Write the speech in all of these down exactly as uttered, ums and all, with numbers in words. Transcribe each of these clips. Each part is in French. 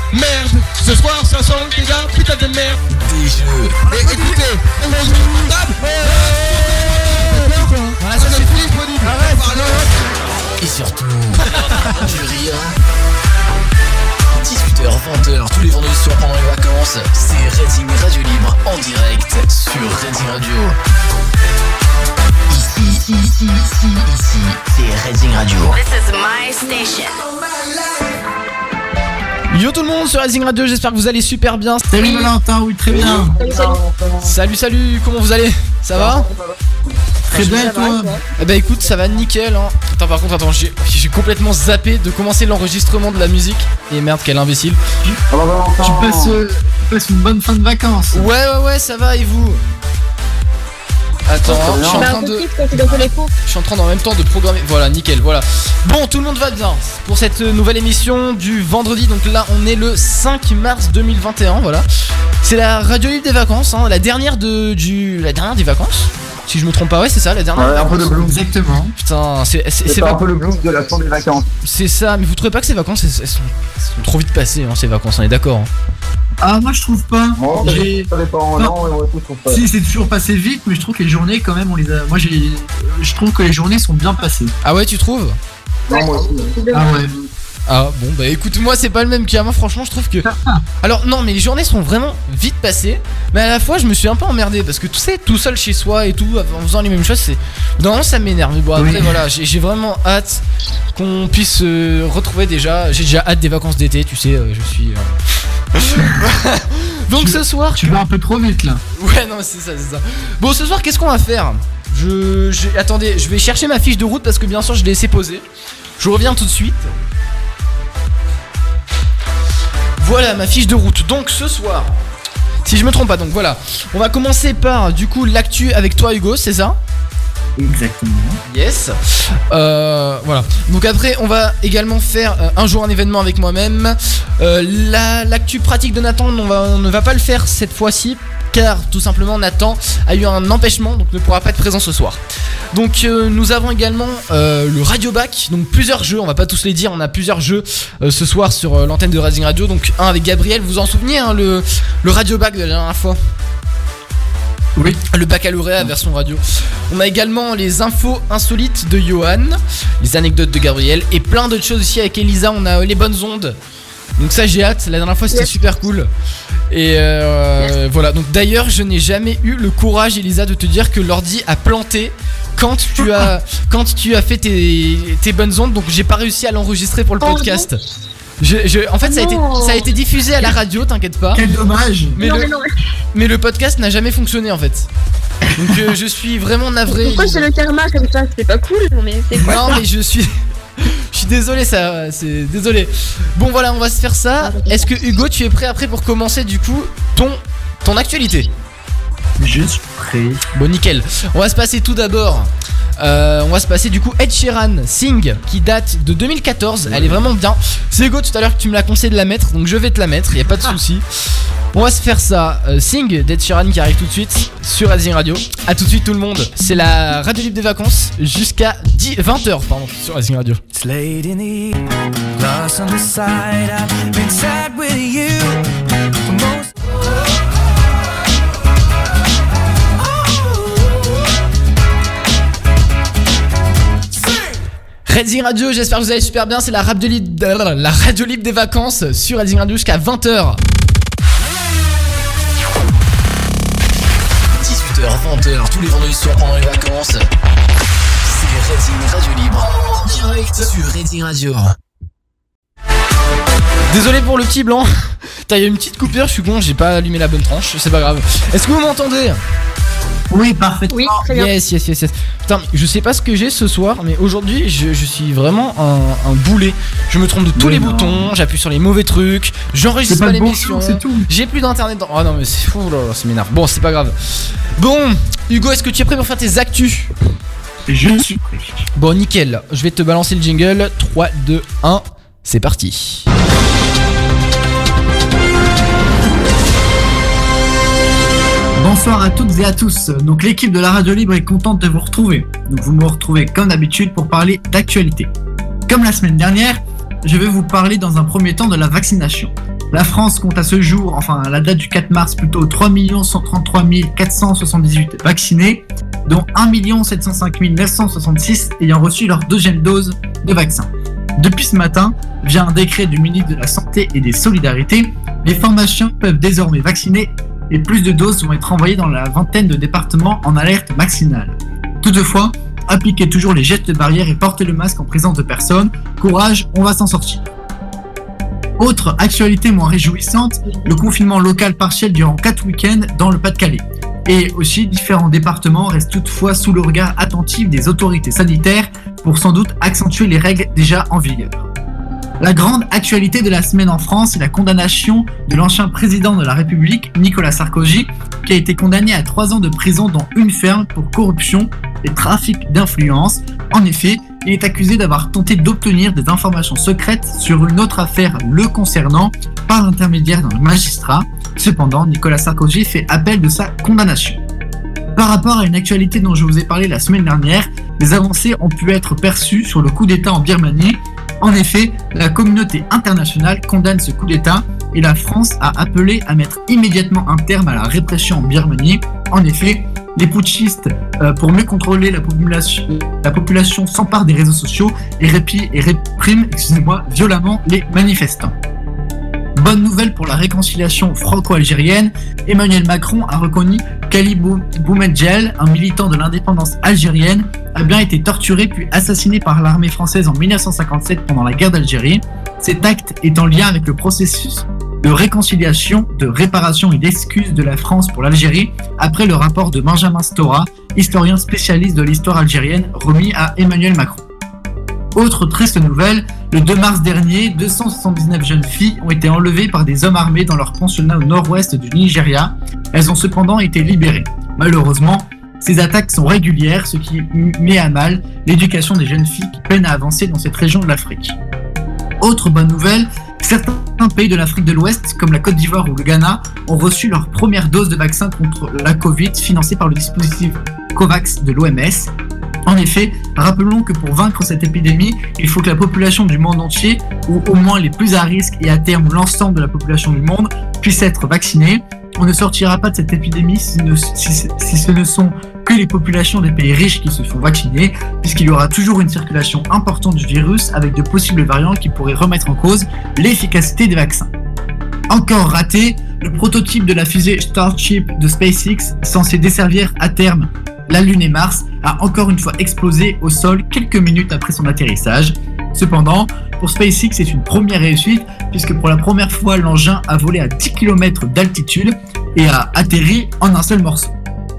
Merde, ce soir ça sent les gars, putain de merde. Des jeux. Et écoutez, on va jouer au table. Voilà, ça suffit. Arrête. Et surtout, du rire. dix-huit heures vingt heures tous les vendredis soirs pendant les vacances, c'est Reading Radio Libre en direct sur Reading Radio. Ici, ici, ici, ici, ici, c'est Reading Radio. This is my station. Yo tout le monde sur Reading Radio, j'espère que vous allez super bien. Salut Valentin, oui très bien. Salut, salut, comment vous allez? Ça va? Très bien et toi? Eh bah écoute, ça va nickel hein. Attends par contre, attends, j'ai, j'ai complètement zappé de commencer l'enregistrement de la musique. Et merde, quel imbécile. Tu passes, euh, tu passes une bonne fin de vacances. Ouais ouais ouais, ça va et vous? Attends, hein, je suis en train de... Je suis en train en même temps de programmer. Voilà, nickel, voilà. Bon, tout le monde va bien pour cette nouvelle émission du vendredi. Donc là, on est le cinq mars deux mille vingt et un, voilà. C'est la radio libre des vacances, hein, la dernière de du la dernière des vacances. Si je me trompe pas, ouais, c'est ça, la dernière. Ouais, un peu de blues. Exactement. Putain, c'est c'est, c'est, c'est pas un peu le blues de la fin des vacances. C'est ça, mais vous trouvez pas que ces vacances, elles, elles, sont, elles sont trop vite passées, hein, ces vacances, on est d'accord hein. Ah, moi je trouve pas. Moi, j'ai... ça dépend. Non, non, moi, je trouve pas. Si, c'est toujours passé vite, mais je trouve que les journées, quand même, on les a. Moi, j'ai. Je trouve que les journées sont bien passées. Ah ouais, tu trouves? Non, moi aussi. Ah ouais. Ah bon, bah écoute, moi c'est pas le même qu'à moi, franchement, je trouve que. Alors, non, mais les journées sont vraiment vite passées, mais à la fois, je me suis un peu emmerdé parce que tu sais, tout seul chez soi et tout, en faisant les mêmes choses, c'est. Non, ça m'énerve. Mais bon, après, oui. Voilà, j'ai, j'ai vraiment hâte qu'on puisse se euh, retrouver déjà. J'ai déjà hâte des vacances d'été, tu sais, euh, je suis. Euh... Donc tu, ce soir. Tu vas un peu trop vite là. Ouais, non, c'est ça, c'est ça. Bon, ce soir, qu'est-ce qu'on va faire? Je. J'ai... Attendez, je vais chercher ma fiche de route parce que bien sûr, je l'ai laissé poser. Je reviens tout de suite. Voilà ma fiche de route. Donc ce soir, si je me trompe pas, donc voilà, on va commencer par du coup l'actu avec toi Hugo, c'est ça? Exactement. Yes. Euh, voilà. Donc après, on va également faire euh, un jour un événement avec moi-même. Euh, la, l'actu pratique de Nathan, on, va, on ne va pas le faire cette fois-ci. Car tout simplement Nathan a eu un empêchement, donc ne pourra pas être présent ce soir. Donc euh, nous avons également euh, le Radio Bac, donc plusieurs jeux, on va pas tous les dire, on a plusieurs jeux euh, ce soir sur euh, l'antenne de Reading Radio. Donc un avec Gabriel, vous vous en souvenez hein, le, le Radio Bac de la dernière fois? Oui. Le baccalauréat version radio. On a également les infos insolites de Johan, les anecdotes de Gabriel et plein d'autres choses aussi avec Elisa. On a les bonnes ondes. Donc ça j'ai hâte, la dernière fois c'était yes. Super cool. Et euh, yes. Voilà, donc d'ailleurs je n'ai jamais eu le courage Elisa de te dire que l'ordi a planté quand tu as, quand tu as fait tes, tes bonnes ondes. Donc j'ai pas réussi à l'enregistrer pour le podcast. Je, je, en fait ça a, été, ça a été diffusé à la radio, t'inquiète pas. Quel dommage. Mais, non, le, mais, non. mais le podcast n'a jamais fonctionné en fait. Donc euh, je suis vraiment navré. Pourquoi c'est le karma comme ça? C'est pas cool. Non mais c'est quoi? Non mais je suis... Je suis désolé, ça, c'est désolé. Bon voilà, on va se faire ça. Est-ce que Hugo, tu es prêt après pour commencer du coup ton ton actualité? Je suis prêt. Bon nickel. On va se passer tout d'abord. Euh, on va se passer du coup Ed Sheeran Sing qui date de deux mille quatorze. Elle est vraiment bien. C'est Hugo tout à l'heure que tu me l'as conseillé de la mettre, donc je vais te la mettre. Y a pas de souci. On va se faire ça. Euh, Sing d'Ed Sheeran qui arrive tout de suite sur Reading Radio. A tout de suite tout le monde. C'est la radio libre des vacances jusqu'à vingt heures pardon sur Reading Radio. It's late in the glass on the side. I've been sad with you for most. Reading Radio, j'espère que vous allez super bien. C'est la radio libre, la radio libre des vacances sur Reading Radio jusqu'à vingt heures. dix-huit heures vingt heures tous les vendredis soirs pendant les vacances. C'est Reading Radio Libre en direct sur Reading Radio. Désolé pour le petit blanc. T'as eu une petite coupure, je suis con, j'ai pas allumé la bonne tranche, c'est pas grave. Est-ce que vous m'entendez? Oui, parfaitement. Oui, très bien. Yes, yes, yes, yes. Putain, je sais pas ce que j'ai ce soir, mais aujourd'hui, je, je suis vraiment un, un boulet. Je me trompe de tous oui, les non. boutons, j'appuie sur les mauvais trucs, j'enregistre pas, pas l'émission. Bon c'est tout. J'ai plus d'internet dans... Oh non, mais c'est fou, là, là, ça m'énerve. Bon, c'est pas grave. Bon, Hugo, est-ce que tu es prêt pour faire tes actus? Je suis prêt. Bon, nickel. Je vais te balancer le jingle. trois, deux, un, c'est parti. Bonsoir à toutes et à tous. Donc l'équipe de la Radio Libre est contente de vous retrouver. Donc vous me retrouvez comme d'habitude pour parler d'actualité. Comme la semaine dernière, je vais vous parler dans un premier temps de la vaccination. La France compte à ce jour, enfin à la date du quatre mars plutôt, trois millions cent trente-trois mille quatre cent soixante-dix-huit vaccinés, dont un million sept cent cinq mille neuf cent soixante-six ayant reçu leur deuxième dose de vaccin. Depuis ce matin, via un décret du ministre de la Santé et des Solidarités, les pharmaciens peuvent désormais vacciner et plus de doses vont être envoyées dans la vingtaine de départements en alerte vaccinale. Toutefois, appliquez toujours les gestes barrières et portez le masque en présence de personnes. Courage, on va s'en sortir. Autre actualité moins réjouissante, le confinement local partiel durant quatre week-ends dans le Pas-de-Calais. Et aussi, différents départements restent toutefois sous le regard attentif des autorités sanitaires pour sans doute accentuer les règles déjà en vigueur. La grande actualité de la semaine en France est la condamnation de l'ancien président de la République, Nicolas Sarkozy, qui a été condamné à trois ans de prison dont une ferme pour corruption et trafic d'influence. En effet, il est accusé d'avoir tenté d'obtenir des informations secrètes sur une autre affaire le concernant par l'intermédiaire d'un magistrat. Cependant, Nicolas Sarkozy fait appel de sa condamnation. Par rapport à une actualité dont je vous ai parlé la semaine dernière, des avancées ont pu être perçues sur le coup d'État en Birmanie. En effet, la communauté internationale condamne ce coup d'État et la France a appelé à mettre immédiatement un terme à la répression en Birmanie. En effet, les putschistes, euh, pour mieux contrôler la population, la population s'emparent des réseaux sociaux et, répi- et répriment excusez-moi, violemment les manifestants. Bonne nouvelle pour la réconciliation franco-algérienne, Emmanuel Macron a reconnu qu'Ali Boumedjel, un militant de l'indépendance algérienne, a bien été torturé puis assassiné par l'armée française en dix-neuf cent cinquante-sept pendant la guerre d'Algérie. Cet acte est en lien avec le processus de réconciliation, de réparation et d'excuses de la France pour l'Algérie après le rapport de Benjamin Stora, historien spécialiste de l'histoire algérienne, remis à Emmanuel Macron. Autre triste nouvelle, le deux mars dernier, deux cent soixante-dix-neuf jeunes filles ont été enlevées par des hommes armés dans leur pensionnat au nord-ouest du Nigeria. Elles ont cependant été libérées. Malheureusement, ces attaques sont régulières, ce qui met à mal l'éducation des jeunes filles qui peinent à avancer dans cette région de l'Afrique. Autre bonne nouvelle, certains pays de l'Afrique de l'Ouest, comme la Côte d'Ivoire ou le Ghana, ont reçu leur première dose de vaccin contre la Covid financée par le dispositif COVAX de l'O M S. En effet, rappelons que pour vaincre cette épidémie, il faut que la population du monde entier, ou au moins les plus à risque et à terme l'ensemble de la population du monde, puisse être vaccinée. On ne sortira pas de cette épidémie si, ne, si, si ce ne sont que les populations des pays riches qui se font vacciner, puisqu'il y aura toujours une circulation importante du virus avec de possibles variants qui pourraient remettre en cause l'efficacité des vaccins. Encore raté, le prototype de la fusée Starship de SpaceX, censé desservir à terme la Lune et Mars, a encore une fois explosé au sol quelques minutes après son atterrissage. Cependant, pour SpaceX, c'est une première réussite puisque pour la première fois, l'engin a volé à dix kilomètres d'altitude et a atterri en un seul morceau.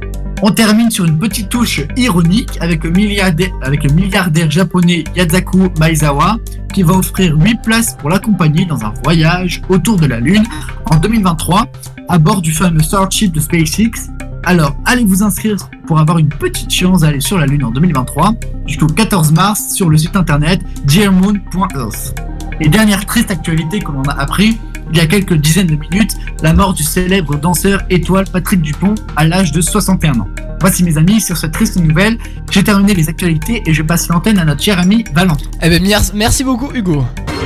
On termine sur une petite touche ironique avec le milliardaire, avec le milliardaire japonais Yasaku Maezawa qui va offrir huit places pour l'accompagner dans un voyage autour de la Lune en deux mille vingt-trois à bord du fameux Starship de SpaceX. Alors, allez vous inscrire pour avoir une petite chance d'aller sur la Lune en deux mille vingt-trois jusqu'au quatorze mars sur le site internet dearmoon point earth. Et dernière triste actualité que l'on a appris, il y a quelques dizaines de minutes, la mort du célèbre danseur étoile Patrick Dupont à l'âge de soixante et un ans. Voici mes amis, sur cette triste nouvelle, j'ai terminé les actualités et je passe l'antenne à notre cher ami Valentin. Eh ben merci beaucoup Hugo.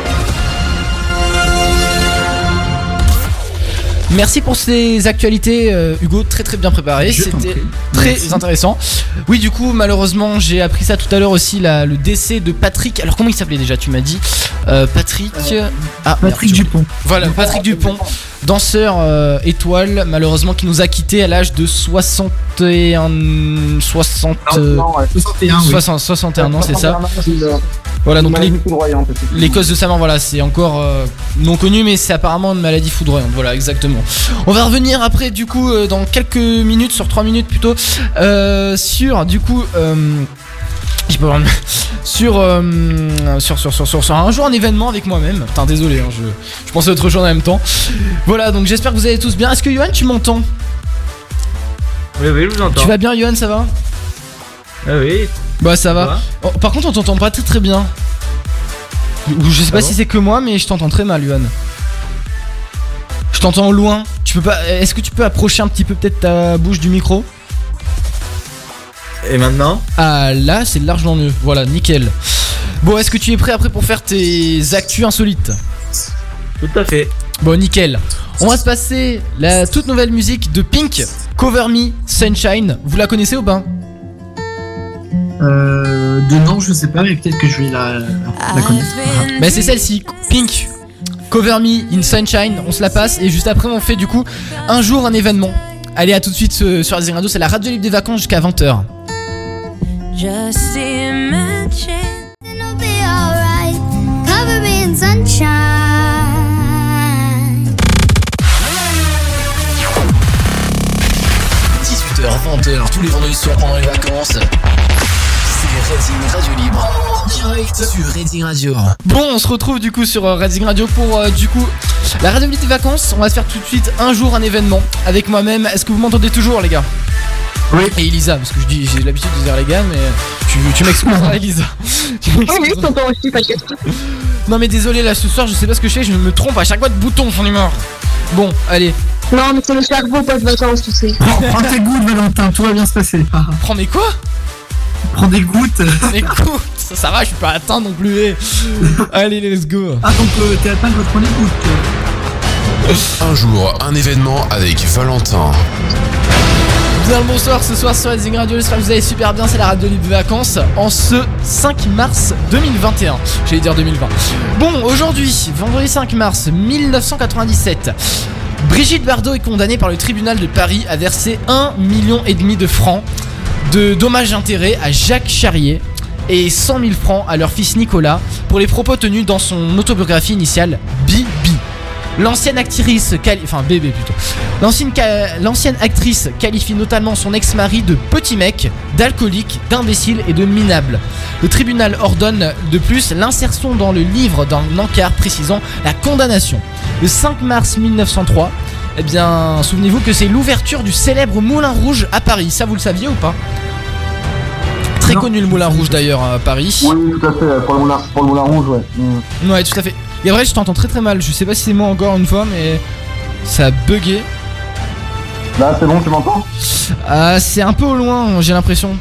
Merci pour ces actualités euh, Hugo, très très bien préparées, Je c'était très Merci. intéressant. Oui du coup malheureusement j'ai appris ça tout à l'heure aussi, la, le décès de Patrick, alors comment il s'appelait déjà tu m'as dit euh, Patrick... Euh, ah, Patrick merde, Dupont. Voilà, Patrick Dupont, danseur euh, étoile, malheureusement qui nous a quitté à l'âge de soixante et un... soixante... Non, non, ouais. soixante et un, oui. soixante, soixante et un ans c'est ça. Il, Voilà une donc les, maladie foudroyante, effectivement. les causes de sa mort voilà c'est encore euh, non connu mais c'est apparemment une maladie foudroyante, voilà exactement. On va revenir après du coup euh, dans quelques minutes, sur trois minutes plutôt, euh, sur du coup... Euh, Je peux sur, euh, sur, sur, sur, sur, sur un jour, un événement avec moi-même. Putain, désolé, hein, je, je pensais à autre chose en même temps. Voilà, donc j'espère que vous allez tous bien. Est-ce que Yohan, tu m'entends? Oui, oui, je vous entends. Tu vas bien, Yohan, ça va? Ah oui. Bah, ça va. va Oh, par contre, on t'entend pas très très bien. Ou je sais pas Ah si bon c'est que moi, mais je t'entends très mal, Yohan. Je t'entends au loin. Tu peux pas. Est-ce que tu peux approcher un petit peu peut-être ta bouche du micro? Et maintenant? Ah là c'est largement mieux, voilà nickel. Bon est-ce que tu es prêt après pour faire tes actus insolites? Tout à fait. Bon, nickel. On va se passer la toute nouvelle musique de Pink, Cover Me Sunshine. Vous la connaissez ou pas? Euh, de nom, je sais pas, mais peut-être que je vais la, la connaître. Bah, c'est celle-ci, Pink, Cover Me in Sunshine. On se la passe et juste après, on fait du coup un jour un événement. Allez, à tout de suite euh, sur Razing Radio. C'est la radio libre des vacances jusqu'à vingt heures. Just imagine it'll be alright. Cover me in sunshine. dix-huit heures vingt heures tous les vendredis soirs pendant les vacances. C'est Razing Radio Libre en direct sur Razing Radio. Bon, on se retrouve du coup sur euh, Razing Radio pour euh, du coup la radio libre des vacances. On va se faire tout de suite un jour un événement avec moi-même. Est-ce que vous m'entendez toujours, les gars? Oui. Et Elisa, parce que je dis, j'ai l'habitude de dire les gars, mais tu, tu m'excuseras, Elisa. Tu Oui, oui, m'excuseras. je t'entends aussi, t'inquiète. Non mais désolé, là ce soir je sais pas ce que je fais, je me trompe à chaque fois de bouton, j'en ai marre. Bon, allez, Non, mais c'est le cerveau post-vacances, tu sais. Prends, prends tes gouttes, Valentin, tout va bien se passer. prends mes quoi? Prends des gouttes. Mes gouttes, ça, ça va, je suis pas atteint non plus. eh. Allez, let's go. Ah, donc euh, t'es atteint de prendre des gouttes. Un jour, un événement avec Valentin. Bien le bonsoir ce soir sur Razing Radio, j'espère que vous allez super bien, c'est la radio libre de vacances en ce cinq mars deux mille vingt et un, j'allais dire deux mille vingt. Bon, aujourd'hui, vendredi cinq mars mille neuf cent quatre-vingt-dix-sept, Brigitte Bardot est condamnée par le tribunal de Paris à verser un million et demi de francs de dommages et intérêts à Jacques Charrier et cent mille francs à leur fils Nicolas pour les propos tenus dans son autobiographie initiale Bibi. L'ancienne actrice, quali- enfin bébé plutôt, l'ancienne, ca- l'ancienne actrice qualifie notamment son ex-mari de petit mec, d'alcoolique, d'imbécile et de minable. Le tribunal ordonne de plus l'insertion dans le livre d'un encart précisant la condamnation. Le cinq mars mille neuf cent trois, eh bien, souvenez-vous que c'est l'ouverture du célèbre Moulin Rouge à Paris. Ça, vous le saviez ou pas? Très Non. connu le Moulin Rouge d'ailleurs à Paris. Oui, tout à fait, pour le moulin, pour le moulin rouge, ouais. Mm. Ouais, tout à fait. Et vrai, je t'entends très très mal. Je sais pas si c'est moi encore une fois, mais ça a bugué. Là, c'est bon, tu m'entends? Ah, c'est un peu au loin, j'ai l'impression.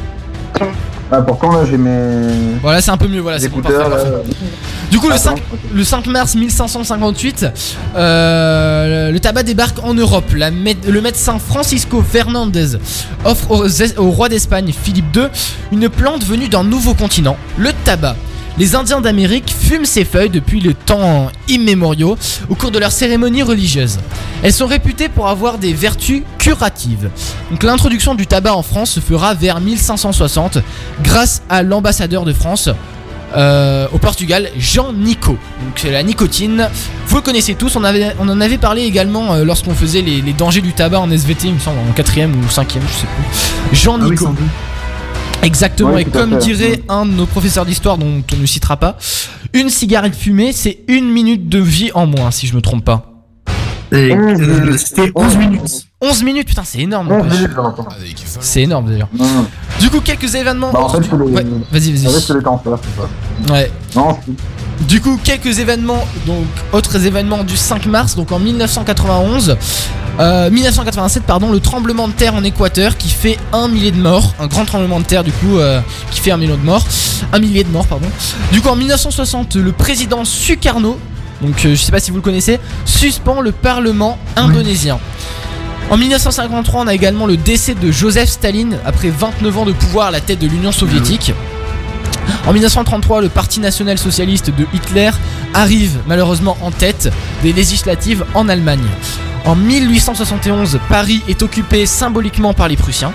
Ah, pourtant, là, j'ai mes Voilà, c'est un peu mieux. Voilà, c'est bon, parfait, écouteurs, là. parfait. Du coup, le, Ah, cinq, pardon, ok. le cinq mars mille cinq cent cinquante-huit, euh, le tabac débarque en Europe. La mé- le médecin Francisco Fernandez offre au, au roi d'Espagne Philippe deux une plante venue d'un nouveau continent, le tabac. Les Indiens d'Amérique fument ces feuilles depuis le temps immémoriaux au cours de leurs cérémonies religieuses. Elles sont réputées pour avoir des vertus curatives. Donc l'introduction du tabac en France se fera vers mille cinq cent soixante grâce à l'ambassadeur de France euh, au Portugal, Jean Nicot. Donc c'est la nicotine. Vous le connaissez tous. On, avait, on en avait parlé également euh, lorsqu'on faisait les, les dangers du tabac en S V T, il me semble, en quatrième ou cinquième, je sais plus. Jean Ah oui, Nicot. sans doute. Exactement, Oui, et tout à comme fait. dirait un de nos professeurs d'histoire dont on ne citera pas, une cigarette fumée, c'est une minute de vie en moins, si je me trompe pas. Et, onze euh, minutes. C'était onze minutes. onze minutes, putain, c'est énorme. onze n'empêche. minutes, Valentin. Avec Valentin. C'est énorme d'ailleurs. Mm. Du coup, quelques événements. Bah, en fait, c'est les... Ouais, vas-y, En fait, vas-y. c'est les temps, ça, c'est ça. Ouais. Non, c'est... Du coup, quelques événements, donc autres événements du cinq mars, donc en mille neuf cent quatre-vingt-onze, euh, mille neuf cent quatre-vingt-sept, pardon, le tremblement de terre en Équateur qui fait un millier de morts, un grand tremblement de terre du coup euh, qui fait un million de morts, un millier de morts, pardon. Du coup, en mille neuf cent soixante, le président Sukarno, donc euh, je sais pas si vous le connaissez, suspend le parlement indonésien. En mille neuf cent cinquante-trois, on a également le décès de Joseph Staline après vingt-neuf ans de pouvoir à la tête de l'Union soviétique. En mille neuf cent trente-trois, le Parti national socialiste de Hitler arrive malheureusement en tête des législatives en Allemagne. En mille huit cent soixante et onze, Paris est occupé symboliquement par les Prussiens.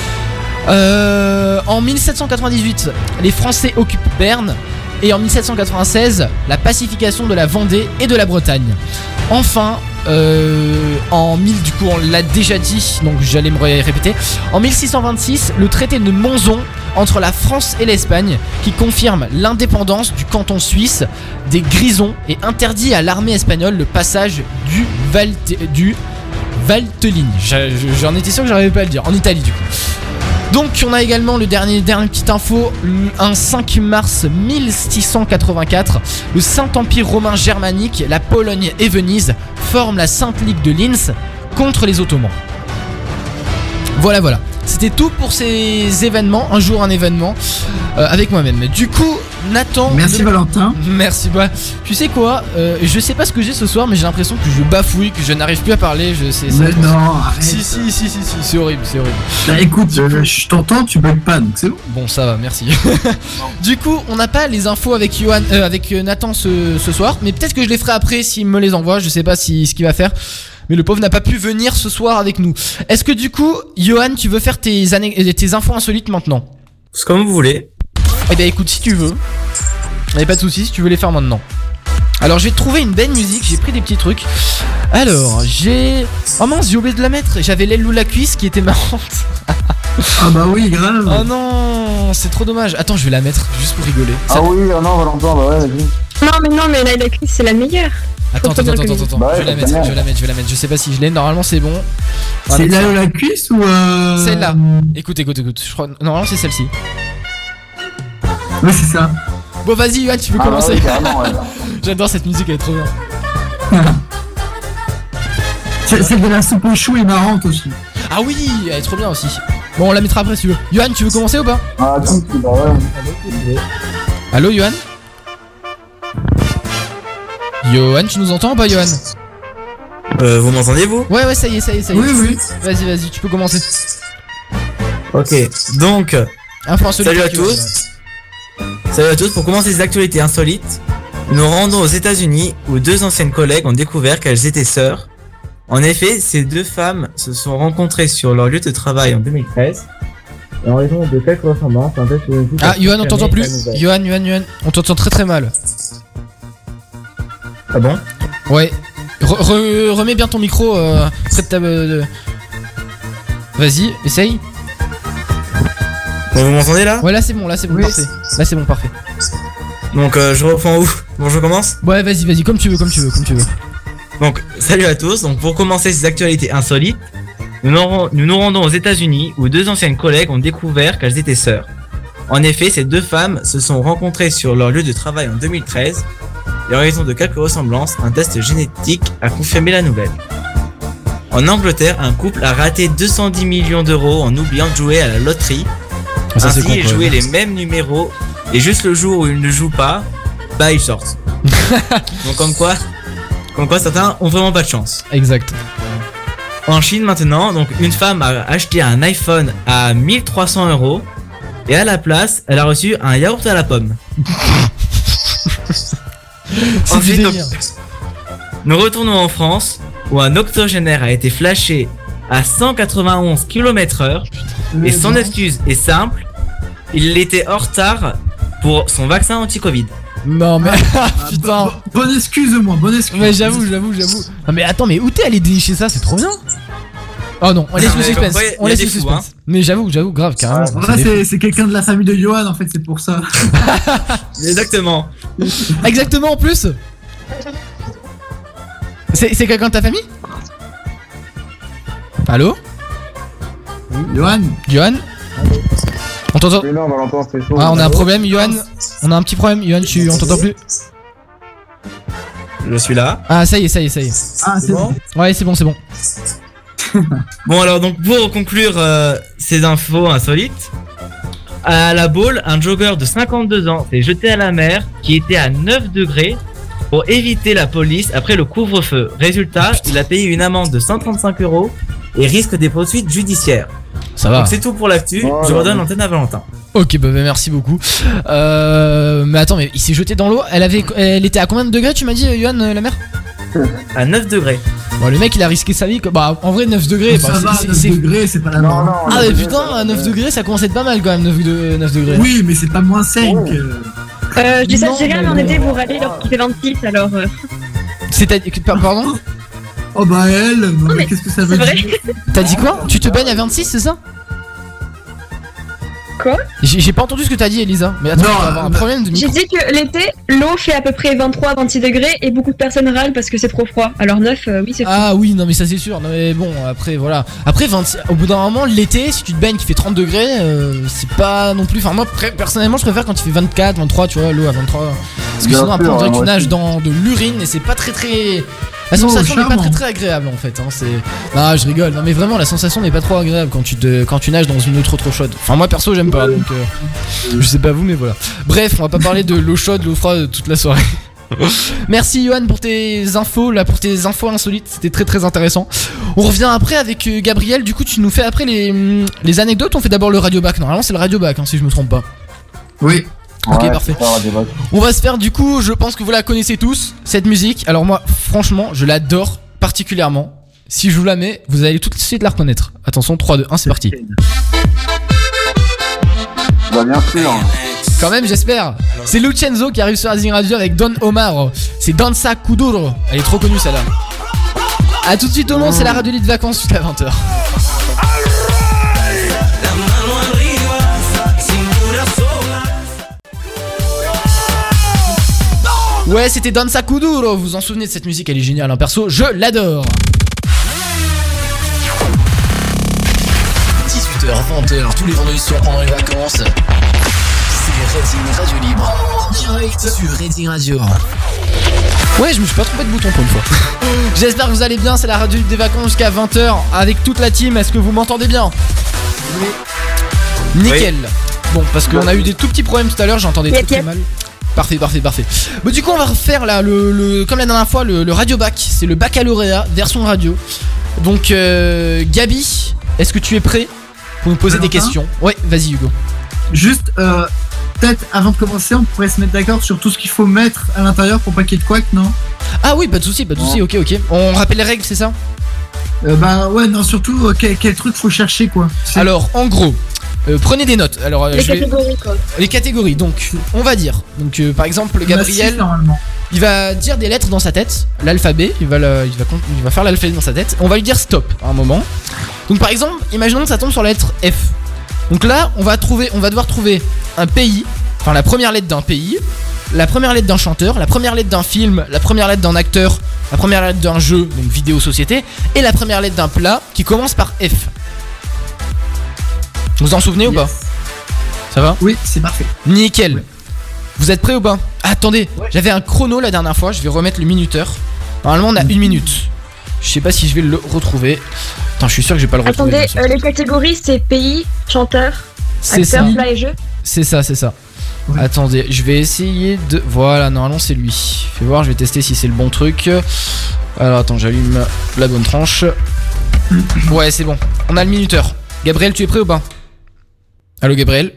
Euh, en mille sept cent quatre-vingt-dix-huit, les Français occupent Berne. Et en mille sept cent quatre-vingt-seize, la pacification de la Vendée et de la Bretagne. Enfin, euh, en mille, du coup, on l'a déjà dit, donc j'allais me ré- répéter. En mille six cent vingt-six, le traité de Monzon entre la France et l'Espagne, qui confirme l'indépendance du canton suisse des Grisons et interdit à l'armée espagnole le passage du Valte, du Valteline. J'a- J'en étais sûr que j'arrivais pas à le dire. En Italie, du coup. Donc on a également le dernier, dernière petite info, un cinq mars mille six cent quatre-vingt-quatre, le Saint-Empire romain germanique, la Pologne et Venise forment la Sainte Ligue de Linz contre les Ottomans. Voilà voilà, c'était tout pour ces événements. Un jour un événement euh, avec moi-même. Du coup, Nathan. Merci le... Valentin. Merci. Bah, tu sais quoi euh, je sais pas ce que j'ai ce soir, mais j'ai l'impression que je bafouille, que je n'arrive plus à parler. Je sais. Mais non, arrête. Si si si si si, c'est horrible, c'est horrible. Bah écoute, je, je t'entends, tu bugs pas, donc c'est bon. Bon, ça va, merci. Du coup, on n'a pas les infos avec Johan, euh, avec Nathan ce, ce soir, mais peut-être que je les ferai après s'il me les envoie. Je sais pas si ce qu'il va faire. Mais le pauvre n'a pas pu venir ce soir avec nous. Est-ce que du coup, Johan, tu veux faire tes, ané- tes infos insolites maintenant? C'est comme vous voulez. Eh bien écoute, si tu veux. Y'a pas de soucis si tu veux les faire maintenant. Alors je vais te trouver une belle musique, j'ai pris des petits trucs. Alors, j'ai... Oh mince, j'ai oublié de la mettre. J'avais l'aile ou la cuisse qui était marrante. Ah bah oui, grave. Oh non, c'est trop dommage. Attends, je vais la mettre juste pour rigoler. Ah Ça- oui, oh non, Valentin, bah ouais, vas-y. Non, mais non, mais Laila Chris, c'est la meilleure. Attends, attends, attends, attends, attends. Bah ouais, je vais la c'est mettre, bien. je vais la mettre, je vais la mettre. Je sais pas si je l'ai. Normalement, c'est bon. On va C'est mettre là ça. ou la cuisse ou euh... Celle-là. Écoute, écoute, écoute. Je crois... Normalement, c'est celle-ci. Ouais, c'est ça. Bon, vas-y, Yoann, tu peux Ah bah commencer. oui, carrément, ouais. J'adore cette musique, elle est trop bien. C'est celle de la soupe aux choux est marrante aussi. Ah oui, elle est trop bien aussi. Bon, on la mettra après si tu veux. Yoann, tu veux commencer ou pas? Ah, tout, bah ouais. Allô, Yoann? Yoann, tu nous entends ou pas, Yoann? Euh, vous m'entendez vous? Ouais, ouais, ça y est, ça y est, ça y est. Oui, oui. Vas-y, vas-y, tu peux commencer. Ok, donc, Info insolite salut à avec Yoann, tous. Salut à tous, pour commencer ces actualités insolites, nous nous rendons aux États-Unis où deux anciennes collègues ont découvert qu'elles étaient sœurs. En effet, ces deux femmes se sont rencontrées sur leur lieu de travail en deux mille treize. Et en raison de quelques ressemblances, un test génétique Ah, a Yoann, on confirmé t'entend la plus. nouvelle. Yoann, Yoann, Yoann, on t'entend très très mal. Ah bon? Ouais. Re- re- remets bien ton micro euh, près de ta. euh, de- Vas-y, essaye. Bon, vous m'entendez là? Ouais, là c'est bon, là c'est bon, Oui. parfait. Là c'est bon, parfait. Donc, euh, je reprends où? Bon, je commence? Ouais, vas-y, vas-y, comme tu veux, comme tu veux, comme tu veux. Donc, salut à tous. Donc, pour commencer ces actualités insolites, nous nous, ren- nous nous rendons aux États-Unis où deux anciennes collègues ont découvert qu'elles étaient sœurs. En effet, ces deux femmes se sont rencontrées sur leur lieu de travail en deux mille treize et en raison de quelques ressemblances, un test génétique a confirmé la nouvelle. En Angleterre, un couple a raté deux cent dix millions d'euros en oubliant de jouer à la loterie. Ah, ça, c'est Ainsi, con, ils quand jouaient même. les mêmes numéros et juste le jour où ils ne jouent pas, bah ils sortent. Donc comme quoi, comme quoi certains ont vraiment pas de chance. Exact. En Chine maintenant, donc une femme a acheté un iPhone à mille trois cents euros et à la place, elle a reçu un yaourt à la pomme. C'est du Ensuite, donc, délire. nous retournons en France où un octogénaire a été flashé à cent quatre-vingt-onze kilomètres heure et son excuse est simple, il était en retard pour son vaccin anti-Covid. Non mais putain. Bo- bonne excuse au moins, bonne excuse. Mais j'avoue, j'avoue, j'avoue. Non mais attends, mais où t'es allé dénicher ça? C'est trop bien. Oh non, on laisse Ah, le mais suspense. comme quoi, y a On laisse des le fous, suspense. Mais j'avoue, j'avoue, grave, carrément. En vrai, c'est c'est quelqu'un de la famille de Johan en fait, c'est pour ça. Exactement. Exactement en plus. C'est c'est quelqu'un de ta famille? Allô? Johan. Johan? On t'entend? Mais non, Valentin, c'était chaud. Ah, on a un problème, Johan. On a un petit problème, Johan, tu on t'entend plus? Je suis là. Ah, ça y est, ça y est, ça y est. Ah, c'est bon. Ouais, c'est bon, c'est bon. Bon alors donc pour conclure euh, ces infos insolites, à la Baule, un jogger de cinquante-deux ans s'est jeté à la mer qui était à neuf degrés pour éviter la police après le couvre-feu. Résultat, il a payé une amende de cent trente-cinq euros et risque des poursuites judiciaires. Ça va. Donc c'est tout pour l'actu, Oh, je là, redonne là. l'antenne à Valentin. Ok, bah, bah, merci beaucoup. Euh, mais attends, mais il s'est jeté dans l'eau. Elle avait, elle était à combien de degrés, tu m'as dit, Johan, euh, la mer? À neuf degrés. Bon, le mec, il a risqué sa vie. Quoi. Bah, en vrai, neuf degrés. Ça bah, va, c'est- neuf c'est- degrés, c'est pas la Non, mort. non. Ah, mais neuf putain, degrés, à neuf ça- degrés, ça commence à être pas mal quand même, neuf, de, neuf degrés. Oui, mais c'est pas moins cinq. Oh. euh. Euh, je dis ça, Non, je dirais, mais en mais été, non. vous râlez lorsqu'il fait vingt-six, alors. euh, C'est-à-dire. Pardon? Oh bah elle, non, mais mais qu'est-ce que ça veut c'est vrai. dire? T'as dit quoi? Tu te baignes à vingt-six, c'est ça? Quoi? J'ai j'ai pas entendu ce que t'as dit, Elisa. Mais attends, Non, on va avoir un bah, problème de J'ai micro. dit que l'été, l'eau fait à peu près vingt-trois à vingt-six degrés et beaucoup de personnes râlent parce que c'est trop froid. Alors neuf, euh, oui, c'est froid. Ah oui, non mais ça c'est sûr. Non mais bon, après voilà. Après vingt, au bout d'un moment, l'été, si tu te baignes qui fait trente degrés, euh, c'est pas non plus. Enfin moi, pré- personnellement, je préfère quand il fait vingt-quatre, vingt-trois, tu vois, l'eau à vingt-trois. Parce que Bien sinon après sûr, on dirait que moi tu nages aussi. dans de l'urine et c'est pas très très La sensation Oh, n'est pas charmant. très très agréable en fait. Hein, c'est... Non, je rigole. Non, mais vraiment, la sensation n'est pas trop agréable quand tu, te... quand tu nages dans une eau trop trop chaude. Enfin, moi perso, j'aime pas. Donc, euh... je sais pas vous, mais voilà. Bref, on va pas parler de l'eau chaude, l'eau froide toute la soirée. Merci Johan pour tes infos là, pour tes infos insolites, c'était très très intéressant. On revient après avec euh, Gabriel. Du coup, tu nous fais après les, les anecdotes. On fait d'abord le radio bac. Normalement, c'est le radio bac, hein, si je me trompe pas. Oui. Ok, Ouais, parfait. c'est ça, Radio Bac. On va se faire du coup, je pense que vous la connaissez tous, cette musique. Alors moi, franchement, je l'adore particulièrement. Si je vous la mets, vous allez tout de suite la reconnaître. Attention, trois, deux, un, c'est parti. Bah, bien sûr. Quand même, j'espère. C'est Lucenzo qui arrive sur Racing Radio avec Don Omar. C'est Danza Kuduro. Elle est trop connue celle-là. A tout de suite au monde, c'est la radio de vacances jusqu'à vingt heures. Ouais, c'était Danza Kuduro. Vous vous en souvenez de cette musique, elle est géniale, hein. Perso, je l'adore. dix-huit heures, vingt heures, tous les vendredis soirs pendant les vacances. C'est Reading Radio Libre. En direct sur Reading Radio. Ouais, je me suis pas trompé de bouton pour une fois. J'espère que vous allez bien, c'est la radio des vacances jusqu'à vingt heures avec toute la team. Est-ce que vous m'entendez bien? Oui. Nickel. Bon, parce qu'on a eu des tout petits problèmes tout à l'heure, j'entendais Yep, très très yep. mal. Parfait, parfait, parfait. Bon, du coup, on va refaire là, le, le, comme la dernière fois, le, le radio bac. C'est le baccalauréat version radio. Donc, euh, Gabi, est-ce que tu es prêt pour nous poser des Valentin questions? Ouais, vas-y, Hugo. Juste, euh, peut-être avant de commencer, on pourrait se mettre d'accord sur tout ce qu'il faut mettre à l'intérieur pour pas qu'il y ait de couac, non? Ah oui, pas de soucis, pas de soucis, ok, ok. On rappelle les règles, c'est ça? euh, Bah ouais, non, surtout, euh, quel, quel truc faut chercher, quoi. C'est- Alors, en gros, euh, prenez des notes. Alors, euh, Les je vais- catégories quoi. les catégories. Donc, on va dire. Donc, euh, par exemple, il y en a Gabriel, six, normalement. il va dire des lettres dans sa tête, l'alphabet. Il va, le- il va, con- il va faire l'alphabet dans sa tête. On va lui dire stop à un moment. Donc, par exemple, imaginons que ça tombe sur la lettre F. Donc là, on va trouver, on va devoir trouver un pays, enfin la première lettre d'un pays, la première lettre d'un chanteur, la première lettre d'un film, la première lettre d'un acteur, la première lettre d'un jeu, donc vidéo société, et la première lettre d'un plat qui commence par F. Vous vous en souvenez ou pas? Ça va? Oui, c'est parfait. Nickel. Vous êtes prêts ou pas? Ah, attendez, j'avais un chrono la dernière fois, je vais remettre le minuteur. Normalement on a une minute. Je sais pas si je vais le retrouver. Attends, je suis sûr que je vais pas le retrouver. Attendez, bien sûr. euh, les catégories c'est pays, chanteur, C'est ça. acteur, plat et jeu. C'est ça, c'est ça. Oui. Attendez, je vais essayer de... Voilà, normalement c'est lui. Fais voir, je vais tester si c'est le bon truc. Alors attends, j'allume la bonne tranche. Ouais, c'est bon. On a le minuteur. Gabriel, tu es prêt ou pas? Allô, Gabriel?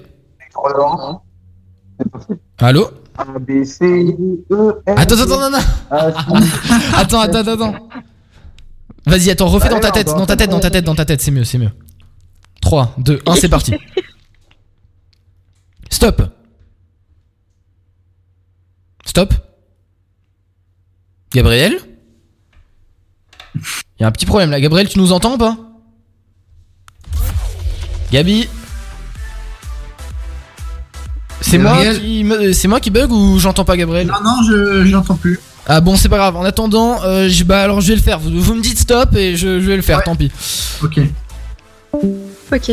Allô? A, B, C, D, E, F. Attends, attends, non, non. Attends, attends, attends, attends. Vas-y, attends, refais dans ta tête, dans ta tête, dans ta tête, dans ta tête, c'est mieux, c'est mieux. trois, deux, un, c'est parti. Stop. Stop. Gabriel? Il y a un petit problème là. Gabriel, tu nous entends ou pas? Gabi? C'est moi Gabriel qui me... c'est moi qui bug ou j'entends pas Gabriel? Non, non, je, je l'entends plus. Ah bon, c'est pas grave. En attendant, euh, je, bah alors je vais le faire. Vous, vous me dites stop et je, je vais le faire. Ouais. Tant pis. Ok. Ok.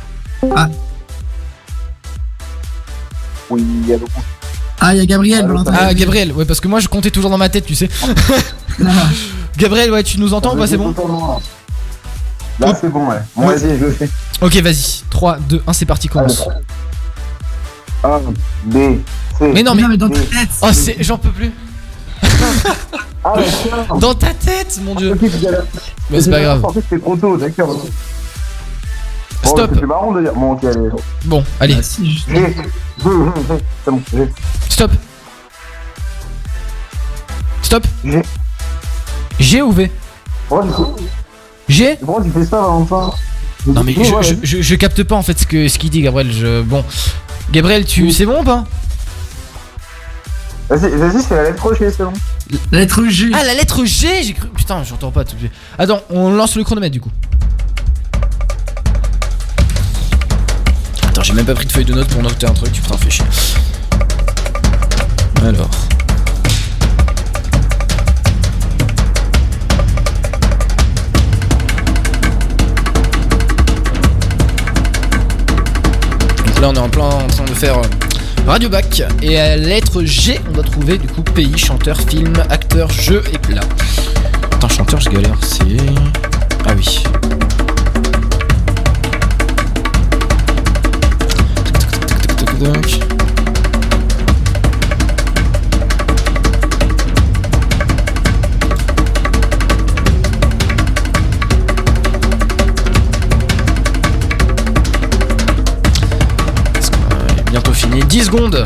Oui, il y a le coup. Ah, il y a Gabriel, Valentin. Ah Gabriel, ouais, parce que moi je comptais toujours dans ma tête, tu sais. Gabriel, ouais, tu nous entends ou pas? C'est bon? Là, c'est bon, ouais. Bon, vas-y, je le fais. Ok, vas-y. trois, deux, un, c'est parti, commence. A, B, C. Mais non, mais. mais dans ta tête. Oh, c'est. J'en peux plus. Ah, mais tiens. Dans ta tête, mon dieu. Ok, tu dois la- Mais c'est pas grave. En fait, c'était trop tôt, d'accord. Bon, Stop. C'est marrant de dire. Bon, ok, allez. Bon, allez. Ah, si, juste- G. C'est bon, G. Stop. Stop. G. G ou V? Pourquoi tu- G? pourquoi tu fais ça, Valentin? Non, mais Ouais, je, ouais. je, je, je capte pas en fait ce que ce qu'il dit, Gabriel. Je... Bon. Gabriel, tu. C'est bon ou pas? Vas-y, vas-y, c'est la lettre G, c'est bon. La lettre G. Ah, la lettre G, j'ai cru. Putain, j'entends pas tout. Attends, on lance le chronomètre du coup. Attends, j'ai même pas pris de feuille de notes pour noter un truc. Putain, fais chier. Alors. Donc là, on est en plein en train de faire. euh, Radio Bac, et à la lettre G, on doit trouver du coup pays, chanteur, film, acteur, jeu et plat. Attends, chanteur, je galère. C'est. Ah oui. Tac, tac, tac, tac, tac, tac. Bientôt fini, dix secondes.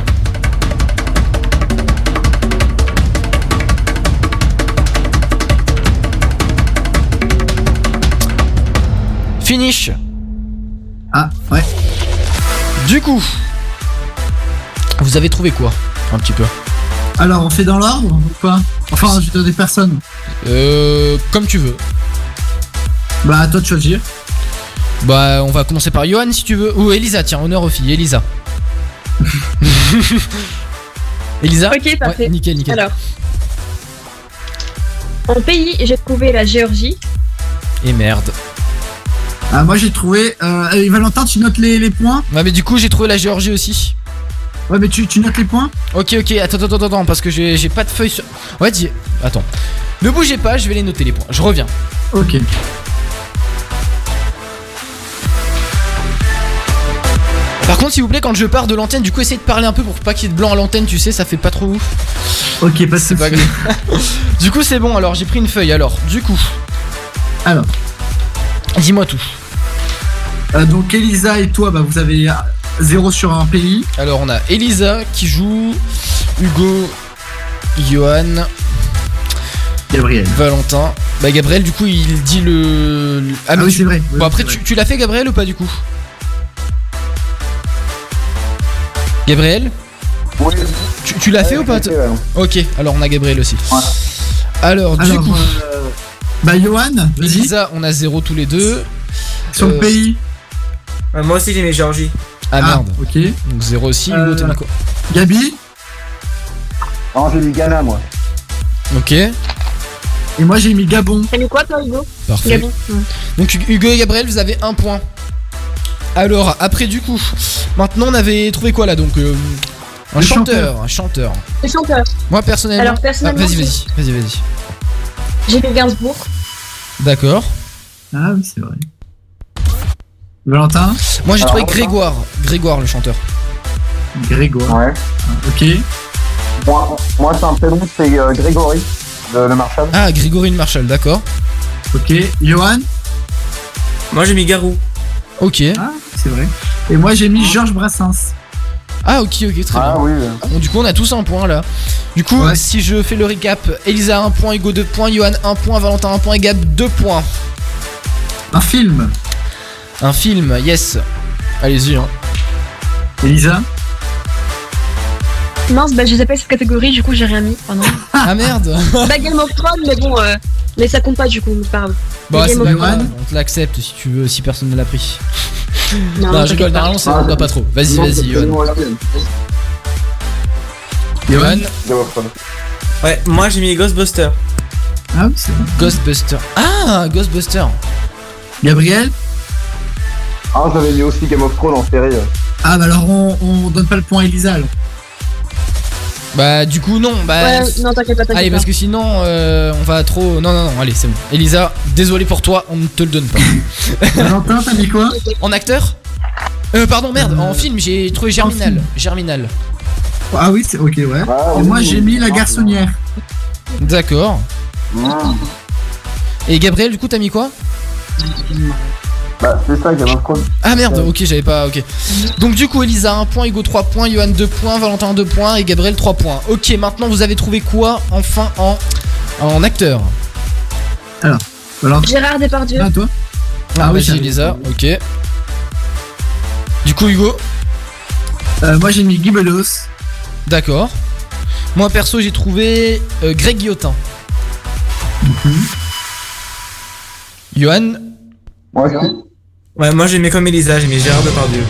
Finish. Ah, ouais. Du coup, vous avez trouvé quoi? Un petit peu. Alors, on fait dans l'ordre ou quoi? Enfin, je donne des personnes. Euh, comme tu veux. Bah, à toi de choisir. Bah, on va commencer par Johan si tu veux. Ou Elisa, tiens, honneur aux filles. Elisa. Elisa? Ok, parfait. Ouais, nickel, nickel. Alors, en pays, j'ai trouvé la Géorgie. Et merde. Ah, moi j'ai trouvé. Euh, allez, Valentin, tu notes les, les points? Ouais, mais du coup, j'ai trouvé la Géorgie aussi. Ouais, mais tu, tu notes les points? Ok, ok, attends, attends, attends, attends, parce que j'ai j'ai pas de feuille sur. Ouais, dis. Attends. Ne bougez pas, je vais les noter les points. Je reviens. Ok. Par contre, s'il vous plaît, quand je pars de l'antenne, du coup, essayez de parler un peu pour pas qu'il y ait de blanc à l'antenne, tu sais, ça fait pas trop ouf. Ok, pas de C'est pas soucis. grave. Du coup, c'est bon, alors j'ai pris une feuille. Alors, du coup, Alors, dis-moi tout. euh, donc Elisa et toi, bah, vous avez zéro sur un pays. Alors, on a Elisa qui joue, Hugo, Johan, Gabriel. Valentin. Bah, Gabriel, du coup, il dit le. le- Ah, mais oui, tu- c'est vrai. Bon, Oui, après, c'est tu, vrai. tu l'as fait, Gabriel, ou pas, du coup? Gabriel? Oui. Tu, tu l'as fait ou pas? Ouais, ouais, ouais. Ok, alors on a Gabriel aussi. Ouais. Alors, du Alors, coup, euh, bah, Johan, vas-y. Elisa, on a zéro tous les deux. Sur le euh, pays. Euh, moi aussi j'ai mis Géorgie. Ah merde. Ok. Donc zéro aussi, Hugo, Euh, t'as mis quoi? Gabi. Non, j'ai mis Ghana, moi. Ok, Et moi j'ai mis Gabon. T'as mis quoi, toi, Hugo? parfait. Gabon. Donc Hugo et Gabriel, vous avez un point. Alors, après, du coup, maintenant on avait trouvé quoi là? Donc, euh, un Le chanteur, chanteur. un chanteur. Le chanteur. Moi, personnellement. Alors, personnellement, Ah, vas-y, vas-y, c'est- vas-y, vas-y. J'ai mis Gainsbourg. D'accord. Ah oui, c'est vrai. Valentin. Moi, j'ai Alors, trouvé Valentin. Grégoire. Grégoire, le chanteur. Grégoire. Ouais. Ok. Moi, moi c'est un prénom, c'est euh, Grégory, de Le Marshall. Ah, Grégory Marshall, d'accord. Ok. Johan. Moi j'ai mis Garou. Ok. Ah, c'est vrai. Et moi j'ai mis Georges Brassens. Ah, ok, ok, très Ah bien. oui. euh. Bon, du coup, on a tous un point là. Du coup, Ouais. si je fais le récap, Elisa un point, Hugo deux points, Johan un point, Valentin un point et Gab deux points. Un film. Un film, yes. Allez-y, hein. Elisa. Mince, bah je les appelle cette catégorie, du coup j'ai rien mis. Pardon. Ah merde. Bah Game of Thrones, mais bon, euh, mais ça compte pas du coup, c'est pas grave. Bah, c'est Game pas of grave, Thrones. on te l'accepte si tu veux, si personne ne l'a pris. Non, Non, je t'inquiète rigole, pas. normalement, ça ne doit pas trop. Vas-y, vas-y, Johan. Johan, Ouais, moi j'ai mis Ghostbusters. Ah oui, c'est vrai. Ghostbuster. Ah, Ghostbuster. Gabriel. Ah, j'avais mis aussi Game of Thrones en série. euh. Ah bah alors on, on donne pas le point à Elisa alors. Bah, du coup, non. Bah, Ouais, non, t'inquiète pas, t'inquiète allez, pas. parce que sinon, euh, on va trop. Non, non, non, allez, c'est bon. Elisa, désolé pour toi, on ne te le donne pas. Valentin, t'as mis quoi? En acteur Euh, pardon, merde, Euh, en film, j'ai trouvé Germinal. film. Germinal. Ah oui, c'est ok, ouais. Ah, Et oui, moi oui, j'ai oui. mis La Garçonnière. D'accord. Mmh. Et Gabriel, du coup, t'as mis quoi? Bah, c'est ça, Game of Thrones. Ah merde, ok, j'avais pas. Ok. Donc, du coup, Elisa un point, Hugo trois points, Johan deux points, Valentin deux points et Gabriel trois points. Ok, maintenant, vous avez trouvé quoi enfin en, en acteur? Valentin, Gérard Depardieu. ah, toi. Ah, Ah oui, vas-y, ça- Elisa, ok. Du coup, Hugo, Euh, moi j'ai mis Guy Bedos. d'accord. Moi, perso, j'ai trouvé euh, Greg Guillotin. Johan, Moi aussi. Ouais, moi j'ai mis comme Elisa, j'ai mis Gérard Depardieu.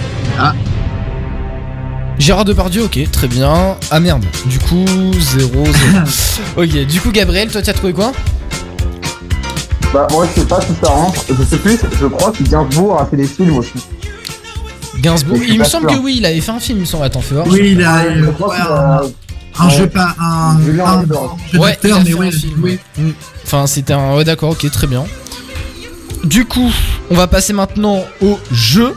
Gérard Depardieu, ok, très bien. Ah merde, du coup, zéro, zéro. Ok, du coup, Gabriel, toi, tu as trouvé quoi? Bah, moi, je sais pas si ça rentre. Je sais plus, je crois que Gainsbourg a fait des films aussi. Gainsbourg, Je suis il me pas semble sûr. que oui, il avait fait un film, il me semble. Attends, fais voir. Oui, il a. Je crois qu'il a- un Ouais. jeu pas un, J'ai vu un un jeu jeu Ouais, d'acteur, il a mais fait ouais, un film, oui. ouais. Mm. Enfin, c'était un. Ouais, d'accord, ok, très bien. Du coup, on va passer maintenant au jeu.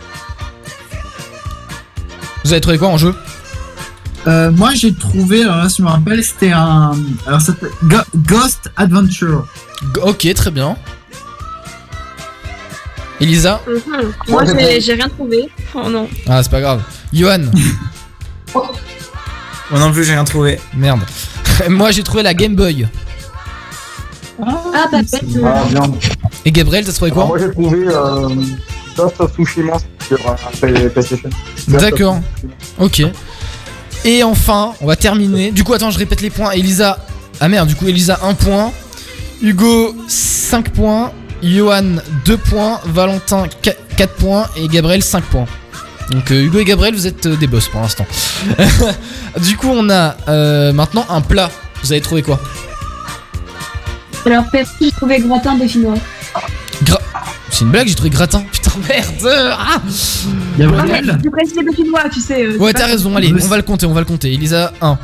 Vous avez trouvé quoi en jeu? Euh, moi j'ai trouvé, alors là si je me rappelle, c'était un. Alors ça s'appelle Go- Ghost Adventure. G- Ok, très bien. Elisa? Mhm. Moi, Ouais, j'ai j'ai rien trouvé. Oh non. Ah, c'est pas grave. Johan? Moi non plus, j'ai rien trouvé. Merde. Moi, j'ai trouvé la Game Boy. Ah, pas bête. Ah, bien. Et Gabriel, t'as trouvé Alors, quoi? moi j'ai trouvé euh, Ghost of Tsushima sur euh, Play- PlayStation. D'accord. Ok. Et enfin, on va terminer. Du coup, attends, je répète les points. Elisa. Ah merde, du coup, Elisa un point. Hugo cinq points. Johan deux points. Valentin quatre points. Et Gabriel cinq points. Donc, euh, Hugo et Gabriel, vous êtes euh, des boss pour l'instant. Du coup, on a euh, maintenant un plat. Vous avez trouvé quoi? Alors, perso, j'ai trouvé gratin dauphinois. Gra... C'est une blague, j'ai trouvé gratin. Putain, merde. Ah Gabriel. Je précise dauphinois, tu sais. euh, Ouais, c'est t'as pas- raison, allez, on va le compter, on va le compter. Elisa un.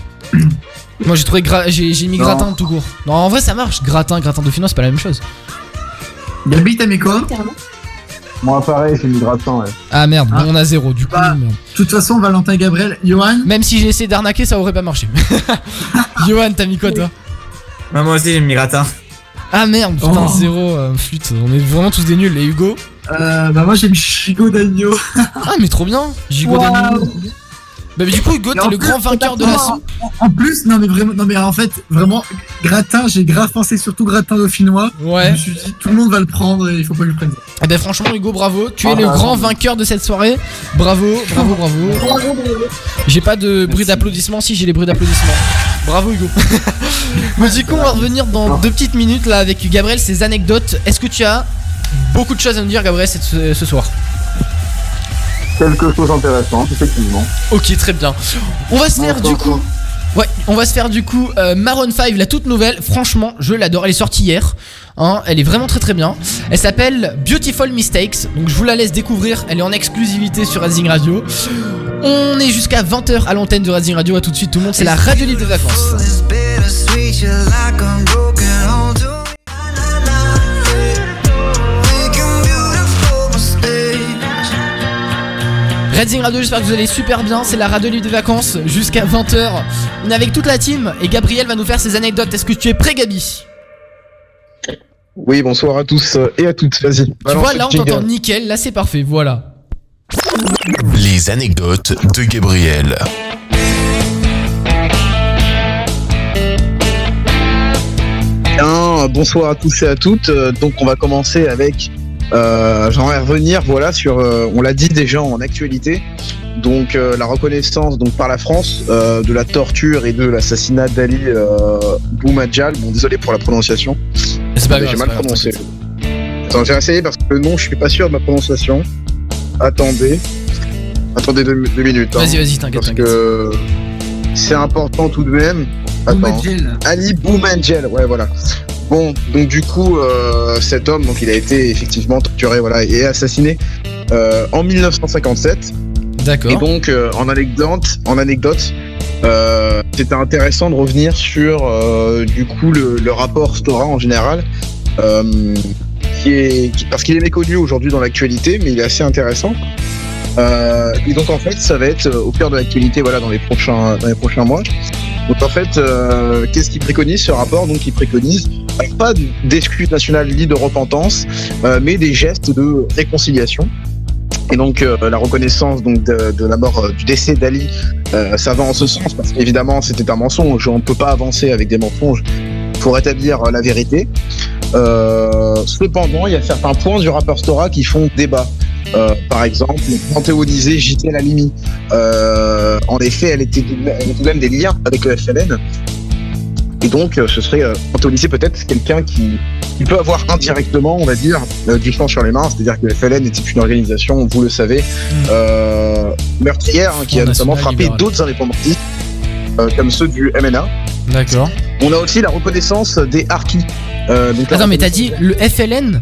Moi j'ai trouvé gra... j'ai j'ai mis Non. gratin tout court. Non, en vrai ça marche, gratin, gratin dauphinois, c'est pas la même chose. Gabi, t'as mis quoi? Carrément. Moi pareil, j'ai mis gratin, ouais. Ah merde, Ah. bon, on a zéro du coup. Bah. merde. De toute façon, Valentin et Gabriel, Johan. Même si j'ai essayé d'arnaquer, ça aurait pas marché. Johan, t'as mis quoi toi? Moi, moi aussi, j'ai mis gratin. Ah merde, putain, Oh. zéro, euh, flûte. On est vraiment tous des nuls. Et Hugo? Euh, bah moi j'ai mis Chico d'agneau. Ah, mais trop bien, Gigot Waouh. d'agneau. Bah, mais du coup, Hugo, Et t'es en le plus, grand vainqueur de la. en, en plus, non mais vraiment, non mais en fait, vraiment, gratin, j'ai grave pensé surtout gratin dauphinois. Je Ouais. me suis dit, tout le monde va le prendre et il faut pas que je prenne ça. Eh ben, franchement, Hugo, bravo. Tu es Ah, le bah, grand oui. vainqueur de cette soirée. Bravo, bravo, bravo. Bravo, bravo. J'ai pas de bruit d'applaudissement, si j'ai les bruits d'applaudissement. Bravo Hugo. Mais du coup on va revenir dans deux petites minutes là avec Gabriel, ses anecdotes. Est-ce que tu as beaucoup de choses à nous dire Gabriel cette- ce, ce soir? Quelque chose d'intéressant, effectivement. Ok, très bien. On va se faire du coup. Ouais, on va se faire du coup euh, Maroon cinq, la toute nouvelle. Franchement, je l'adore. Elle est sortie hier. Hein, elle est vraiment très très bien. Elle s'appelle Beautiful Mistakes. Donc je vous la laisse découvrir. Elle est en exclusivité sur Racing Radio. On est jusqu'à vingt heures à l'antenne de Racing Radio. À tout de suite tout le monde. C'est la radio libre des vacances. Racing Radio, j'espère que vous allez super bien. C'est la radio libre des vacances jusqu'à vingt heures. On est avec toute la team et Gabriel va nous faire ses anecdotes. Est-ce que tu es prêt, Gabi? Oui, bonsoir à tous euh, et à toutes, vas-y. Tu vois, là on t'entend nickel, là c'est parfait, voilà. Les anecdotes de Gabriel. Bien, bonsoir à tous et à toutes. Euh, Donc on va commencer avec, euh, j'aimerais revenir, voilà, sur, euh, on l'a dit déjà en actualité, donc euh, la reconnaissance donc par la France euh, de la torture et de l'assassinat d'Ali euh, Boumedjel. Bon, désolé pour la prononciation. C'est pas grave, J'ai c'est mal pas grave, prononcé. Attends, j'ai essayé parce que le nom, je suis pas sûr de ma prononciation. Attendez, attendez deux, deux minutes. hein, Vas-y, vas-y, t'inquiète, parce t'inquiète. que c'est important tout de même. Attends. Boumedjel. Ali Boumedjel, ouais voilà. Bon, donc du coup, euh, cet homme, donc il a été effectivement torturé, voilà, et assassiné euh, en mille neuf cent cinquante-sept. D'accord. Et donc, euh, en anecdote, en anecdote, euh, c'était intéressant de revenir sur euh, du coup le, le rapport Stora en général, euh, qui est, qui- parce qu'il est méconnu aujourd'hui dans l'actualité, mais il est assez intéressant. Euh, et donc en fait, ça va être euh, au cœur de l'actualité, voilà, dans les prochains, dans les prochains mois. Donc en fait, euh, qu'est-ce qu'il préconise ce rapport? Donc il préconise euh, pas d'excuse nationale ni de repentance, euh, mais des gestes de réconciliation. Et donc euh, la reconnaissance donc de, de la mort, euh, du décès d'Ali, euh, ça va en ce sens parce qu'évidemment c'était un mensonge. On ne peut pas avancer avec des mensonges pour rétablir euh, la vérité. Euh, cependant, il y a certains points du rapport Stora qui font débat. Euh, par exemple, panthéoniser Gisèle Halimi. Euh, en effet, elle était, elle avait tout de même des liens avec le F L N. Et donc, euh, ce serait euh, panthéoniser peut-être quelqu'un qui, qui peut avoir indirectement, on va dire, euh, du sang sur les mains. C'est-à-dire que le F L N était une organisation, vous le savez, euh, meurtrière, hein, qui a Front notamment National frappé Libéral. d'autres indépendantistes, euh, comme ceux du M N A. D'accord. On a aussi la reconnaissance des harkis. Euh, donc la Attends, mais t'as dit le F L N?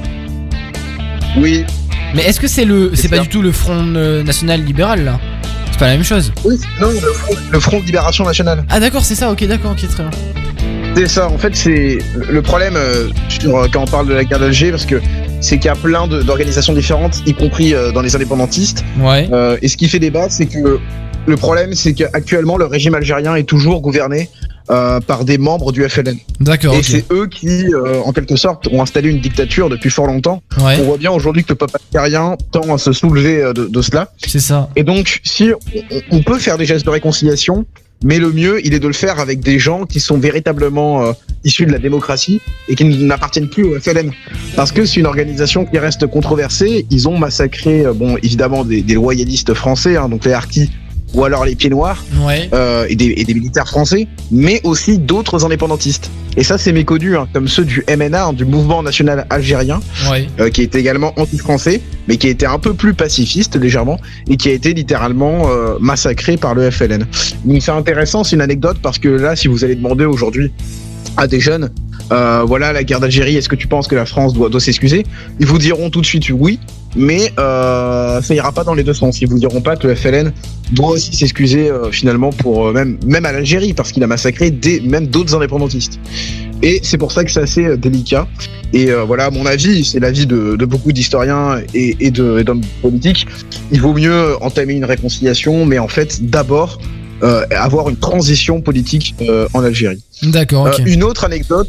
Oui. Mais est-ce que c'est le. C'est C'est pas ça. du tout le Front euh, National Libéral là? C'est pas la même chose. Oui, non, le front, le front de libération nationale. Ah d'accord, c'est ça, ok, d'accord, ok, très bien. C'est ça, en fait, c'est le problème euh, sur, euh, quand on parle de la guerre d'Alger, parce que c'est qu'il y a plein de- d'organisations différentes, y compris euh, dans les indépendantistes. Ouais. Euh, et ce qui fait débat, c'est que le problème, c'est qu'actuellement, le régime algérien est toujours gouverné euh, par des membres du F L N. D'accord, Et ok. c'est eux qui, euh, en quelque sorte, ont installé une dictature depuis fort longtemps. Ouais. On voit bien aujourd'hui que le peuple algérien tend à se soulever euh, de, de cela. C'est ça. Et donc, si on, on peut faire des gestes de réconciliation, mais le mieux, il est de le faire avec des gens qui sont véritablement euh, issus de la démocratie et qui n'appartiennent plus au F L N. Parce que c'est une organisation qui reste controversée. Ils ont massacré, euh, bon, évidemment, des, des loyalistes français, hein, donc les harkis ou alors les pieds noirs, Ouais. euh, et, des, et des militaires français, mais aussi d'autres indépendantistes. Et ça, c'est méconnu, hein, comme ceux du M N A, hein, du Mouvement National Algérien, Ouais. euh, qui était également anti-français, mais qui était un peu plus pacifiste, légèrement, et qui a été littéralement euh, massacré par le F L N. Donc c'est intéressant, c'est une anecdote, parce que là, si vous allez demander aujourd'hui à des jeunes, euh, voilà, la guerre d'Algérie, est-ce que tu penses que la France doit, doit s'excuser? Ils vous diront tout de suite oui, mais euh, ça ira pas dans les deux sens. Ils vous diront pas que le F L N doit aussi s'excuser euh, finalement pour euh, même même à l'Algérie, parce qu'il a massacré des, même d'autres indépendantistes. Et c'est pour ça que c'est assez euh, délicat. Et euh, voilà, à mon avis, c'est l'avis de, de beaucoup d'historiens et, et de- et d'hommes politiques. Il vaut mieux entamer une réconciliation, mais en fait, d'abord euh, avoir une transition politique euh, en Algérie. D'accord, ok. Euh, une autre anecdote.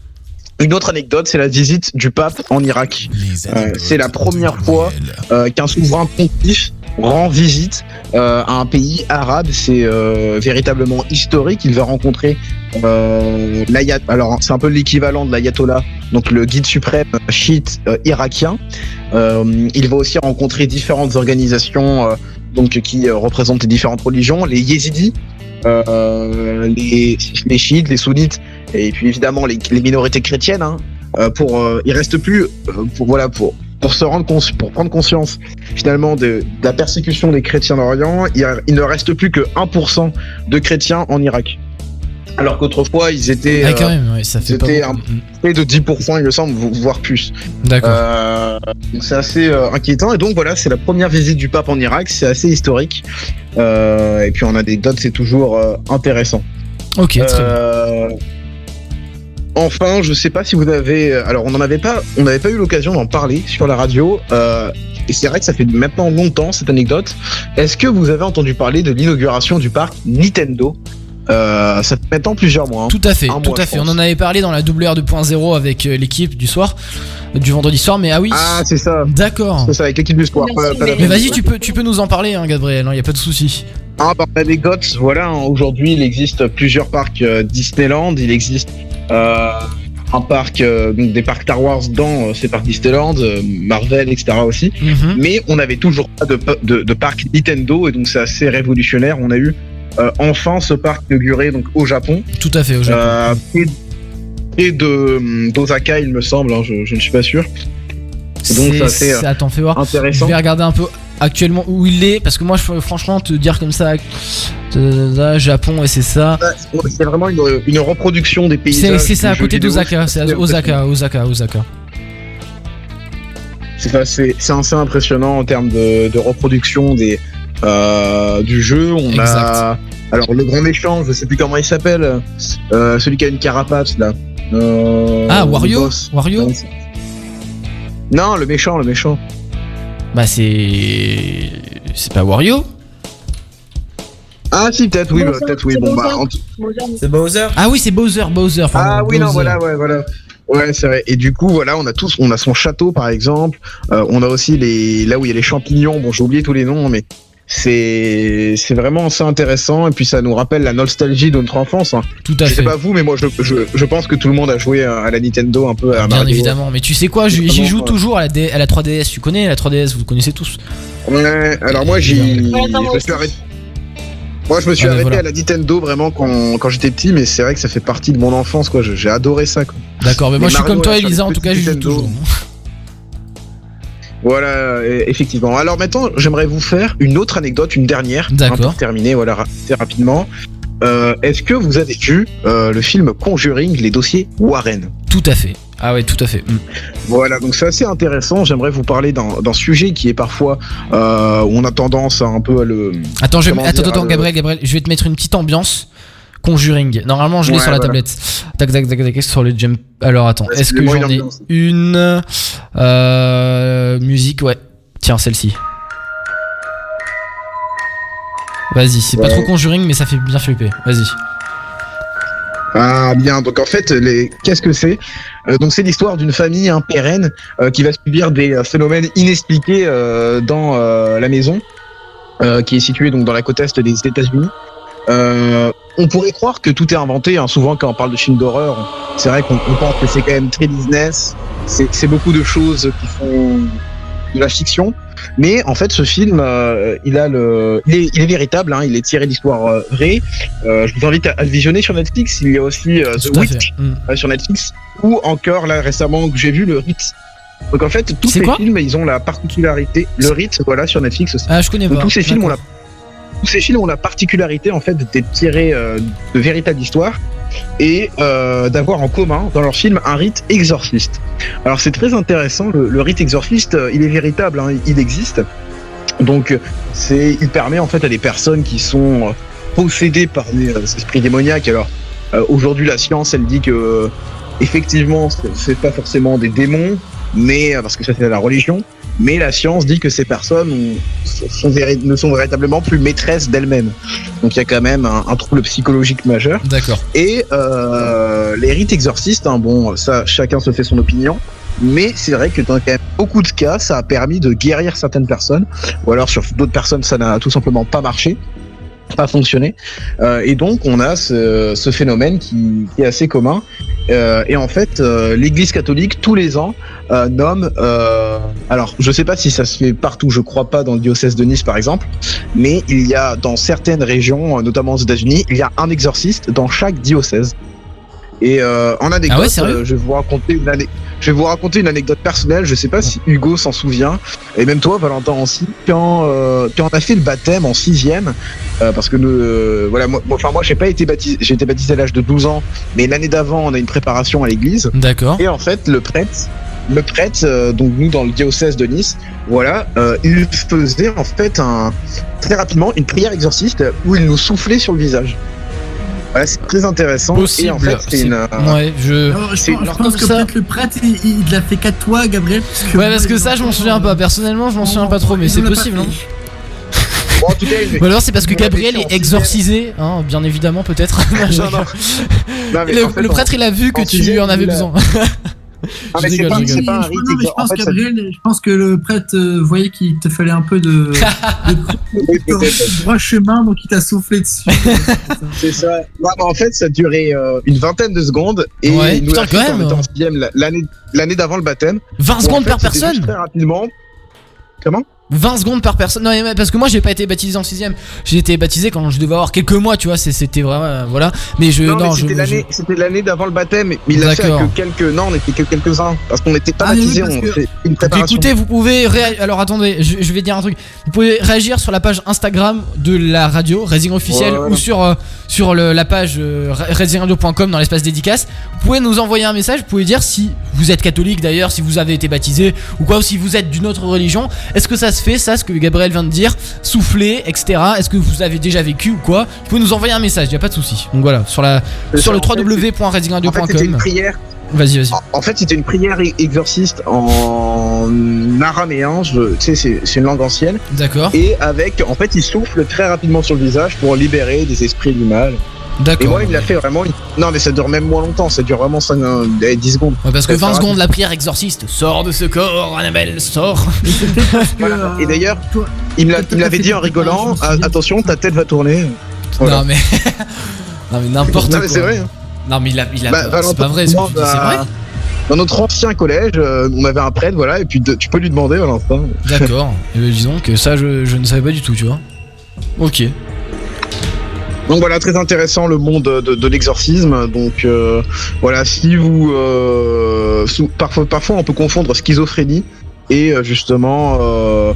Une autre anecdote, c'est la visite du pape en Irak. Euh, c'est la première fois euh, qu'un souverain pontife rend visite euh, à un pays arabe. C'est euh, véritablement historique. Il va rencontrer euh, l'ayat. Alors c'est un peu l'équivalent de l'ayatollah, donc le guide suprême chiite euh, irakien. Euh, il va aussi rencontrer différentes organisations euh, donc qui euh, représentent les différentes religions, les yézidis, euh, les, les chiites, les sunnites, et puis évidemment les, les minorités chrétiennes. Hein, euh, pour, euh, il reste plus euh, pour voilà pour pour se rendre cons- pour prendre conscience finalement de, de la persécution des chrétiens d'Orient. Il, il ne reste plus que un pour cent de chrétiens en Irak. Alors qu'autrefois ils étaient Ah, quand euh, même, ouais, ça fait ils pas étaient beaucoup. un près de dix pour cent, il me semble, vo- voire plus. D'accord. Euh, donc c'est assez euh, inquiétant. Et donc voilà, c'est la première visite du pape en Irak. C'est assez historique. Euh, et puis en anecdote, c'est toujours euh, intéressant. Ok, très bien. Euh, Enfin, je sais pas si vous avez. Alors, on n'en avait pas, on n'avait pas eu l'occasion d'en parler sur la radio. Euh, et c'est vrai que ça fait maintenant longtemps cette anecdote. Est-ce que vous avez entendu parler de l'inauguration du parc Nintendo? Euh, ça fait maintenant plusieurs mois. Hein. Tout à fait, Un tout mois, à je fait. On pense. en avait parlé dans la W R deux point zéro avec euh, l'équipe du soir, euh, du vendredi soir, mais ah oui. Ah, c'est ça. D'accord. C'est ça, avec l'équipe du sport. Merci, pas- pas la- Mais vas-y, tu peux, tu peux nous en parler, hein, Gabriel, il y a pas de souci. Ah, par anecdote, voilà, hein, aujourd'hui, il existe plusieurs parcs euh, Disneyland. Il existe euh, un parc, euh, donc des parcs Star Wars dans euh, ces parcs Disneyland, euh, Marvel, et cetera aussi. Mhm. Mais on n'avait toujours pas de, pa- de, de parc Nintendo, et donc c'est assez révolutionnaire. On a eu euh, enfin ce parc inauguré donc au Japon, Tout à fait, au Japon. euh, près, près de d'Osaka, il me semble. Hein, je, je ne suis pas sûr. Donc C'est- ça c'est c'est- Attends, fais voir. Je intéressant. vais regarder un peu actuellement où il est, parce que moi, je, franchement, te dire comme ça, euh, Japon, et c'est ça. C'est vraiment une, une reproduction des C'est paysages. c'est ça, à du jeu côté vidéo. d'Osaka. C'est à C'est Osaka, Osaka, Osaka. C'est assez, c'est assez impressionnant en termes de, de reproduction des, euh, du jeu. On Exact. a alors le grand méchant, je sais plus comment il s'appelle, euh, celui qui a une carapace là. Euh, Ah, le Wario boss. Wario Non, le méchant, le méchant. Bah, c'est. C'est pas Wario? Ah si, peut-être oui, bah, Bowser, peut-être oui. c'est Bon bah. Bowser. en tout- C'est Bowser? Ah oui, c'est Bowser, Bowser. pardon, Ah oui, non, Bowser. voilà, ouais, voilà. Ouais, c'est vrai. Et du coup, voilà, on a tous, on a son château par exemple. Euh, on a aussi les, là où il y a les champignons. Bon, j'ai oublié tous les noms, mais c'est, c'est vraiment assez intéressant. Et puis ça nous rappelle la nostalgie de notre enfance. Hein. Tout à Je sais fait. pas vous, mais moi, je, je, je pense que tout le monde a joué à la Nintendo un peu à Bien Mario. évidemment, mais tu sais quoi, j'y j'y Vraiment, joue ouais. toujours à la, D- à la trois D S. Tu connais la trois D S, vous connaissez tous. Ouais. Alors moi, j'ai, Ouais, non, je moi me suis aussi. arrêté. Moi, je me suis Ah, mais arrêté voilà. à la Nintendo vraiment quand, quand j'étais petit, mais c'est vrai que ça fait partie de mon enfance, quoi. Je- J'ai adoré ça, quoi. D'accord, mais moi Mais je suis Mario, comme toi, là, sur Elisa, les en tout cas, petits j'y joue Nintendo. toujours. Voilà, euh, effectivement. Alors maintenant, j'aimerais vous faire une autre anecdote, une dernière, hein, D'accord. pour terminer, voilà, ra- assez rapidement. Euh, Est-ce que vous avez vu euh, le film Conjuring, les dossiers Warren? Tout à fait. Ah ouais, tout à fait. Mm. Voilà, donc c'est assez intéressant. J'aimerais vous parler d'un, d'un sujet qui est parfois euh, où on a tendance à un peu à le. Attends, je vais... comment attends, dire, attends, à le- Gabriel, Gabriel, je vais te mettre une petite ambiance. Conjuring. Normalement, je l'ai Ouais, sur la voilà. tablette. Tac, tac, tac, tac, sur le jump. Alors attends, Ouais, est-ce que excusez-moi, j'en une ai ambiance. une euh, musique, ouais. Tiens, celle-ci. Vas-y, c'est pas Ouais. trop Conjuring, mais ça fait bien flipper. Vas-y. Ah bien, donc en fait, les... qu'est-ce que c'est Euh, Donc c'est l'histoire d'une famille hein, pérenne euh, qui va subir des euh, phénomènes inexpliqués euh, dans euh, la maison, euh, qui est située donc dans la côte est des États-Unis. Euh, on pourrait croire que tout est inventé. Hein. Souvent, quand on parle de films d'horreur, c'est vrai qu'on on pense que c'est quand même très business. C'est, c'est beaucoup de choses qui font de la fiction. Mais en fait, ce film, euh, il a le, il est, il est véritable. Hein. Il est tiré d'histoires euh, vraies. Euh, je vous invite à, à le visionner sur Netflix. Il y a aussi euh, The Tout à Witch fait. Mm. euh, sur Netflix, ou encore là récemment que j'ai vu le Rite. Donc en fait, tous C'est ces quoi films, ils ont la particularité. Le Rite, voilà, sur Netflix aussi. Ah, je connais Donc, pas. tous ces films ont la D'accord. tous ces films ont la particularité en fait d'être tirés euh, de véritables histoires et euh, d'avoir en commun dans leur film un rite exorciste. Alors c'est très intéressant, le, le rite exorciste, euh, il est véritable, hein, il existe. Donc c'est, il permet en fait à des personnes qui sont euh, possédées par des euh, esprits démoniaques. Alors euh, aujourd'hui la science elle dit que euh, effectivement c'est, c'est pas forcément des démons, mais euh, parce que ça c'est la religion. Mais la science dit que ces personnes ont, sont, véri- ne sont véritablement plus maîtresses d'elles-mêmes. Donc il y a quand même un, un trouble psychologique majeur. D'accord. Et euh, les rites exorcistes, hein, bon, ça, chacun se fait son opinion. Mais c'est vrai que dans quand même beaucoup de cas, ça a permis de guérir certaines personnes. Ou alors sur d'autres personnes, ça n'a tout simplement pas marché, pas fonctionné. Euh, et donc on a ce, ce phénomène qui, qui est assez commun. Euh, et en fait, euh, l'Église catholique tous les ans euh, nomme. Euh, alors, je sais pas si ça se fait partout. Je crois pas dans le diocèse de Nice, par exemple. Mais il y a dans certaines régions, euh, notamment aux États-Unis, il y a un exorciste dans chaque diocèse. Et euh, en anecdote, Ah ouais, sérieux euh, je vais vous raconter une ane- je vais vous raconter une anecdote personnelle. Je sais pas si Hugo s'en souvient, et même toi, Valentin aussi. Quand euh, quand on a fait le baptême en sixième, euh, parce que euh, voilà, moi, moi- enfin moi, j'ai pas été baptisé, j'ai été baptisé à l'âge de douze ans, mais l'année d'avant, on a une préparation à l'église. D'accord. Et en fait, le prêtre, le prêtre, euh, donc nous dans le diocèse de Nice, voilà, euh, il faisait en fait un très rapidement une prière exorciste où il nous soufflait sur le visage. Voilà, c'est très intéressant. Possible. Et en fait, c'est C'est- une. euh, Ouais, je. Alors, je, C'est- pense- je alors, pense comme que ça- peut-être le prêtre il, il l'a fait qu'à toi, Gabriel. Parce que Ouais, parce que ça, je m'en souviens pas. Personnellement, je m'en souviens pas trop, mais il c'est nous l'a pas possible. fait. Hein. Bon, en tout cas, il- Ou alors c'est parce que il nous l'avait Gabriel fait en est sixième. exorcisé, hein, bien évidemment, peut-être. Non, non. Non, mais le, en fait, le en- prêtre, il a vu que en tu sixième, en avais il a- besoin. Ah, mais Je c'est rigole, pas, je c'est rigole. pas un Non, rite non, mais je exor- pense, en fait, ça- Gabriel, je pense que le prêtre euh, voyait qu'il te fallait un peu de, de, Oui, peut-être. droit chemin, donc il t'a soufflé dessus. C'est ça. Non, mais en fait, ça durait euh, une vingtaine de secondes et Ouais, il nous putain, l'a fait quand quand on même. était en sixième la- l'année l'année d'avant le baptême. vingt Où, en secondes fait, par c'était juste personne. Très rapidement. Comment vingt secondes par personne. Non, mais parce que moi j'ai pas été baptisé en sixième. J'ai été baptisé quand je devais avoir quelques mois, tu vois. c'est- C'était vraiment. euh, voilà. Mais je. Non, Non, mais je. c'était je- l'année, c'était l'année d'avant le baptême, mais il l'a fait D'accord. que quelques. Non, on était que quelques-uns parce qu'on n'était pas Ah, mais oui, baptisés, parce on que- fait une Donc, préparation. écoutez, vous pouvez réa- alors attendez, je, je vais dire un truc. Vous pouvez réagir sur la page Instagram de la radio Raising officiel Voilà. ou sur euh, sur le- la page euh, raising radio point com dans l'espace dédicace. Vous pouvez nous envoyer un message. Vous pouvez dire si vous êtes catholique d'ailleurs, si vous avez été baptisé ou quoi, ou si vous êtes d'une autre religion. Est-ce que ça se fait ça, ce que Gabriel vient de dire, souffler, et cetera. Est-ce que vous avez déjà vécu ou quoi? Vous pouvez nous envoyer un message. Y a pas de souci. Donc voilà, sur la C'est sur ça, le en fait, w w w point raising radio En fait, point c'était une com. prière. Vas-y, vas-y. En- En fait, c'était une prière e- exorciste en araméen. Je- Tu sais, c'est, c'est une langue ancienne. D'accord. Et avec, en fait, il souffle très rapidement sur le visage pour libérer des esprits du mal. Et D'accord. moi, il me l'a fait vraiment. Non, mais ça dure même moins longtemps. Ça dure vraiment cinq, euh, dix secondes. Ouais, parce que Ça, ça vingt va. secondes, la prière exorciste. Sors de ce corps, Annabelle, sors. Voilà. Et d'ailleurs, toi- il me l'a- toi, il me t'as l'avait fait dit des en rigolant. préparations, Ah, c'est bien. attention, ta tête va tourner. Voilà. Non mais non mais n'importe Non, quoi. mais c'est vrai. hein. Non mais il a, il a Bah, pas- Valentin, c'est pas vrai ce que moi, tu dis, c'est bah, vrai. Dans notre ancien collège, euh, on avait un prêtre, voilà, et puis de- tu peux lui demander, Valentin. D'accord. Eh ben, disons que ça je, je ne savais pas du tout, tu vois. Ok. Donc voilà, très intéressant le monde de, de l'exorcisme. Donc euh, voilà, si vous euh, sous- parfois, parfois on peut confondre schizophrénie et euh, justement euh,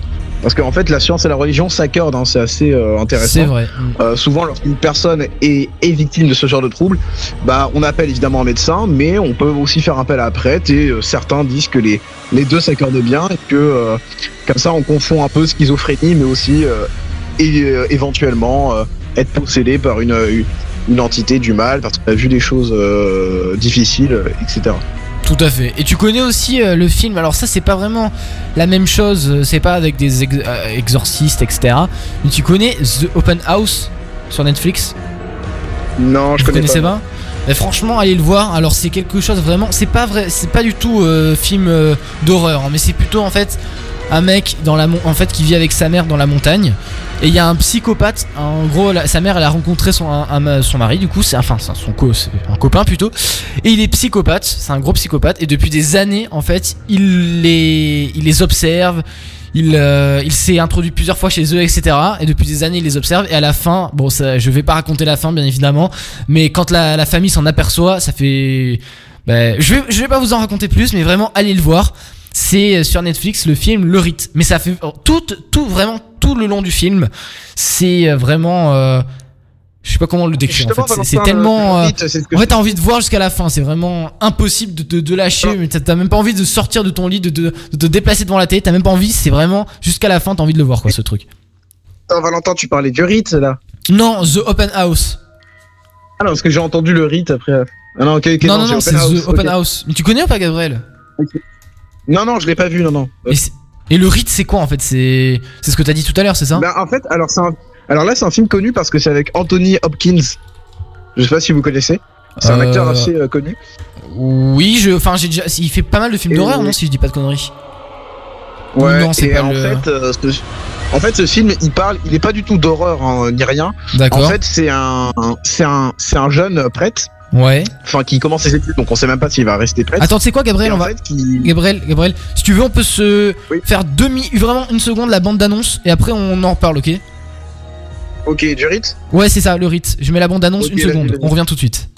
Parce qu'en fait, la science et la religion s'accordent, hein, c'est assez euh, intéressant. C'est vrai. Euh, souvent, lorsqu'une personne est, est victime de ce genre de trouble, bah, on appelle évidemment un médecin, mais on peut aussi faire appel à un prêtre. Et euh, certains disent que les, les deux s'accordent bien et que euh, comme ça, on confond un peu schizophrénie, mais aussi euh, et, euh, éventuellement euh, être possédé par une, une, une entité du mal, parce qu'on a vu des choses euh, difficiles, et cetera. Tout à fait. Et tu connais aussi euh, le film, alors ça c'est pas vraiment la même chose, euh, c'est pas avec des ex- euh, exorcistes, et cetera. Mais tu connais The Open House sur Netflix? Non, je Vous connais connaissez pas. pas, mais franchement, allez le voir. Alors c'est quelque chose vraiment, c'est pas vrai, c'est pas du tout euh, film euh, d'horreur, hein, mais c'est plutôt en fait un mec dans la mon- en fait qui vit avec sa mère dans la montagne. Et il y a un psychopathe. En gros, la, sa mère, elle a rencontré son, un, un, son mari. Du coup, c'est enfin c'est son co, c'est un copain plutôt. Et il est psychopathe. C'est un gros psychopathe. Et depuis des années, en fait, il les, il les observe. Il, euh, il s'est introduit plusieurs fois chez eux, et cetera. Et depuis des années, il les observe. Et à la fin, bon, ça, je vais pas raconter la fin, bien évidemment. Mais quand la, la famille s'en aperçoit, ça fait. Bah, je vais, je vais pas vous en raconter plus, mais vraiment, allez le voir. C'est sur Netflix le film Le Rite. Mais ça fait tout, tout vraiment tout le long du film. C'est vraiment, euh, je sais pas comment le décrire. En fait, c'est, c'est tellement. Euh, c'est en fait, t'as envie de voir jusqu'à la fin. C'est vraiment impossible de te de, de lâcher. Ah. Mais t'as, t'as même pas envie de sortir de ton lit, de, de, de te déplacer devant la télé. T'as même pas envie. C'est vraiment jusqu'à la fin. T'as envie de le voir, quoi, ce truc. Attends, Valentin, tu parlais du Rite là? Non, The Open House. Ah non, parce que j'ai entendu le Rite après. Ah non, ok, ok. Non, non, non, c'est c'est Open The House, Open okay. House. Mais tu connais ou pas, Gabriel? Okay. Non, non, je l'ai pas vu, non, non. Et, et le Rite, c'est quoi en fait? C'est, c'est ce que t'as dit tout à l'heure, c'est ça? Bah, en fait, alors, c'est un... alors là, c'est un film connu parce que c'est avec Anthony Hopkins. Je sais pas si vous connaissez. C'est un euh... acteur assez euh, connu. Oui, je, enfin, j'ai déjà, il fait pas mal de films et d'horreur, oui. non, si je dis pas de conneries. Ouais. Non, c'est et pas en le. fait, euh, ce... en fait, ce film, il parle, il est pas du tout d'horreur hein, ni rien. D'accord. En fait, c'est un, c'est un, c'est un jeune prêtre. Ouais. Enfin, qui commence ses études, donc on sait même pas s'il va rester prêtre. Attends, tu sais quoi, Gabriel, on va. Fait, qui... Gabriel, Gabriel, si tu veux, on peut se oui. faire demi, vraiment une seconde la bande d'annonce et après on en reparle, ok? Ok, du Rite? Ouais, c'est ça, le Rite. Je mets la bande d'annonce, okay, une seconde. Vas-y, vas-y. On revient tout de suite.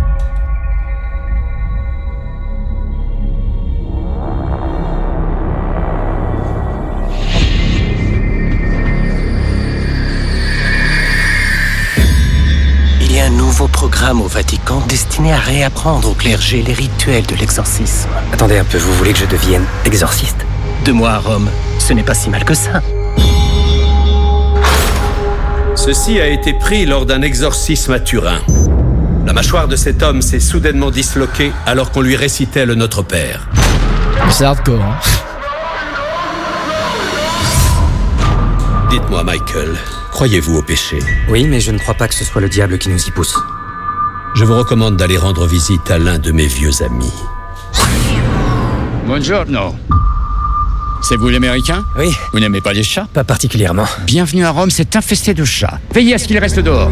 Il y a un nouveau programme au Vatican destiné à réapprendre au clergé les rituels de l'exorcisme. Attendez un peu, vous voulez que je devienne exorciste? Deux mois à Rome, ce n'est pas si mal que ça. Ceci a été pris lors d'un exorcisme à Turin. La mâchoire de cet homme s'est soudainement disloquée alors qu'on lui récitait le Notre Père. C'est hardcore, hein. Dites-moi, Michael, croyez-vous au péché? Oui, mais je ne crois pas que ce soit le diable qui nous y pousse. Je vous recommande d'aller rendre visite à l'un de mes vieux amis. Buongiorno. C'est vous l'américain? Oui. Vous n'aimez pas les chats? Pas particulièrement. Bienvenue à Rome, c'est infesté de chats. Veillez à ce qu'ils restent dehors.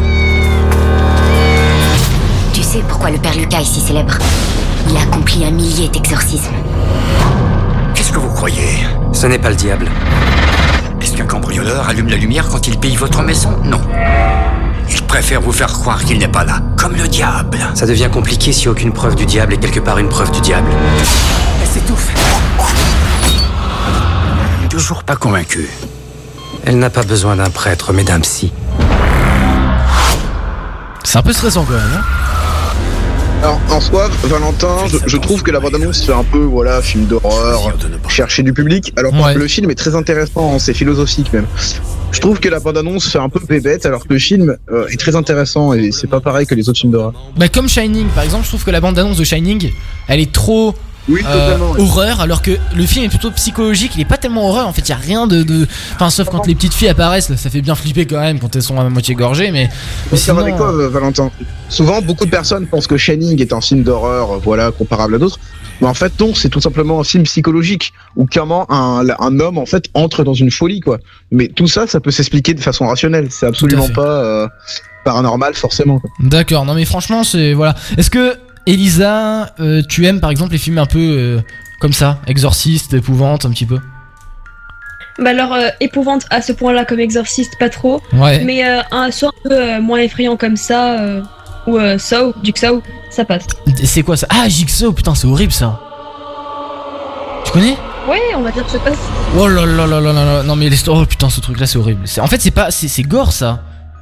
Tu sais pourquoi le père Lucas est si célèbre? Il a accompli un millier d'exorcismes. Qu'est-ce que vous croyez? Ce n'est pas le diable. Est-ce qu'un cambrioleur allume la lumière quand il pille votre maison? Non. Il préfère vous faire croire qu'il n'est pas là, comme le diable. Ça devient compliqué si aucune preuve du diable est quelque part une preuve du diable. Elle s'étouffe. Toujours pas convaincu. Elle n'a pas besoin d'un prêtre, mais d'un psy. C'est un peu stressant quand même, hein. Alors, en soi, Valentin, je, je trouve que la bande-annonce fait un peu, voilà, film d'horreur, chercher du public, alors que ouais. le film est très intéressant, c'est philosophique même. Je trouve que la bande-annonce fait un peu bébête, alors que le film euh, est très intéressant et c'est pas pareil que les autres films d'horreur. Bah comme Shining, par exemple, je trouve que la bande-annonce de Shining, elle est trop... Oui, euh, oui. horreur, alors que le film est plutôt psychologique, il est pas tellement horreur en fait, il y a rien de, de... Enfin sauf quand les petites filles apparaissent, là, ça fait bien flipper quand même quand elles sont à moitié gorgées, mais, mais sinon, avec quoi, euh... Valentin? Souvent beaucoup de personnes pensent que Shining est un film d'horreur, voilà, comparable à d'autres, mais en fait non, c'est tout simplement un film psychologique où clairement un, un homme en fait entre dans une folie quoi. Mais tout ça, ça peut s'expliquer de façon rationnelle, c'est absolument pas euh, paranormal forcément quoi. D'accord, non mais franchement c'est... voilà. Est-ce que Elisa, euh, tu aimes par exemple les films un peu euh, comme ça, exorciste, épouvante un petit peu? Bah alors euh, épouvante à ce point-là comme exorciste pas trop, ouais. Mais euh, un, soit un peu euh, moins effrayant comme ça, euh, ou euh, Saw, Jigsaw, ça passe. C'est quoi ça? Ah Jigsaw, putain c'est horrible ça. Tu connais? Ouais, on va dire que ça passe. Oh là là là là là là. Non mais les... Oh putain, ce truc là c'est horrible. C'est... En fait c'est pas... C'est, c'est gore ça.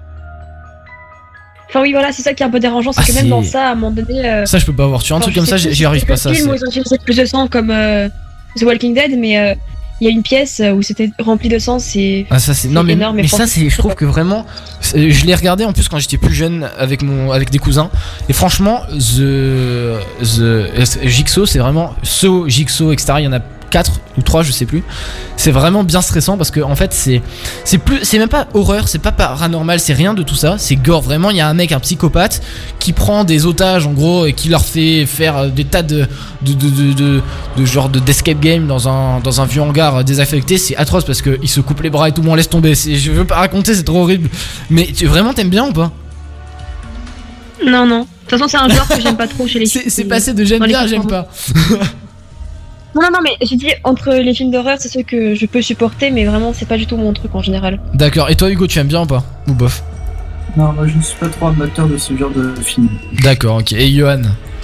Enfin oui voilà, c'est ça qui est un peu dérangeant, c'est Ah, que même c'est- dans ça, à un moment donné... euh, Ça je peux pas avoir. Tu vois un enfin, truc je comme sais ça, plus j'y si j'y arrive c'est pas le ça. film où c'est- ils ont utilisé plus de sang comme euh, The Walking Dead, mais euh, il y a une pièce où c'était rempli de sang, c'est... Ah ça c'est... Non mais, énorme, mais ça c'est... Je trouve que vraiment... c'est- Je l'ai regardé en plus quand j'étais plus jeune avec, mon... avec des cousins. Et franchement, The... The... Jigsaw c'est vraiment... So, Jigsaw, et cetera. Il y en a quatre ou trois je sais plus. C'est vraiment bien stressant parce que en fait c'est c'est plus c'est même pas horreur, c'est pas paranormal, c'est rien de tout ça, c'est gore. Vraiment il y a un mec, un psychopathe qui prend des otages en gros et qui leur fait faire des tas de de de de, de, de genre de d'escape game dans un dans un vieux hangar désaffecté. C'est atroce parce que il se coupe les bras et tout, bon laisse tomber, c'est, je veux pas raconter, c'est trop horrible. Mais tu, vraiment t'aimes bien ou pas? Non, non. De toute façon, c'est un genre que j'aime pas trop chez les C'est, filles. c'est passé de j'aime dans les bien à films j'aime d'horreur. pas. Non, non, non, mais j'ai dit entre les films d'horreur, c'est ceux que je peux supporter, mais vraiment, c'est pas du tout mon truc en général. D'accord, et toi Hugo tu aimes bien ou pas? Ou bof? Non, moi je ne suis pas trop amateur de ce genre de film. D'accord, ok. Et Johan?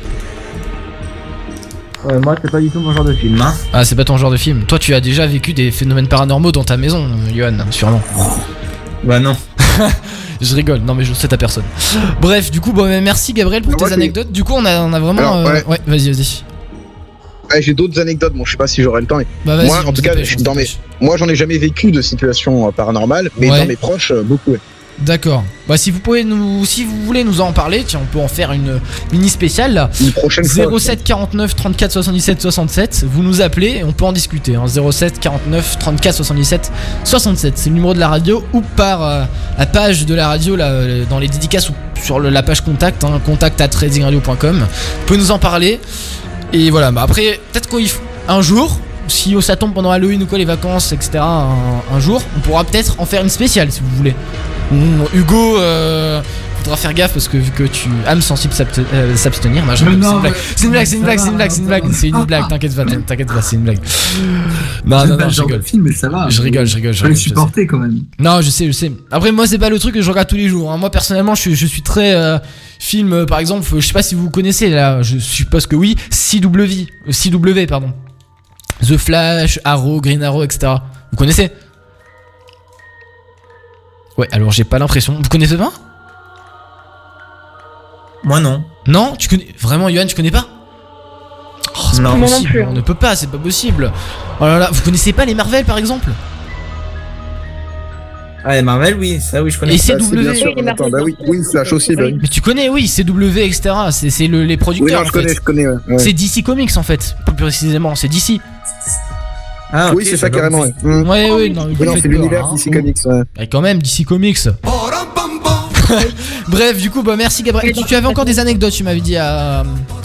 Ouais, moi, c'est pas du tout mon genre de film, hein. Ah, c'est pas ton genre de film. Toi, tu as déjà vécu des phénomènes paranormaux dans ta maison, euh, Johan, sûrement. Bah non. Je rigole, non mais je sais ta personne. Bref, du coup, bon, mais merci Gabriel pour Ah, tes moi, j'ai- anecdotes. Du coup, on a, on a vraiment. Alors, euh, ouais. ouais, vas-y, vas-y. Ouais, j'ai d'autres anecdotes, bon je sais pas si j'aurai le temps. mais Bah, vas-y, moi on en tout se cas, dépêche, on se dans mes... dépêche. moi j'en ai jamais vécu de situation euh, paranormale, mais Ouais. dans mes proches, euh, beaucoup. ouais. D'accord. Bah, si vous pouvez nous, si vous voulez nous en parler, tiens, on peut en faire une mini spéciale là. Une prochaine fois. zéro sept quarante-neuf trente-quatre soixante-dix-sept soixante-sept, vous nous appelez et on peut en discuter. Hein. zéro sept quarante-neuf trente-quatre soixante-dix-sept soixante-sept, c'est le numéro de la radio ou par euh, la page de la radio là, euh, dans les dédicaces ou sur le- la page contact, hein, contact arobase reading radio point com. Vous pouvez nous en parler. Et voilà, bah après, peut-être qu'il faut un jour, si ça tombe pendant Halloween ou quoi, les vacances, et cetera, un, un jour, on pourra peut-être en faire une spéciale si vous voulez. Mmh, Hugo, euh, faudra faire gaffe parce que vu que tu âme sensible s'abte- euh, s'abstenir, bah, je- Mais c'est non, une blague, mais- c'est une blague, c'est une ça blague, va, c'est une blague, c'est une blague, ça c'est une va. blague, t'inquiète pas, t'inquiète pas, c'est une blague. Non, J'aime non, pas non, ce je genre de rigole. film, mais ça va. Je rigole, je rigole, je Je peux le rigole. je sais. supporter quand même. Non, je sais, je sais. Après, moi, c'est pas le truc que je regarde tous les jours. hein. Moi, personnellement, je suis, je suis très euh, film. euh, par exemple, je sais pas si vous connaissez là. Je suppose que oui. C W, euh, C W, pardon. The Flash, Arrow, Green Arrow, et cetera. Vous connaissez? Ouais. Alors, j'ai pas l'impression. Vous connaissez pas? Moi non. Non, tu connais vraiment, Yohan, tu connais pas? Oh, c'est Non. pas Moi non possible. plus, hein. On ne peut pas, c'est pas possible. Oh là là, vous connaissez pas les Marvel par exemple? Ah, les Marvel, oui, ça oui, je connais. Et Bah, C si, W. bien sûr, Oui, les attends, Marvel. bah oui, oui, Flash aussi, bah oui. Mais tu connais, oui, C W, et cetera. C'est, c'est le- les Oui, producteurs. non, je en fait. connais, je connais, ouais. ouais. C'est D C Comics en fait, plus précisément, c'est D C. Ah, Oui, ok, c'est ça j'avais carrément, ouais. compris. Mmh. Ouais, ouais, non, Oui, vous non, faites c'est peur, l'univers hein. D C Comics, ouais. Et quand même, D C Comics. Bref, du coup, bah merci Gabriel. Tu, tu avais encore des anecdotes, tu m'avais dit à.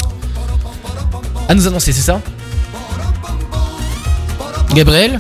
à nous annoncer, c'est ça? Gabriel?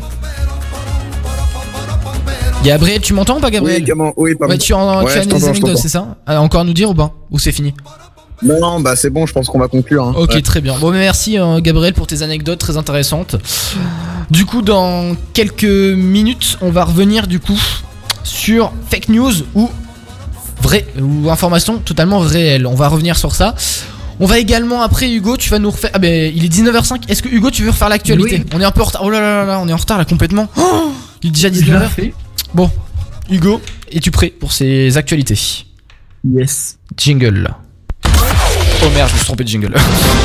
Gabriel, tu m'entends ou pas, Gabriel? Oui, gamin, oui, pardon. Ouais, tu, en, Ouais, tu as je des t'entends, je anecdotes, t'entends. c'est ça? Ah, encore à nous dire ou pas? Ou c'est fini? Non, non, bah c'est bon, je pense qu'on va conclure. Hein. Ok, Ouais. très bien. Bon, mais merci euh, Gabriel pour tes anecdotes très intéressantes. Du coup, dans quelques minutes, on va revenir du coup sur fake news ou vrai ou information totalement réelle. On va revenir sur ça. On va également après Hugo, tu vas nous refaire. Ah ben, il est dix-neuf heures cinq. Est-ce que Hugo, tu veux refaire l'actualité? Oui. On est un peu en retard. Oh là là là là, on est en retard là complètement. Oh, il est déjà J'ai dix-neuf heures. fait. Bon, Hugo, es-tu prêt pour ces actualités? Yes. Jingle. Oh merde, je me suis trompé de jingle.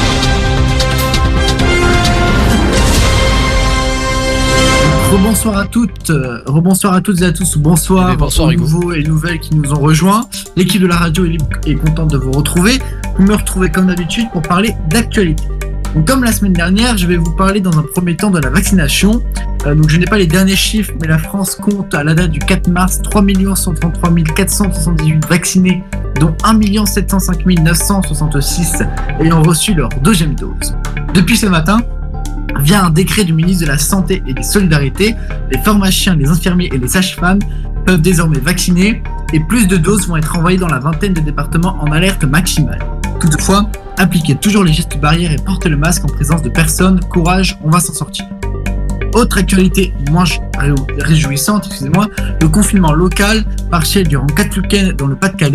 Rebonsoir à toutes, euh, rebonsoir à toutes et à tous, ou bonsoir, Eh bien, bonsoir, aux Hugo. nouveaux et nouvelles qui nous ont rejoints. L'équipe de la radio est, libre- est contente de vous retrouver. Vous me retrouvez comme d'habitude pour parler d'actualité. Donc, comme la semaine dernière, je vais vous parler dans un premier temps de la vaccination. Euh, donc je n'ai pas les derniers chiffres, mais la France compte à la date du quatre mars trois millions cent trente-trois mille quatre cent soixante-dix-huit vaccinés, dont un million sept cent cinq mille neuf cent soixante-six ayant reçu leur deuxième dose. Depuis ce matin, via un décret du ministre de la Santé et des Solidarités, les pharmaciens, les infirmiers et les sages-femmes peuvent désormais vacciner et plus de doses vont être envoyées dans la vingtaine de départements en alerte maximale. Toutefois, appliquez toujours les gestes barrières et portez le masque en présence de personnes. Courage, on va s'en sortir. Autre actualité moins réjouissante, excusez-moi, le confinement local partiel durant quatre week-ends dans le Pas-de-Calais.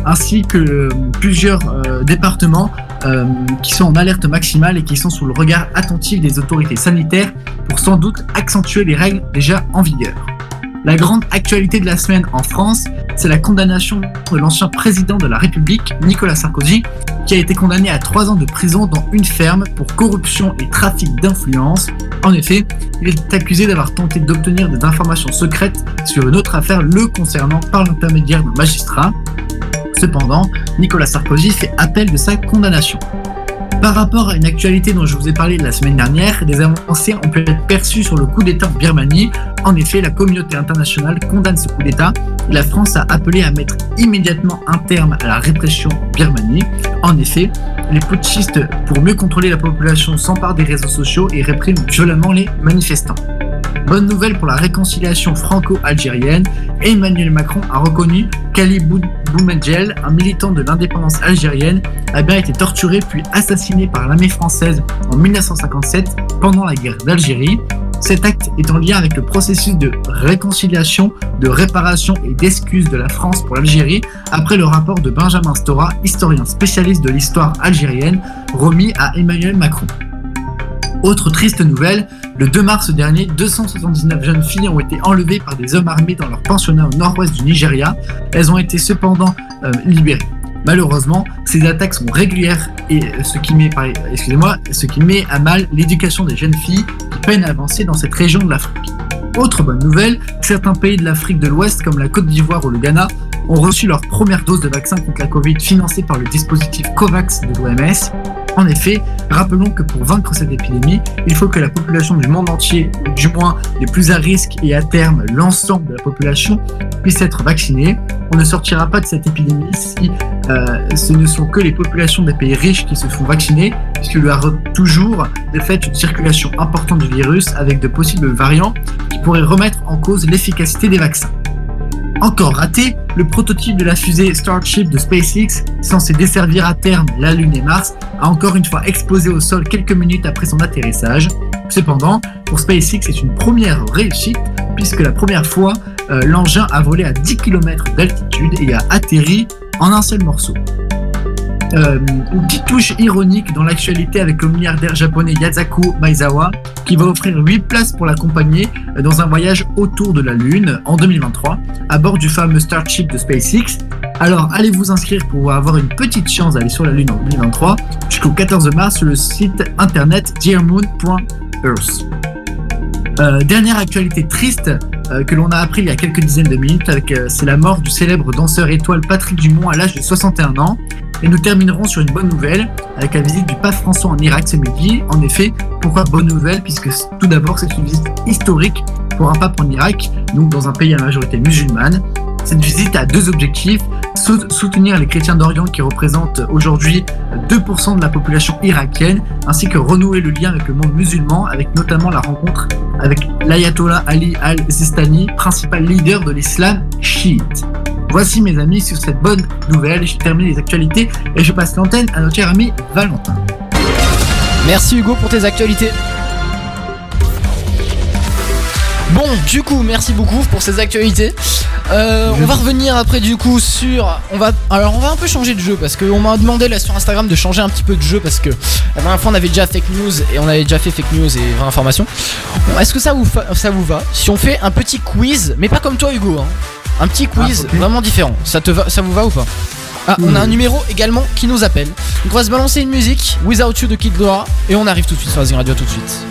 ainsi que euh, plusieurs euh, départements euh, qui sont en alerte maximale et qui sont sous le regard attentif des autorités sanitaires pour sans doute accentuer les règles déjà en vigueur. La grande actualité de la semaine en France, c'est la condamnation de l'ancien président de la République, Nicolas Sarkozy, qui a été condamné à trois ans de prison dans une ferme pour corruption et trafic d'influence. En effet, il est accusé d'avoir tenté d'obtenir des informations secrètes sur une autre affaire le concernant par l'intermédiaire d'un magistrat. Cependant, Nicolas Sarkozy fait appel de sa condamnation. Par rapport à une actualité dont je vous ai parlé la semaine dernière, des avancées ont pu être perçues sur le coup d'État en Birmanie. En effet, la communauté internationale condamne ce coup d'État et la France a appelé à mettre immédiatement un terme à la répression en Birmanie. En effet, les putschistes, pour mieux contrôler la population, s'emparent des réseaux sociaux et répriment violemment les manifestants. Bonne nouvelle pour la réconciliation franco-algérienne, Emmanuel Macron a reconnu qu'Ali Boumedjel, un militant de l'indépendance algérienne, a bien été torturé puis assassiné par l'armée française en mille neuf cent cinquante-sept pendant la guerre d'Algérie. Cet acte est en lien avec le processus de réconciliation, de réparation et d'excuses de la France pour l'Algérie après le rapport de Benjamin Stora, historien spécialiste de l'histoire algérienne, remis à Emmanuel Macron. Autre triste nouvelle, le deux mars dernier, deux cent soixante-dix-neuf jeunes filles ont été enlevées par des hommes armés dans leur pensionnat au nord-ouest du Nigeria. Elles ont été cependant euh, libérées. Malheureusement, ces attaques sont régulières et ce qui met, excusez-moi, ce qui met à mal l'éducation des jeunes filles qui peinent à avancer dans cette région de l'Afrique. Autre bonne nouvelle, certains pays de l'Afrique de l'Ouest comme la Côte d'Ivoire ou le Ghana ont reçu leur première dose de vaccin contre la Covid financée par le dispositif COVAX de l'O M S. En effet, rappelons que pour vaincre cette épidémie, il faut que la population du monde entier, ou du moins les plus à risque et à terme l'ensemble de la population, puisse être vaccinée. On ne sortira pas de cette épidémie si euh, ce ne sont que les populations des pays riches qui se font vacciner, puisqu'il y aura toujours de fait une circulation importante du virus avec de possibles variants qui pourraient remettre en cause l'efficacité des vaccins. Encore raté, le prototype de la fusée Starship de SpaceX, censé desservir à terme la Lune et Mars, a encore une fois explosé au sol quelques minutes après son atterrissage. Cependant, pour SpaceX, c'est une première réussite, puisque la première fois, euh, l'engin a volé à dix kilomètres d'altitude et a atterri en un seul morceau. Euh, une petite touche ironique dans l'actualité avec le milliardaire japonais Yasaku Maezawa qui va offrir huit places pour l'accompagner dans un voyage autour de la Lune en deux mille vingt-trois à bord du fameux Starship de SpaceX. Alors allez vous inscrire pour avoir une petite chance d'aller sur la Lune en deux mille vingt-trois jusqu'au quatorze mars sur le site internet dearmoon point earth. Euh, dernière actualité triste euh, que l'on a appris il y a quelques dizaines de minutes, avec, euh, c'est la mort du célèbre danseur étoile Patrick Dumont à l'âge de soixante et un ans. Et nous terminerons sur une bonne nouvelle avec la visite du pape François en Irak ce midi. En effet, pourquoi bonne nouvelle? Puisque tout d'abord c'est une visite historique pour un pape en Irak, donc dans un pays à majorité musulmane. Cette visite a deux objectifs: soutenir les chrétiens d'Orient qui représentent aujourd'hui deux pour cent de la population irakienne, ainsi que renouer le lien avec le monde musulman, avec notamment la rencontre avec l'ayatollah Ali al-Sistani, principal leader de l'islam chiite. Voici mes amis sur cette bonne nouvelle, j'ai terminé les actualités et je passe l'antenne à notre cher ami Valentin. Merci Hugo pour tes actualités. Bon, du coup, merci beaucoup pour ces actualités. Euh, on va revenir après du coup sur, on va, alors on va un peu changer de jeu parce qu'on m'a demandé là sur Instagram de changer un petit peu de jeu parce que la dernière fois on avait déjà fake news et on avait déjà fait fake news et vraie information. Bon, est-ce que ça vous, fa- ça vous va si on fait un petit quiz, mais pas comme toi Hugo, hein. Un petit quiz ah, okay. Vraiment différent. Ça te va, ça vous va ou pas? Ah, mmh. On a un numéro également qui nous appelle. Donc on va se balancer une musique, Without You de Kid Dora, et on arrive tout de suite sur Rising Radio tout de suite.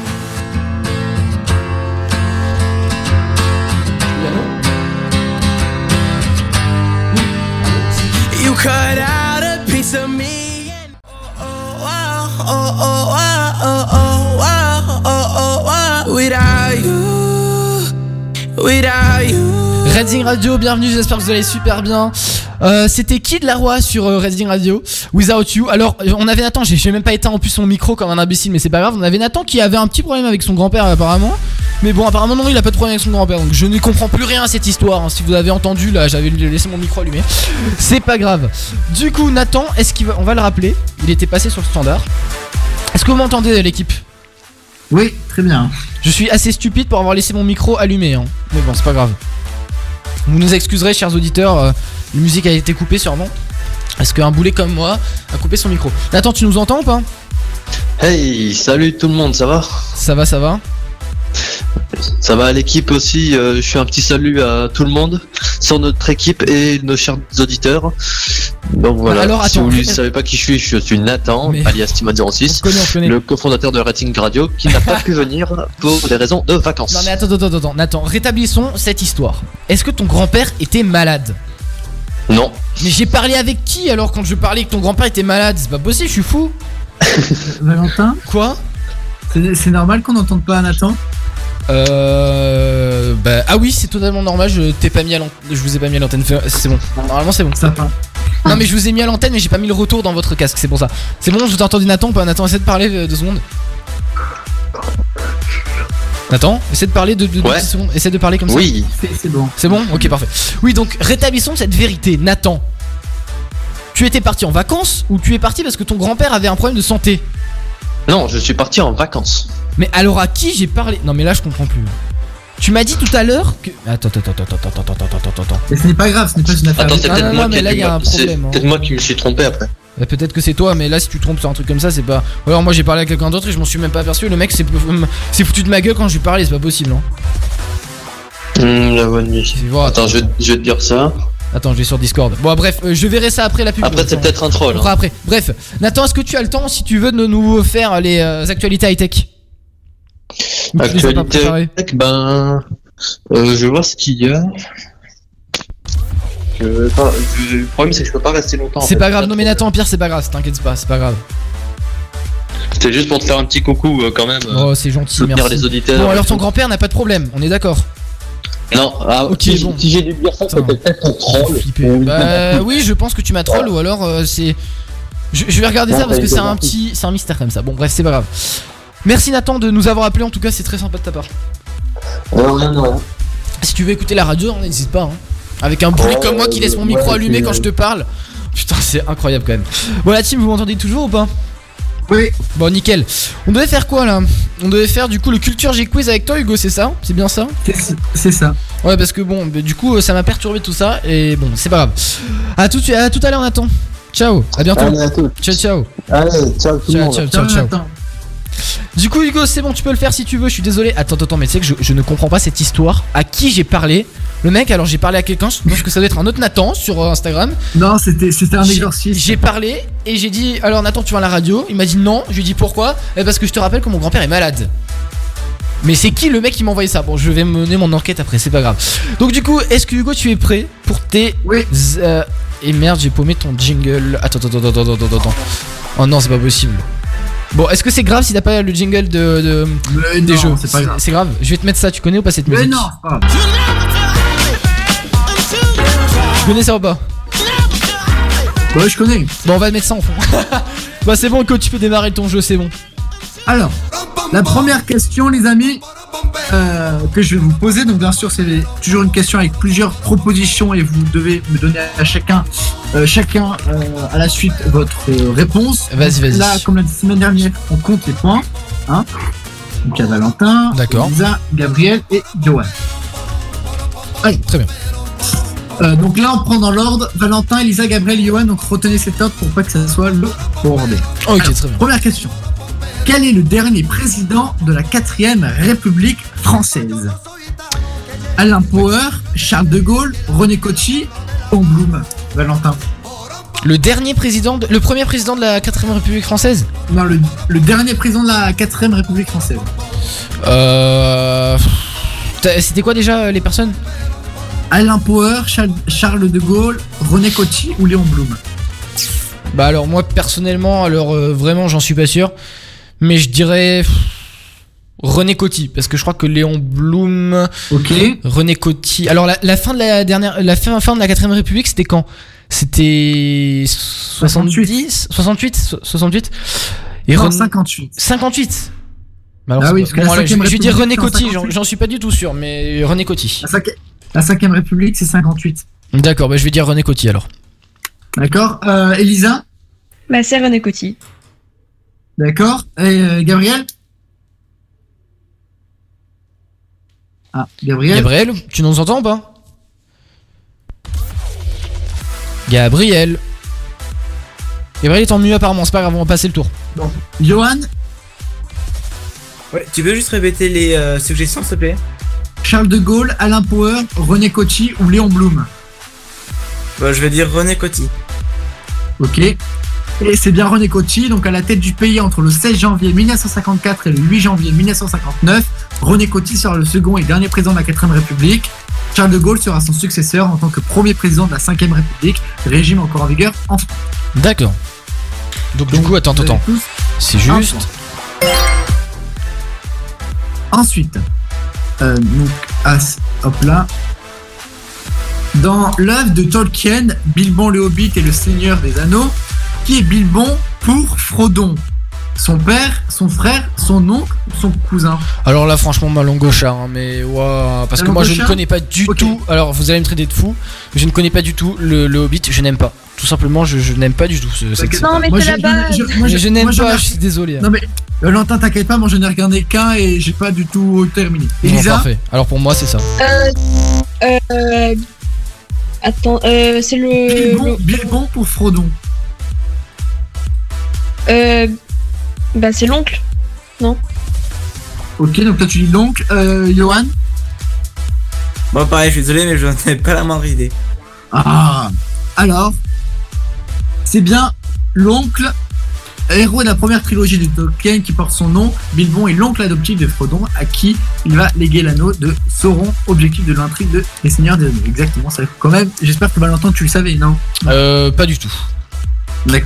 You cut out a piece of me. Oh oh oh oh oh oh oh oh. Without you, without you. Redding Radio, bienvenue, j'espère que vous allez super bien. Euh, c'était Kid Laroi sur euh, Redding Radio, Without You. Alors, on avait Nathan, j'ai, j'ai même pas éteint en plus son micro comme un imbécile, mais c'est pas grave. On avait Nathan qui avait un petit problème avec son grand-père apparemment. Mais bon, apparemment non, il a pas de problème avec son grand-père. Donc je ne comprends plus rien à cette histoire, hein. Si vous avez entendu, là, j'avais laissé mon micro allumé. C'est pas grave. Du coup, Nathan, est-ce qu'il va... on va le rappeler, il était passé sur le standard. Est-ce que vous m'entendez, l'équipe? Oui, très bien. Je suis assez stupide pour avoir laissé mon micro allumé, hein. Mais bon, c'est pas grave. Vous nous excuserez, chers auditeurs, euh, la musique a été coupée sûrement. Parce qu'un boulet comme moi a coupé son micro. Nathan, tu nous entends ou pas? Hey, salut tout le monde, ça va? Ça va, ça va. Ça va à l'équipe aussi, euh, je fais un petit salut à tout le monde sur notre équipe et nos chers auditeurs. Donc voilà, Alors, si attends, vous ne mais- savez pas qui je suis, je suis Nathan, Mais- alias Timan zéro six, On connaît, on connaît. le cofondateur de Rating Radio qui n'a pas pu venir pour des raisons de vacances. Non mais attends, attends, attends, attends, Nathan, rétablissons cette histoire. Est-ce que ton grand-père était malade? Non. Mais j'ai parlé avec qui alors quand je parlais que ton grand-père était malade? C'est pas possible, je suis fou. Valentin, Quoi? c'est c'est normal qu'on n'entende pas Nathan? Euh. Bah. Ah oui, c'est totalement normal, je t'ai pas mis à l'antenne. Je vous ai pas mis à l'antenne. Fais- C'est bon. Normalement, c'est bon. Ça va. Non, mais je vous ai mis à l'antenne, mais j'ai pas mis le retour dans votre casque, c'est pour ça. C'est bon, je vous ai entendu Nathan ou pas? Nathan, essaie de parler euh, deux secondes. Nathan, essaie de parler de, de, de Ouais. dix secondes. Essaie de parler comme Oui. ça. C'est c'est bon. C'est bon? Ok, parfait. Oui, donc rétablissons cette vérité. Nathan, tu étais parti en vacances ou tu es parti parce que ton grand-père avait un problème de santé? Non, je suis parti en vacances. Mais alors à qui j'ai parlé? Non, mais là je comprends plus. Tu m'as dit tout à l'heure que. Attends, attends, attends, attends, attends, attends, attends, attends, attends. Mais ce n'est pas grave, ce n'est pas une affaire. Attends, de- c'est non, peut-être non, moi, non, qui mais ai là, dû il y a me- un c'est problème, hein. peut-être moi qui me suis trompé après. Bah, peut-être que c'est toi, mais là si tu trompes sur un truc comme ça, c'est pas. Ou alors moi j'ai parlé à quelqu'un d'autre et je m'en suis même pas aperçu. Le mec s'est s'est foutu de ma gueule quand je lui parlais, c'est pas possible, hein. Hum, la bonne nuit. Je vais voir, Attends, je, je vais te dire ça. Attends, je vais sur Discord. Bon, bref, euh, je verrai ça après la pub. Après, c'est Attends. peut-être un troll. On hein. fera après. Bref, Nathan, est-ce que tu as le temps si tu veux de nous faire les euh, actualités high-tech? Ou tu les as pas Actualité, préparées ben, euh, je vais voir ce qu'il y a. Je vais pas, je- le problème c'est que je peux pas rester longtemps. en C'est fait. pas grave, non mais Nathan, pire, c'est pas grave, t'inquiète pas, c'est pas grave. C'était juste pour te faire un petit coucou euh, quand même. euh, Oh, c'est gentil, soutenir merci. les auditeurs. Bon, et alors tout. ton grand-père n'a pas de problème, on est d'accord? Non, ah, Ok, si, bon. si j'ai dû dire ça, Putain. c'était peut-être un troll. Flipper. Bah oui, je pense que tu m'as troll ou alors euh, c'est. Je, je vais regarder Non, ça parce t'as que une c'est un bonne petit, c'est un mystère comme ça. Bon, bref, c'est pas grave. Merci Nathan de nous avoir appelé. En tout cas, c'est très sympa de ta part. Non, rien, non, rien. Si tu veux écouter la radio, hein, n'hésite pas. Hein. Avec un bruit Oh, comme moi qui laisse mon micro ouais, allumé c'est- quand je te parle. Putain, c'est incroyable quand même. Bon, la team, vous m'entendez toujours ou pas? Oui. Bon, nickel. On devait faire quoi là? On devait faire du coup le Culture G Quiz avec toi, Hugo, c'est ça? C'est bien ça? C'est- C'est ça. Ouais, parce que bon, bah, du coup, ça m'a perturbé tout ça. Et bon, c'est pas grave. À tout, à tout à l'heure, Nathan. Ciao, à bientôt. Allez, à tout. Ciao, ciao. Allez, ciao tout le Ciao, monde. ciao, ciao, ciao. Nathan. Du coup, Hugo, c'est bon, tu peux le faire si tu veux. Je suis désolé. Attends, attends, mais tu sais que je, je ne comprends pas cette histoire. À qui j'ai parlé? Le mec, alors j'ai parlé à quelqu'un. Je pense que ça doit être un autre Nathan sur euh, Instagram. Non, c'était c'était un J'ai- exorcisme. J'ai parlé et j'ai dit alors Nathan, tu viens à la radio? Il m'a dit non. Je lui ai dit pourquoi? Eh, parce que je te rappelle que mon grand-père est malade. Mais c'est qui le mec qui m'a envoyé ça? Bon, je vais mener mon enquête après, c'est pas grave. Donc du coup, est-ce que Hugo, tu es prêt pour tes Oui. euh, et merde, j'ai paumé ton jingle. Attends, attends, attends, attends, attends, attends. Oh non, c'est pas possible. Bon, est-ce que c'est grave si t'as pas le jingle de, de- Mais des non, jeux? c'est pas grave. C'est grave. Je vais te mettre ça. Tu connais ou pas cette Mais musique? non, c'est pas grave. Tu connais ça ou pas? Ouais, je connais. Bon, on va mettre ça en fond. Bah c'est bon, coach, tu peux démarrer ton jeu, c'est bon. Alors, la première question, les amis, euh, que je vais vous poser. Donc, bien sûr, c'est toujours une question avec plusieurs propositions et vous devez me donner à chacun, euh, chacun euh, à la suite votre euh, réponse. Vas-y, vas-y. Là, comme la semaine dernière, on compte les points. Hein. Donc, il y a Valentin, D'accord. Lisa, Gabriel et Johan. Allez. Très bien. Euh, donc là, on prend dans l'ordre Valentin, Elisa, Gabriel, Johan. Donc retenez cet ordre pour pas que ça soit le bordel. Ok, Alors, très bien. Première question. Quel est le dernier président de la quatrième République française? Alain Poher, Charles de Gaulle, René Coty, Léon Blum. Valentin. Le dernier président, de- le premier président de la quatrième République française. Non, le, le dernier président de la quatrième République française. Euh. t'as- C'était quoi déjà euh, les personnes? Alain Poher, Charles, Charles de Gaulle, René Coty ou Léon Blum? Bah alors moi personnellement, alors euh, vraiment j'en suis pas sûr, mais je dirais pff, René Coty parce que je crois que Léon Blum. Ok. René Coty. Alors la, la fin de la dernière, la fin, fin de la quatrième République, c'était quand? C'était soixante-dix, soixante-huit, soixante-huit. Et Non, René- cinquante-huit. cinquante-huit. Bah alors, Ah c'est oui, pas- parce que bon, la allez, je, cinquième je vais dire René République, Coty, c'est en j'en, cinquante-huit. j'en suis pas du tout sûr, mais René Coty. La, cinqui- la cinquième République, c'est cinquante-huit. D'accord, bah je vais dire René Coty alors. D'accord. Euh, Elisa? Bah, c'est René Coty. D'accord. Et euh, Gabriel? Ah, Gabriel. Gabriel, tu nous entends ou pas? Gabriel. Gabriel est en mieux apparemment, c'est pas grave, on va passer le tour. Bon. Johan. Ouais, tu peux juste répéter les euh, suggestions, s'il te plaît? Charles de Gaulle, Alain Poher, René Coty ou Léon Blum? Bah, je vais dire René Coty. Ok. Et c'est bien René Coty, donc à la tête du pays entre le seize janvier mille neuf cent cinquante-quatre et le huit janvier mille neuf cent cinquante-neuf. René Coty sera le second et dernier président de la quatrième République. Charles de Gaulle sera son successeur en tant que premier président de la cinquième République, régime encore en vigueur en France. D'accord. Donc, donc du coup, attends, attends. C'est juste. Ensuite, euh, donc, as, hop là. Dans l'œuvre de Tolkien, Bilbon le Hobbit et le Seigneur des Anneaux, qui est Bilbon pour Frodon? Son père, son frère, son oncle ou son cousin? Alors là, franchement, ma langue au chat, hein, mais waouh, parce La que moi, langue au je chat ne connais pas du Ok. tout. Alors, vous allez me traiter de fou, mais je ne connais pas du tout le, le Hobbit. Je n'aime pas. Tout simplement, je, je n'aime pas du tout. ce- cette- Non, mais Moi, c'est je- la base. je- moi, Mais je n'aime moi, j'en ai- pas, je suis désolé. hein. Non mais, Valentin, t'inquiète pas, moi je n'ai regardé qu'un et j'ai pas du tout terminé. Bon, Elisa. parfait. Alors pour moi, c'est ça. Euh. Euh. Attends, euh, c'est le. Bilbon, Bilbon pour Frodon. Euh. Bah, c'est l'oncle. Non. Ok, donc toi tu dis l'oncle. Euh, Johan. Moi, pareil, je suis désolé, mais je n'en ai pas la moindre idée. Ah. Alors, c'est bien l'oncle, héros de la première trilogie de Tolkien qui porte son nom. Bilbon est l'oncle adoptif de Frodon à qui il va léguer l'anneau de Sauron, objectif de l'intrigue de Les Seigneurs des Anneaux. Exactement, ça quand même. J'espère que Valentin tu le savais, non? Euh, pas du tout. D'accord.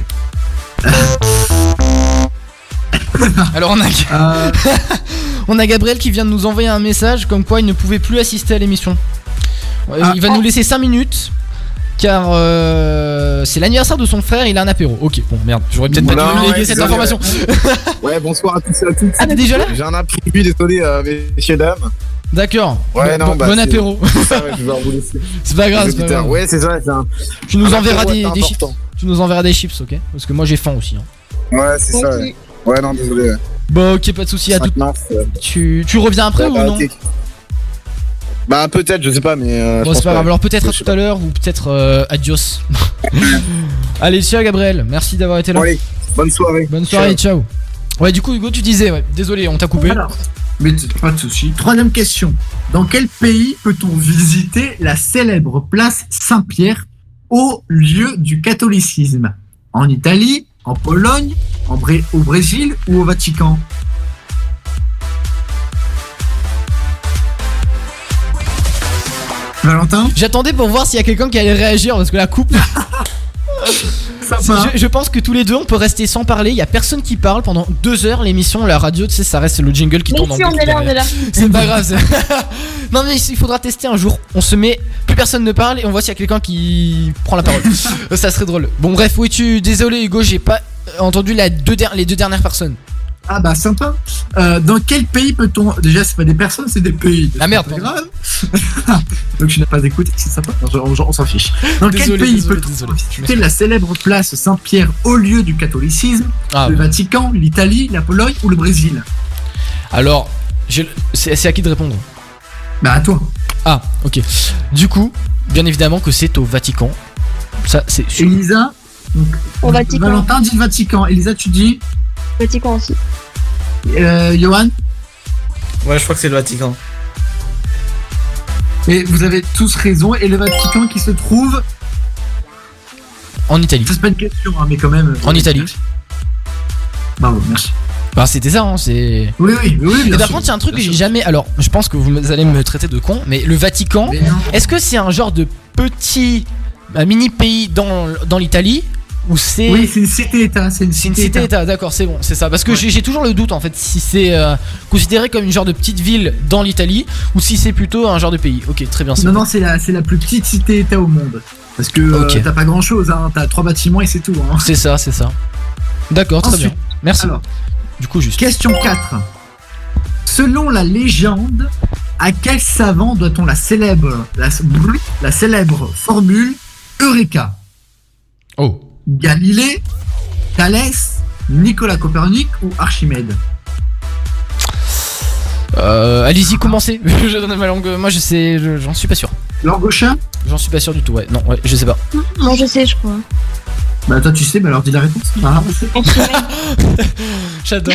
Alors on a, Euh, on a Gabriel qui vient de nous envoyer un message comme quoi il ne pouvait plus assister à l'émission. Euh, Ah. il va nous laisser cinq minutes car euh, c'est l'anniversaire de son frère, il a un apéro. Ok, bon merde, j'aurais peut-être pas Non, dû lui léguer ouais, cette désolé, information. Ouais, bonsoir à tous et à toutes. Ah, t'es déjà là? J'ai un imprévu, désolé, euh, messieurs, dames. D'accord. Ouais, bon, non, bah, bon c'est- apéro. c'est ça, ouais, je vais vous laisser. C'est pas grave, Les c'est pas auditeurs. grave. Ouais, c'est ça, c'est un. Tu nous un enverras apéro des, est des chips. important. Tu nous enverras des chips, ok? Parce que moi j'ai faim aussi. Hein. Ouais, c'est ça, ouais. Ouais, non, désolé. ouais. Bon, ok, pas de soucis. À tout. cinq mars, euh, Tu, tu reviens après ouais, ou bah, non? t'es- Bah, peut-être, je sais pas, mais. euh, je Bon, pense c'est pas pas. grave. Alors peut-être à Je sais tout à l'heure ou peut-être euh, adios. Allez, ciao Gabriel. Merci d'avoir été là. Bon, allez, bonne soirée. Bonne soirée, ciao. Ouais, du coup, Hugo, tu disais, ouais. Désolé, on t'a coupé. Alors, mais t- pas de souci. Troisième question. Dans quel pays peut-on visiter la célèbre place Saint-Pierre, au lieu du catholicisme? En Italie, en Pologne, en Bré- au Brésil ou au Vatican? Valentin? J'attendais pour voir s'il y a quelqu'un qui allait réagir parce que la coupe. Sympa. Je, je pense que tous les deux on peut rester sans parler. Il y a personne qui parle pendant deux heures. L'émission, la radio, tu sais, ça reste le jingle qui Mais tourne en si, on boucle est là, on derrière. est là. C'est pas grave. c'est- non mais il faudra tester un jour. On se met, plus personne ne parle et on voit s'il y a quelqu'un qui prend la parole. Ça serait drôle. Bon bref, oui tu, désolé Hugo, j'ai pas entendu la deux der- les deux dernières personnes. Ah bah sympa. Euh, dans quel pays peut-on... Déjà c'est pas des personnes, c'est des pays. Ah merde. C'est pas grave. Donc je n'ai pas écouté, c'est sympa. Non, on, on s'en fiche. Dans quel Désolé, pays désolé, peut-on désolé. visiter la célèbre place Saint-Pierre au lieu du catholicisme? Ah, Le bon. Vatican, l'Italie, la Pologne ou le Brésil? Alors, j'ai- c'est c'est à qui de répondre? Bah à toi. Ah, ok. Du coup, bien évidemment que c'est au Vatican. Ça, c'est sûr. Elisa. Donc, Au Vatican. Valentin dit le Vatican. Elisa, tu dis Vatican aussi. euh, Johan. Ouais, je crois que c'est le Vatican. Et vous avez tous raison. Et le Vatican qui se trouve. En Italie. Ça c'est pas une question, hein, mais quand même. En Italie. Bravo, merci. Bah, c'était ça, hein, c'est. Oui, oui, oui. Et bien par sûr. contre, il y a un truc que j'ai jamais. Alors, je pense que vous allez me traiter de con, mais le Vatican, Mais non. est-ce que c'est un genre de petit bah, mini pays dans, dans l'Italie ou c'est. Oui, c'est une cité-État. C'est une C'est une cité-État. cité-État, d'accord, c'est bon, c'est ça. Parce que Ouais. j'ai j'ai toujours le doute en fait si c'est euh, considéré comme une genre de petite ville dans l'Italie ou si c'est plutôt un genre de pays. Ok, très bien. c'est Non, bon. non, c'est la, c'est la plus petite cité-État au monde. Parce que euh, Ok. t'as pas grand-chose, hein. T'as trois bâtiments et c'est tout. Hein. C'est ça, c'est ça. D'accord, très Ensuite, bien. Merci. Alors, Du coup, juste. question quatre. Selon la légende, à quel savant doit-on la célèbre, la, la célèbre formule Eureka? Oh. Galilée, Thalès, Nicolas Copernic ou Archimède? Euh, allez-y, commencez. Je donne ma langue. Moi, je sais, je- j'en suis pas sûr. Langue au chat? J'en suis pas sûr du tout. Ouais, non, ouais, je sais pas. Moi je sais, je crois. Bah toi tu sais, mais alors dis la réponse. Ah. J'adore.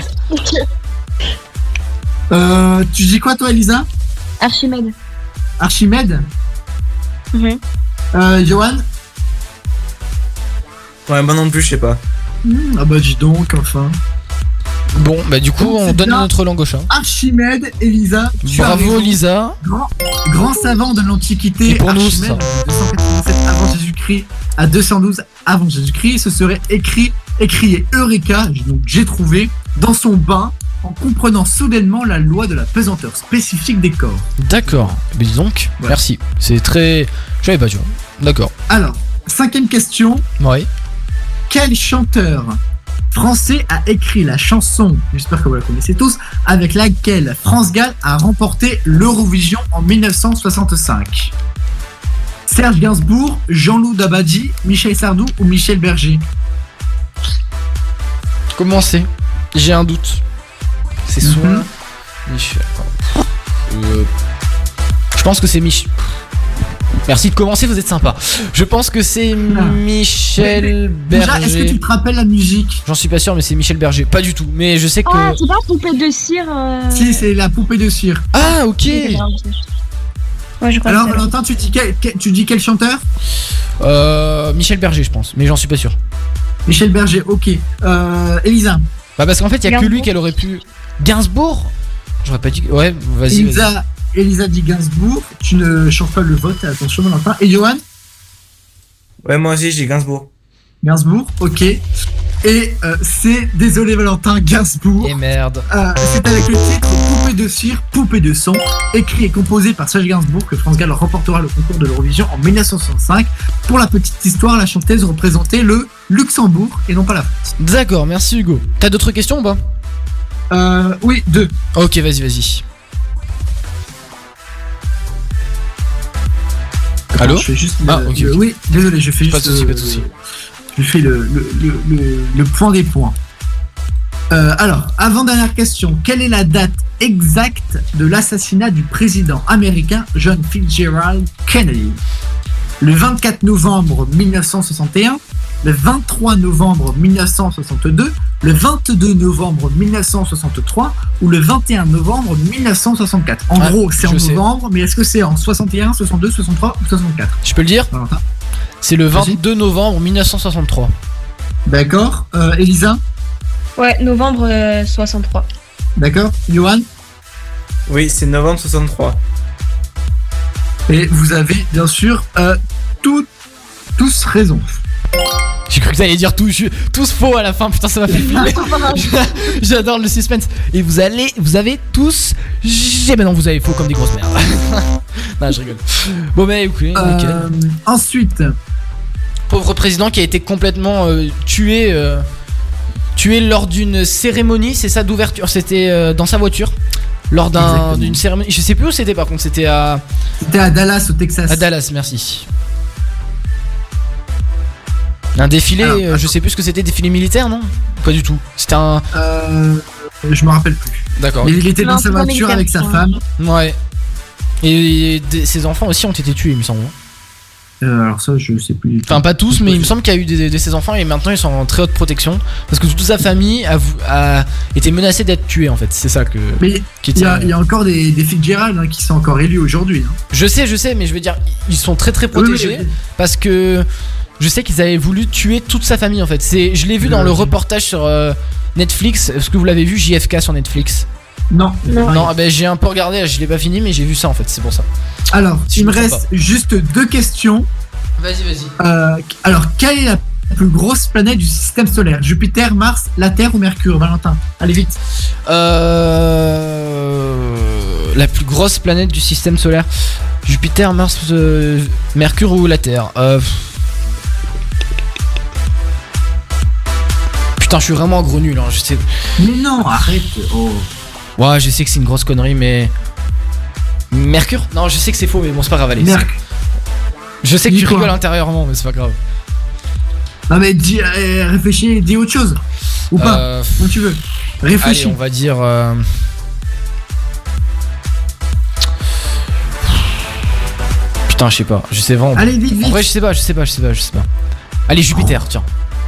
Euh, tu dis quoi toi Elisa? Archimède. Archimède. Mhm. Euh, Johan. Ouais, moi non plus, je sais pas. Mmh, ah bah dis donc, enfin. Bon, bah du coup, on donne notre langue au chat. Archimède, Elisa. Tu as Bravo, raison. Lisa. Grand, grand savant de l'Antiquité. Et pour nous, Archimède, ça. de deux cent quatre-vingt-sept avant Jésus-Christ à deux cent douze avant Jésus-Christ, se serait écrit, écrié Eureka, donc j'ai trouvé, dans son bain, en comprenant soudainement la loi de la pesanteur spécifique des corps. D'accord. Mais dis donc, Ouais. merci. C'est très. Je savais pas, tu vois. D'accord. Alors, cinquième question. Ouais. Quel chanteur français a écrit la chanson, j'espère que vous la connaissez tous, avec laquelle France Gall a remporté l'Eurovision en mille neuf cent soixante-cinq? Serge Gainsbourg, Jean-Loup Dabadi, Michel Sardou ou Michel Berger? Comment c'est? J'ai un doute. C'est soit. Mhm. Michel. Euh, Je pense que c'est Mich. Merci de commencer, vous êtes sympa. Je pense que c'est Michel Déjà, est-ce que Berger. tu te rappelles la musique? J'en suis pas sûr, mais c'est Michel Berger. Pas du tout. Mais je sais que. Ah, c'est pas poupée de cire. euh, Si, c'est la poupée de cire. Ah, ok. Ouais, je crois Alors, que c'est- Valentin, tu dis quel, quel- tu dis quel chanteur? Euh, Michel Berger, je pense. Mais j'en suis pas sûr. Michel Berger, ok. Euh, Elisa. Bah, parce qu'en fait, il y a que lui Gainsbourg. qu'elle aurait pu. Gainsbourg J'aurais pas dit. Ouais, vas-y. vas-y. Elisa, Elisa dit Gainsbourg. Tu ne changes pas le vote, attention, Valentin. Et Johan? Ouais, moi aussi, j'ai Gainsbourg. Gainsbourg, ok. Et euh, c'est, désolé Valentin, Gainsbourg. Et merde. Euh, c'est avec le titre Poupée de cire, Poupée de son, écrit et composé par Serge Gainsbourg, que France Gall remportera le concours de l'Eurovision en mille neuf cent soixante-cinq. Pour la petite histoire, la chanteuse représentait le Luxembourg et non pas la France. D'accord, merci Hugo. T'as d'autres questions ou pas? Euh, oui, deux. Ok, vas-y, vas-y. Allô? Je fais juste Ah, le- ok, le- ok. Oui, désolé, je fais Pas juste. de soucis, euh, pas de soucis. Je fais le, le, le, le- le point des points. Euh, alors, avant-dernière question. Quelle est la date exacte de l'assassinat du président américain John Fitzgerald Kennedy? Le vingt-quatre novembre mille neuf cent soixante et un, le vingt-trois novembre mille neuf cent soixante-deux, le vingt-deux novembre mille neuf cent soixante-trois ou le vingt et un novembre mille neuf cent soixante-quatre. En Ouais, gros, c'est en je sais. novembre, mais est-ce que c'est en soixante et un, soixante-deux, soixante-trois ou soixante-quatre? Je peux le dire? Valentin. C'est le vingt-deux novembre mille neuf cent soixante-trois. D'accord. Euh, Elisa? Ouais, novembre euh, soixante-trois. D'accord. Johan? Oui, c'est novembre soixante-trois. Et vous avez bien sûr euh, tout, tous raison. J'ai cru que t'allais dire tous, tous faux à la fin, putain ça m'a fait flipper. J'adore le suspense. Et vous allez, vous avez tous. J'ai maintenant vous avez faux comme des grosses merdes. Non, je rigole. Bon bah écoutez, Euh, nickel. ensuite, Pauvre président qui a été complètement euh, tué, euh, tué lors d'une cérémonie, c'est ça d'ouverture. C'était euh, dans sa voiture. Lors d'un, Exactement. d'une cérémonie. Je sais plus où c'était par contre, c'était à. c'était à Dallas au Texas. À Dallas, merci. Un défilé, Alors, euh, je sais plus ce que c'était, défilé militaire, non? Pas du tout. C'était un. Euh, je me rappelle plus. D'accord. Mais il était Non, dans sa c'est pas voiture militaire, avec sa ça. femme. Ouais. Et des- ses enfants aussi ont été tués, il me semble. Euh, alors ça, je sais plus. du tout. Enfin, pas tous, mais il me semble qu'il y a eu des, de ses enfants et maintenant ils sont en très haute protection parce que toute sa famille a, vou- a été menacée d'être tuée en fait. C'est ça que. Mais qui il y, a- était- il y a encore des, des Fitzgerald hein, qui sont encore élus aujourd'hui. hein. Je sais, je sais, mais je veux dire, ils sont très très Oui, oui, protégés oui. parce que je sais qu'ils avaient voulu tuer toute sa famille en fait. C'est, je l'ai vu dans Euh, le reportage sur euh, Netflix. Est-ce que vous l'avez vu, J F K sur Netflix? Non. Non, ah ben, j'ai un peu regardé, je l'ai pas fini, mais j'ai vu ça en fait, c'est pour ça. Alors, Si il je me me trompe reste juste deux questions. Vas-y, vas-y. Euh, alors, quelle est la plus grosse planète du système solaire? Jupiter, Mars, la Terre ou Mercure? Valentin, allez vite. Euh... La plus grosse planète du système solaire. Jupiter, Mars, euh, Mercure ou la Terre. Euh... Putain, je suis vraiment gros nul. Hein. Je sais... Mais non, arrête. Oh. Ouais, je sais que c'est une grosse connerie, mais. Mercure? Non, je sais que c'est faux, mais bon, c'est pas grave. Allez. Merc. Je sais que Dis tu quoi rigoles intérieurement, mais c'est pas grave. Non mais dis, euh, réfléchis, dis autre chose. Ou pas, Euh, comme tu veux. Réfléchis. Allez, on va dire. euh, Putain, je sais pas. Je sais vraiment. Allez, vite, vite. En vrai, je sais pas, je sais pas, je sais pas, je sais pas. Allez, Jupiter, tiens.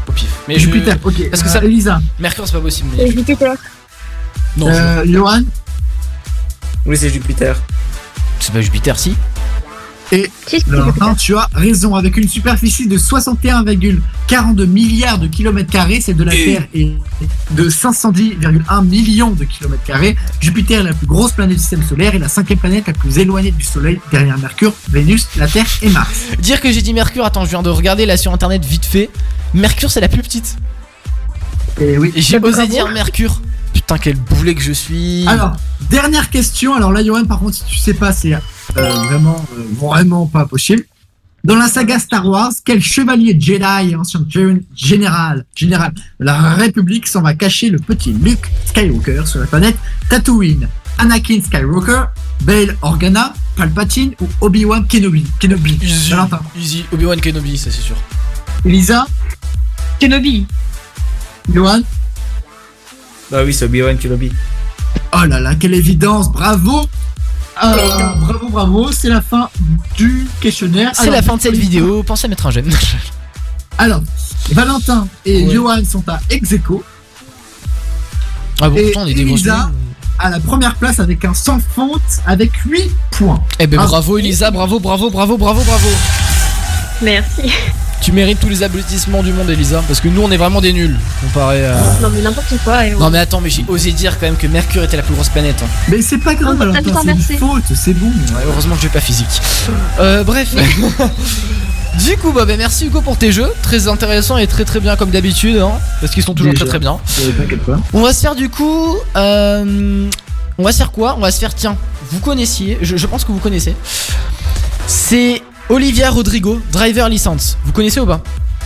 au pif. Mais Jupiter, je... ok. Parce que euh, ça. Elisa. Mercure, c'est pas possible. Mais... Et Jupiter. Non, Euh, Johan. Oui, c'est Jupiter. c'est pas Jupiter, si. Et Valentin, tu as raison. Avec une superficie de soixante et un virgule quarante-deux milliards de kilomètres carrés, celle de la Et- Terre est de cinq cent dix virgule un millions de kilomètres carrés. Jupiter est la plus grosse planète du système solaire et la cinquième planète la plus éloignée du Soleil, derrière Mercure, Vénus, la Terre et Mars. Dire que j'ai dit Mercure, attends, je viens de regarder là sur internet vite fait. Mercure, c'est la plus petite. Et oui. Et j'ai Bravo. osé dire Mercure. Putain, quel boulet que je suis. Alors, dernière question. Alors là, Johan, par contre, si tu sais pas, c'est euh, vraiment, euh, vraiment pas possible. Dans la saga Star Wars, quel chevalier Jedi et ancien gé- général, général de la République s'en va cacher le petit Luke Skywalker sur la planète Tatooine? Anakin Skywalker, Bail Organa, Palpatine ou Obi-Wan Kenobi? Kenobi. Easy, Valentin. easy. Obi-Wan Kenobi, ça c'est sûr. Elisa. Kenobi. Johan. Bah oui, c'est Obi-Wan Kenobi. Oh là là, quelle évidence, bravo. Euh, bravo, bravo, c'est la fin du questionnaire. C'est Alors, la fin de cette vidéo. Pensez à mettre un j'aime. Alors, Valentin et Ouais. Johan sont à ex-aequo. Ah bon, Et pourtant on est des grosses Elisa nuls. à la première place avec un sans faute avec huit points. Eh ben Bravo. bravo Elisa, bravo, bravo, bravo, bravo, bravo. Merci. Tu mérites tous les applaudissements du monde Elisa, parce que nous on est vraiment des nuls comparé à... Non mais n'importe quoi. Et Non mais attends, mais j'ai osé dire quand même que Mercure était la plus grosse planète. hein. Mais c'est pas grave, Oh, t'as Valentin, vu, c'est merci. une faute, c'est bon. Ouais, heureusement que j'ai pas physique. Euh, bref. Du coup, bah, bah, merci Hugo pour tes jeux, très intéressants et très très bien comme d'habitude, hein, parce qu'ils sont toujours Déjà. très très bien. Euh, T'inquiète pas. On va se faire du coup, euh, on va se faire quoi? On va se faire, tiens, vous connaissiez, je, je pense que vous connaissez. C'est Olivia Rodrigo, Driver License. Vous connaissez ou pas?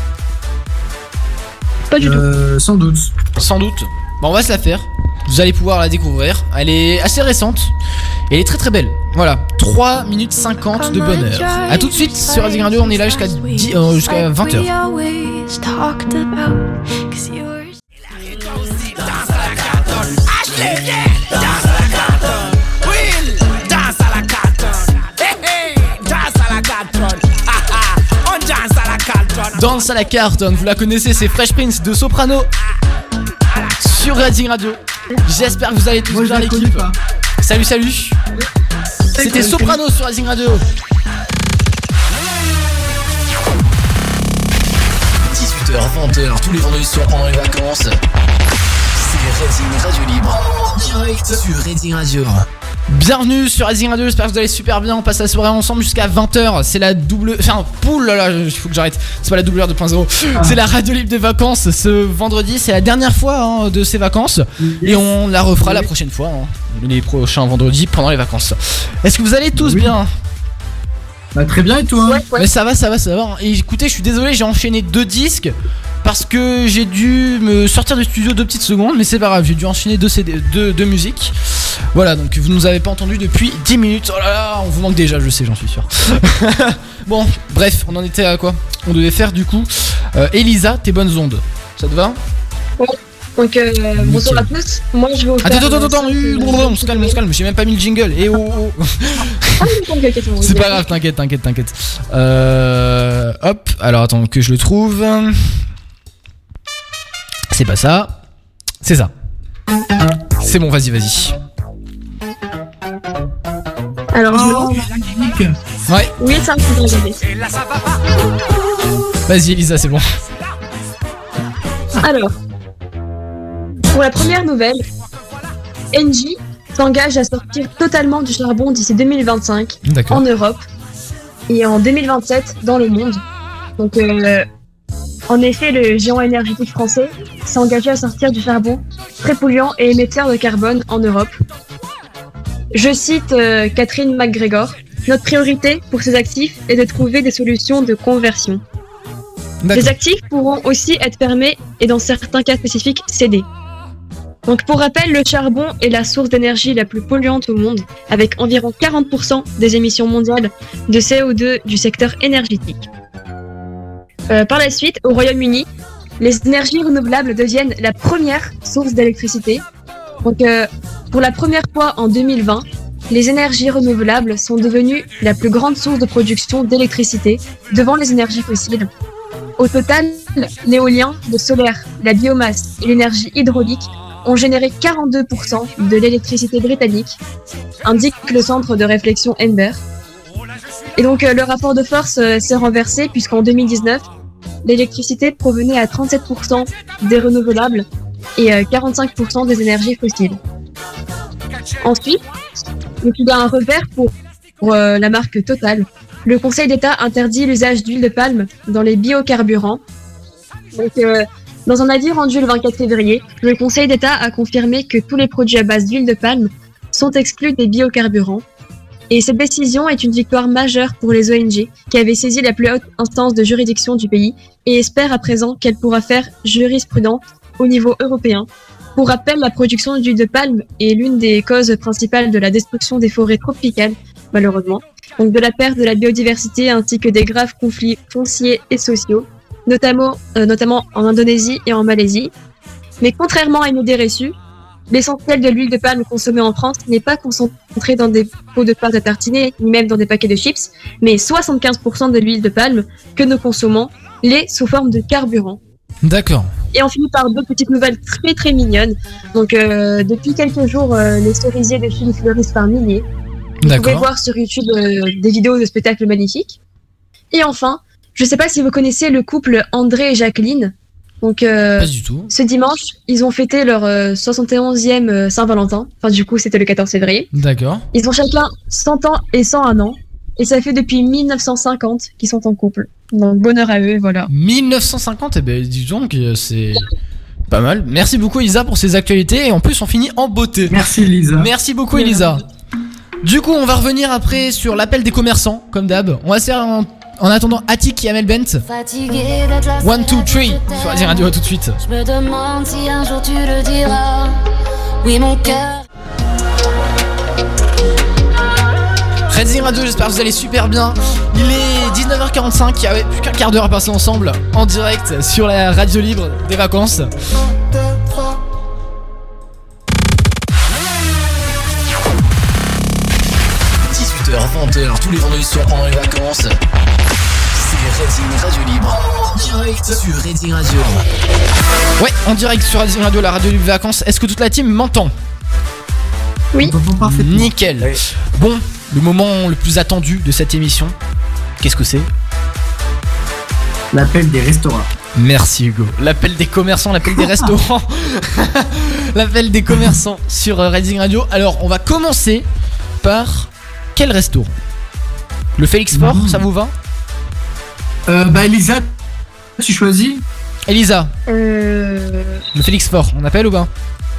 Pas du Euh, sans doute. Sans doute. Bon, on va se la faire. Vous allez pouvoir la découvrir. Elle est assez récente. Et elle est très très belle. Voilà. trois minutes cinquante de bonheur. A tout de suite sur Rising Radio. On est là jusqu'à dix, euh, jusqu'à vingt heures. Danse à la cartonne, vous la connaissez, c'est Fresh Prince de Soprano sur Rising Radio. J'espère que vous allez tous Moi, je bien la connais l'équipe. pas. Salut, salut. C'était Soprano sur Rising Radio. dix-huit heures, vingt heures, tous les vendredis soirs pendant les vacances. C'est Rising Radio Libre. En direct sur Rising Radio. Bienvenue sur Rising Radio, j'espère que vous allez super bien. On passe la soirée ensemble jusqu'à vingt heures. C'est la double. Enfin, poule là là, il faut que j'arrête. C'est pas la double heure deux point zéro. C'est la radio libre des vacances. Ce vendredi, c'est la dernière fois hein, de ces vacances. Et on la refera la prochaine fois, hein, les prochains vendredis pendant les vacances. Est-ce que vous allez tous Oui. bien? Bah, très bien, et toi? Ouais, ouais. Mais ça va, ça va, ça va. Et écoutez, je suis désolé, j'ai enchaîné deux disques. Parce que j'ai dû me sortir du studio deux petites secondes, mais c'est pas grave, j'ai dû enchaîner deux, C D, deux, deux musiques. Voilà, donc vous nous avez pas entendu depuis dix minutes. Oh là là, on vous manque déjà, je sais, j'en suis sûr. Bon, bref, on en était à quoi? On devait faire du coup euh, Elisa, tes bonnes ondes. Ça te va? Donc euh, bonsoir à tous. Moi je vais vous faire. Attends, attends, attends, euh, attends, cinq, on se calme, on se calme, j'ai même pas mis le jingle. Et oh, oh. Ah, oui, ok, ok, bon, C'est ok. pas grave, t'inquiète, t'inquiète, t'inquiète. Euh, hop, alors attends que je le trouve. C'est pas ça. C'est ça. C'est bon, vas-y, vas-y. Alors je me lance. Oh, la clinique. Ouais, Oui, c'est un petit peu regardé. vas-y, Elisa, c'est bon. Alors, pour la première nouvelle, Engie s'engage à sortir totalement du charbon d'ici deux mille vingt-cinq D'accord. en Europe et en deux mille vingt-sept dans le monde. Donc, euh, en effet, le géant énergétique français s'est engagé à sortir du charbon très polluant et émetteur de carbone en Europe. Je cite euh, Catherine McGregor. Notre priorité pour ces actifs est de trouver des solutions de conversion. D'accord. Les actifs pourront aussi être fermés et dans certains cas spécifiques cédés. Donc pour rappel, le charbon est la source d'énergie la plus polluante au monde, avec environ quarante pour cent des émissions mondiales de C O deux du secteur énergétique. Euh, par la suite, au Royaume-Uni, les énergies renouvelables deviennent la première source d'électricité. Donc euh, pour la première fois en deux mille vingt, les énergies renouvelables sont devenues la plus grande source de production d'électricité devant les énergies fossiles. Au total, l'éolien, le solaire, la biomasse et l'énergie hydraulique ont généré quarante-deux pour cent de l'électricité britannique, indique le centre de réflexion Ember. Et donc euh, le rapport de force euh, s'est renversé puisqu'en deux mille dix-neuf, l'électricité provenait à trente-sept pour cent des renouvelables et euh, quarante-cinq pour cent des énergies fossiles. Ensuite, donc, il y a un revers pour, pour euh, la marque Total. Le Conseil d'État interdit l'usage d'huile de palme dans les biocarburants. Donc, euh, dans un avis rendu le vingt-quatre février, le Conseil d'État a confirmé que tous les produits à base d'huile de palme sont exclus des biocarburants. Et cette décision est une victoire majeure pour les O N G qui avaient saisi la plus haute instance de juridiction du pays et espèrent à présent qu'elle pourra faire jurisprudence au niveau européen. Pour rappel, la production d'huile de palme est l'une des causes principales de la destruction des forêts tropicales, malheureusement, donc de la perte de la biodiversité ainsi que des graves conflits fonciers et sociaux, notamment, euh, notamment en Indonésie et en Malaisie. Mais contrairement à une idée reçue, l'essentiel de l'huile de palme consommée en France n'est pas concentré dans des pots de pâte à tartiner, ni même dans des paquets de chips, mais soixante-quinze pour cent de l'huile de palme que nous consommons l'est sous forme de carburant. D'accord. Et on finit par deux petites nouvelles très très mignonnes. Donc euh, depuis quelques jours, euh, les cerisiers de Chine fleurissent par milliers. Vous D'accord. pouvez voir sur YouTube euh, des vidéos de spectacles magnifiques. Et enfin, je sais pas si vous connaissez le couple André et Jacqueline. Donc, euh, Pas du tout. Ce dimanche, ils ont fêté leur euh, soixante et onzième euh, Saint-Valentin. Enfin, du coup, c'était le quatorze février. D'accord. Ils ont chacun cent ans et cent un ans. Et ça fait depuis mille neuf cent cinquante qu'ils sont en couple. Donc, bonheur à eux, voilà. mille neuf cent cinquante, eh ben dis donc, euh, c'est pas mal. Merci beaucoup Elisa pour ces actualités et en plus on finit en beauté. Merci Elisa. Merci beaucoup Elisa. Du coup, on va revenir après sur l'appel des commerçants, comme d'hab. On va se faire en, en attendant Attic et Amel Bent. One, two, three. Sur Racing Radio, à tout de suite. Je me demande si un jour tu le diras. Oui, mon cœur. Racing Radio, j'espère que vous allez super bien. Il est dix-neuf heures quarante-cinq, il y a plus qu'un quart d'heure à passer ensemble en direct sur la radio libre des vacances. dix-huit heures vingt heures tous les vendredis soirs pendant les vacances. C'est Racing Radio Libre en direct sur Racing Radio. Ouais, en direct sur Racing Radio, la radio libre des vacances. Est-ce que toute la team m'entend? Oui. Nickel. Bon, le moment le plus attendu de cette émission, qu'est-ce que c'est? L'appel des restaurants. Merci Hugo. L'appel des commerçants, l'appel des restaurants. L'appel des commerçants sur euh, Racing Radio. Alors, on va commencer par quel restaurant? Le Félix Fort, mmh. ça vous va? euh, Bah Elisa, tu choisis? Elisa. Euh... Le Félix Fort, on appelle ou pas?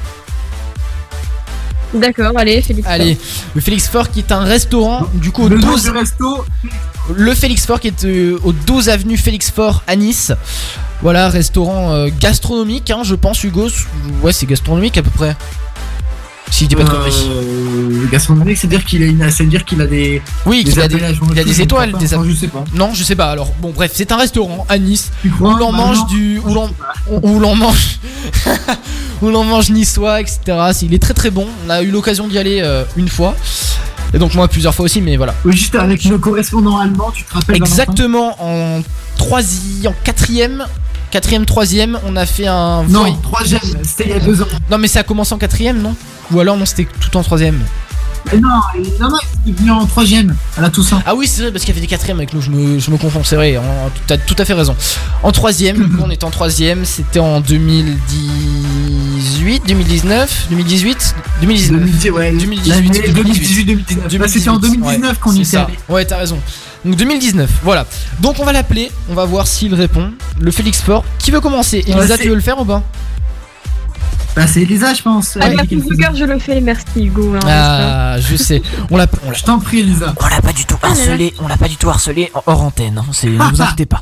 D'accord, allez, Félix Fort. Allez, le Félix Fort qui est un restaurant, du coup, au le douze... nom du resto. Le Félix Fort qui est euh, au douze avenue Félix Fort à Nice. Voilà, restaurant euh, gastronomique, hein, je pense, Hugo. Ouais, c'est gastronomique à peu près. Si je dis pas de conneries. Euh, gastronomique, c'est-à-dire qu'il a, une... c'est-à-dire qu'il a des. Oui, des qu'il a des, il a des étoiles. Pas, des enfin, je sais pas. Non, je sais pas. Alors, bon, bref, c'est un restaurant à Nice où l'on bah mange non. du. Où l'on, où l'on mange. où l'on mange niçois, et cetera. Il est très très bon. On a eu l'occasion d'y aller euh, une fois. Et donc, moi, plusieurs fois aussi, mais voilà. Oui, juste avec le correspondant allemand, tu te rappelles? Exactement, en troisième, en quatrième. Quatrième, troisième, on a fait un. Non, voy... troisième, c'était il y a deux ans. Non, mais ça a commencé en quatrième, non? Ou alors, non, c'était tout en troisième. Mais non, non, non, il est venu en troisième, à la Toussaint. Ah oui, c'est vrai, parce qu'il y avait des quatrièmes avec nous, je me, je me confonds, c'est vrai, tu as tout à fait raison. En troisième, on était en troisième, c'était en deux mille dix-huit, deux mille dix-neuf, deux mille dix-huit, deux mille dix-neuf. Ouais, deux mille dix-huit, deux mille dix-huit, deux mille dix-neuf. Bah, c'était en deux mille dix-neuf ouais, qu'on y était allé. Ouais, t'as raison. Donc deux mille dix-neuf, voilà. Donc on va l'appeler, on va voir s'il répond. Le Félix Fort, qui veut commencer? Elisa, ouais, tu veux le faire ou pas? Bah c'est Elisa, je pense. Ah bah pour cœur je le fais, merci Hugo. Hein, ah je sais. On l'a, on l'a. Je t'en prie Elisa. On l'a pas du tout harcelé, on l'a pas du tout harcelé hors antenne. Hein. C'est, ne vous inquiétez pas.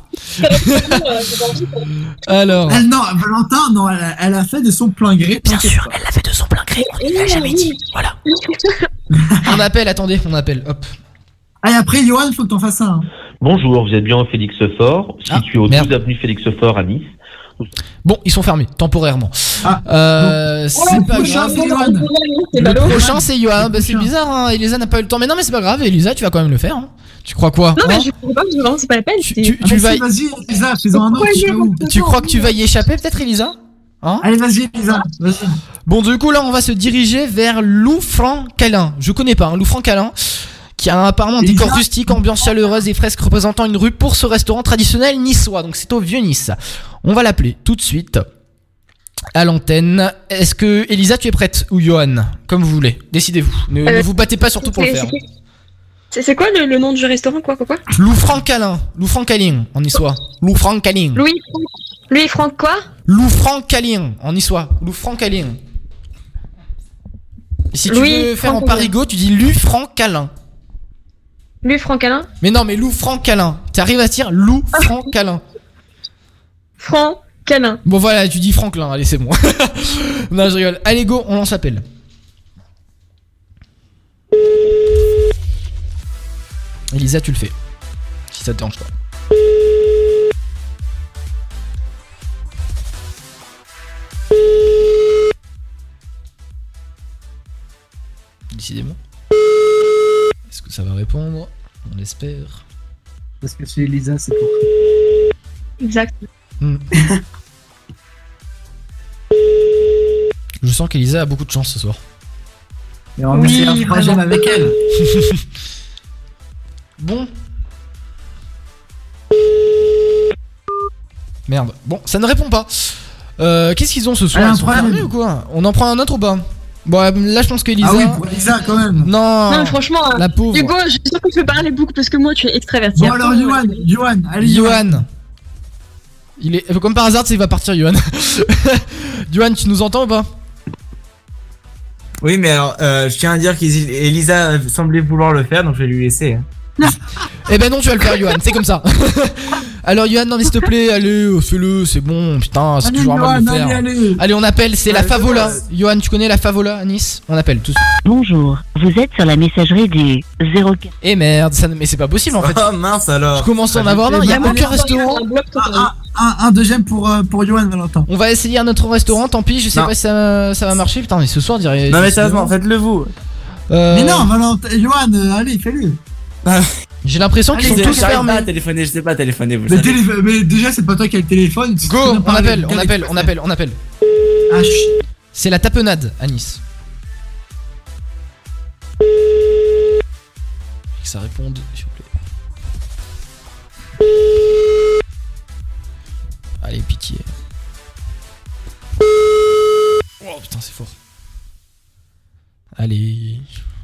Alors. Elle, non, Valentin, non, elle a, elle a fait de son plein gré. Bien sûr, elle l'a fait de son plein gré. On ne l'a jamais dit. Voilà. On appelle, attendez, on appelle. Hop. Ah, et après, Johan, faut que t'en fasses un. Hein. Bonjour, vous êtes bien au Félix Fort, situé ah, au douze avenue Félix Fort à Nice. Bon, ils sont fermés, temporairement. Ah, euh, c'est oh, pas prochain, grave. C'est Johan. Le prochain, c'est Johan. Bah, c'est bizarre, hein. Elisa n'a pas eu le temps. Mais non, mais c'est pas grave, Elisa, tu vas quand même le faire. Hein. Tu crois quoi? Non, mais hein je comprends pas, parce que vraiment, c'est pas la peine. Tu, tu, tu Vas-y, vas, vas-y, Elisa, fais-en un autre. Pourquoi je sais j'ai- où. tu crois que tu vas y échapper peut-être, Elisa? Hein? Allez, vas-y, Elisa, vas-y. Bon, du coup, là, on va se diriger vers Lou Franc Calin. Je connais pas, hein, Lou Franc Calin, qui a apparemment un Elisa décor rustique, ambiance chaleureuse et fresque représentant une rue pour ce restaurant traditionnel niçois. Donc, c'est au Vieux-Nice. On va l'appeler tout de suite à l'antenne. Est-ce que, Elisa, tu es prête? Ou Johan? Comme vous voulez. Décidez-vous. Ne, Euh, ne vous battez pas surtout pour le C'est- faire. c'est- C'est c'est quoi le, le nom du restaurant, quoi, quoi, quoi? Lou Franc Calin. Lou Franc Calin, en niçois. Lou Franc Calin. Louis Franck. Louis Franck, quoi? Lou Franc Calin, en niçois. Lou Franc Calin. Et si tu Louis veux faire en Franck parigot, tu dis Lou Franc Calin. Louis Franck Alain? Mais non, mais Lou Franc Calin. T'arrives à dire Lou Franc Calin. Franck Calin. Bon voilà, tu dis Franklin, allez c'est bon. Non, je rigole. Allez go, on lance appel. Elisa, tu le fais. Si ça te dérange pas. Décidément. Est-ce que ça va répondre? On espère. Parce que c'est Elisa, c'est pour. Exact. Hmm. Je sens qu'Elisa a beaucoup de chance ce soir. Et on va Oui, passer un troisième vraiment. avec elle. Bon. Merde. Bon, ça ne répond pas. Euh, Qu'est-ce qu'ils ont ce soir? Allez, un Ils sont troisième. fermés ou quoi? On en prend un autre ou pas? Bon, euh, là je pense qu'Elisa. Ah oui, pour Elisa quand même. Non. Non, mais franchement, La pauvre. Hugo, je suis sûr que tu peux parler beaucoup parce que moi, tu es extraverti. Bon alors, Yohan, Yohan, allez, Yohan. Johan. Il est comme par hasard, tu sais, il va partir, Johan. Johan, tu nous entends ou pas? Oui, mais alors, euh, je tiens à dire qu'Elisa semblait vouloir le faire, donc je vais lui laisser. hein. Eh ben non, tu vas le faire, Johan, c'est comme ça. Alors, Johan, non, mais s'il te plaît, allez, euh, fais-le, c'est bon, putain, c'est Allez, toujours mal de le Johan, faire. allez, allez. Allez, on appelle, c'est la Allez, Favola. vas-y. Johan, tu connais la Favola à Nice? On appelle tous. Bonjour, vous êtes sur la messagerie du zéro quatre. Eh merde, ça, mais c'est pas possible en fait. Oh mince alors. Je commence à en avoir marre, il y a aucun restaurant. Un, un, un deuxième pour, euh, pour Yohan, Valentin. On va essayer un autre restaurant, tant pis, je sais Non. pas si ça, ça va marcher. Putain, mais ce soir, on dirait. Non mais sérieusement, faites-le vous. Euh, Mais non, Valentin, Yohan, euh, allez, fais-le. J'ai l'impression qu'ils Allez, sont tous J'arrive pas à fermés. téléphoner, je sais pas téléphoner, vous le Mais, savez. télé- mais déjà, c'est pas toi qui as le téléphone. tu sais Go, très bien on parler appelle, avec on Alex appelle, on Prefer. appelle, on appelle. Ah, chut. C'est la tapenade à Nice. Que ça réponde, s'il vous plaît. Allez, pitié. Oh putain, c'est fort. Allez.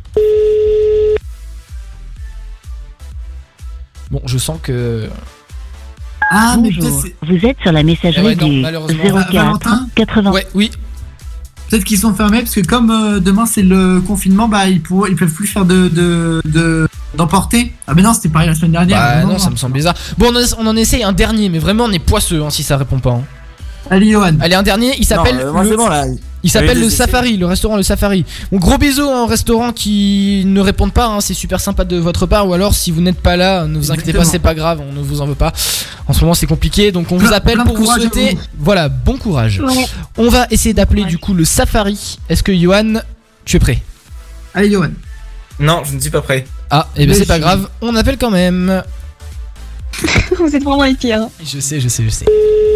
Bon, je sens que. Ah, mais peut-être Bonjour, c'est- vous êtes sur la Eh messagerie ouais, non, du malheureusement. zéro Va- quatre Valentin quatre-vingts. Ouais, oui. peut-être qu'ils sont fermés parce que comme euh, demain c'est le confinement, bah ils, pourront, ils peuvent plus faire de de de- d'emporter. Ah, mais non, c'était pareil la semaine dernière. Bah non, ça me semble bizarre. Bon, on en, on en essaye un dernier, mais vraiment on est poisseux hein, si ça répond pas. hein. Allez, Yohan. Allez, un dernier, il s'appelle. Non, euh, moi le- c'est bon là. Il s'appelle Allez, le laissez- Safari, le restaurant Le Safari. Bon, gros bisous hein, au restaurant qui ne répondent pas, hein, c'est super sympa de votre part. Ou alors, si vous n'êtes pas là, ne vous inquiétez pas, Exactement. c'est pas grave, on ne vous en veut pas. En ce moment, c'est compliqué, donc on vous Plein- appelle plein de pour vous courage à souhaiter. vous. Voilà, bon courage. Ouais. On va essayer d'appeler du coup le Safari. Est-ce que Johan, tu es prêt? Allez, Yohan. Non, je ne suis pas prêt. Ah, et ben Mais c'est pas si. grave, on appelle quand même. Vous êtes vraiment les pires. hein. Je sais, je sais, je sais.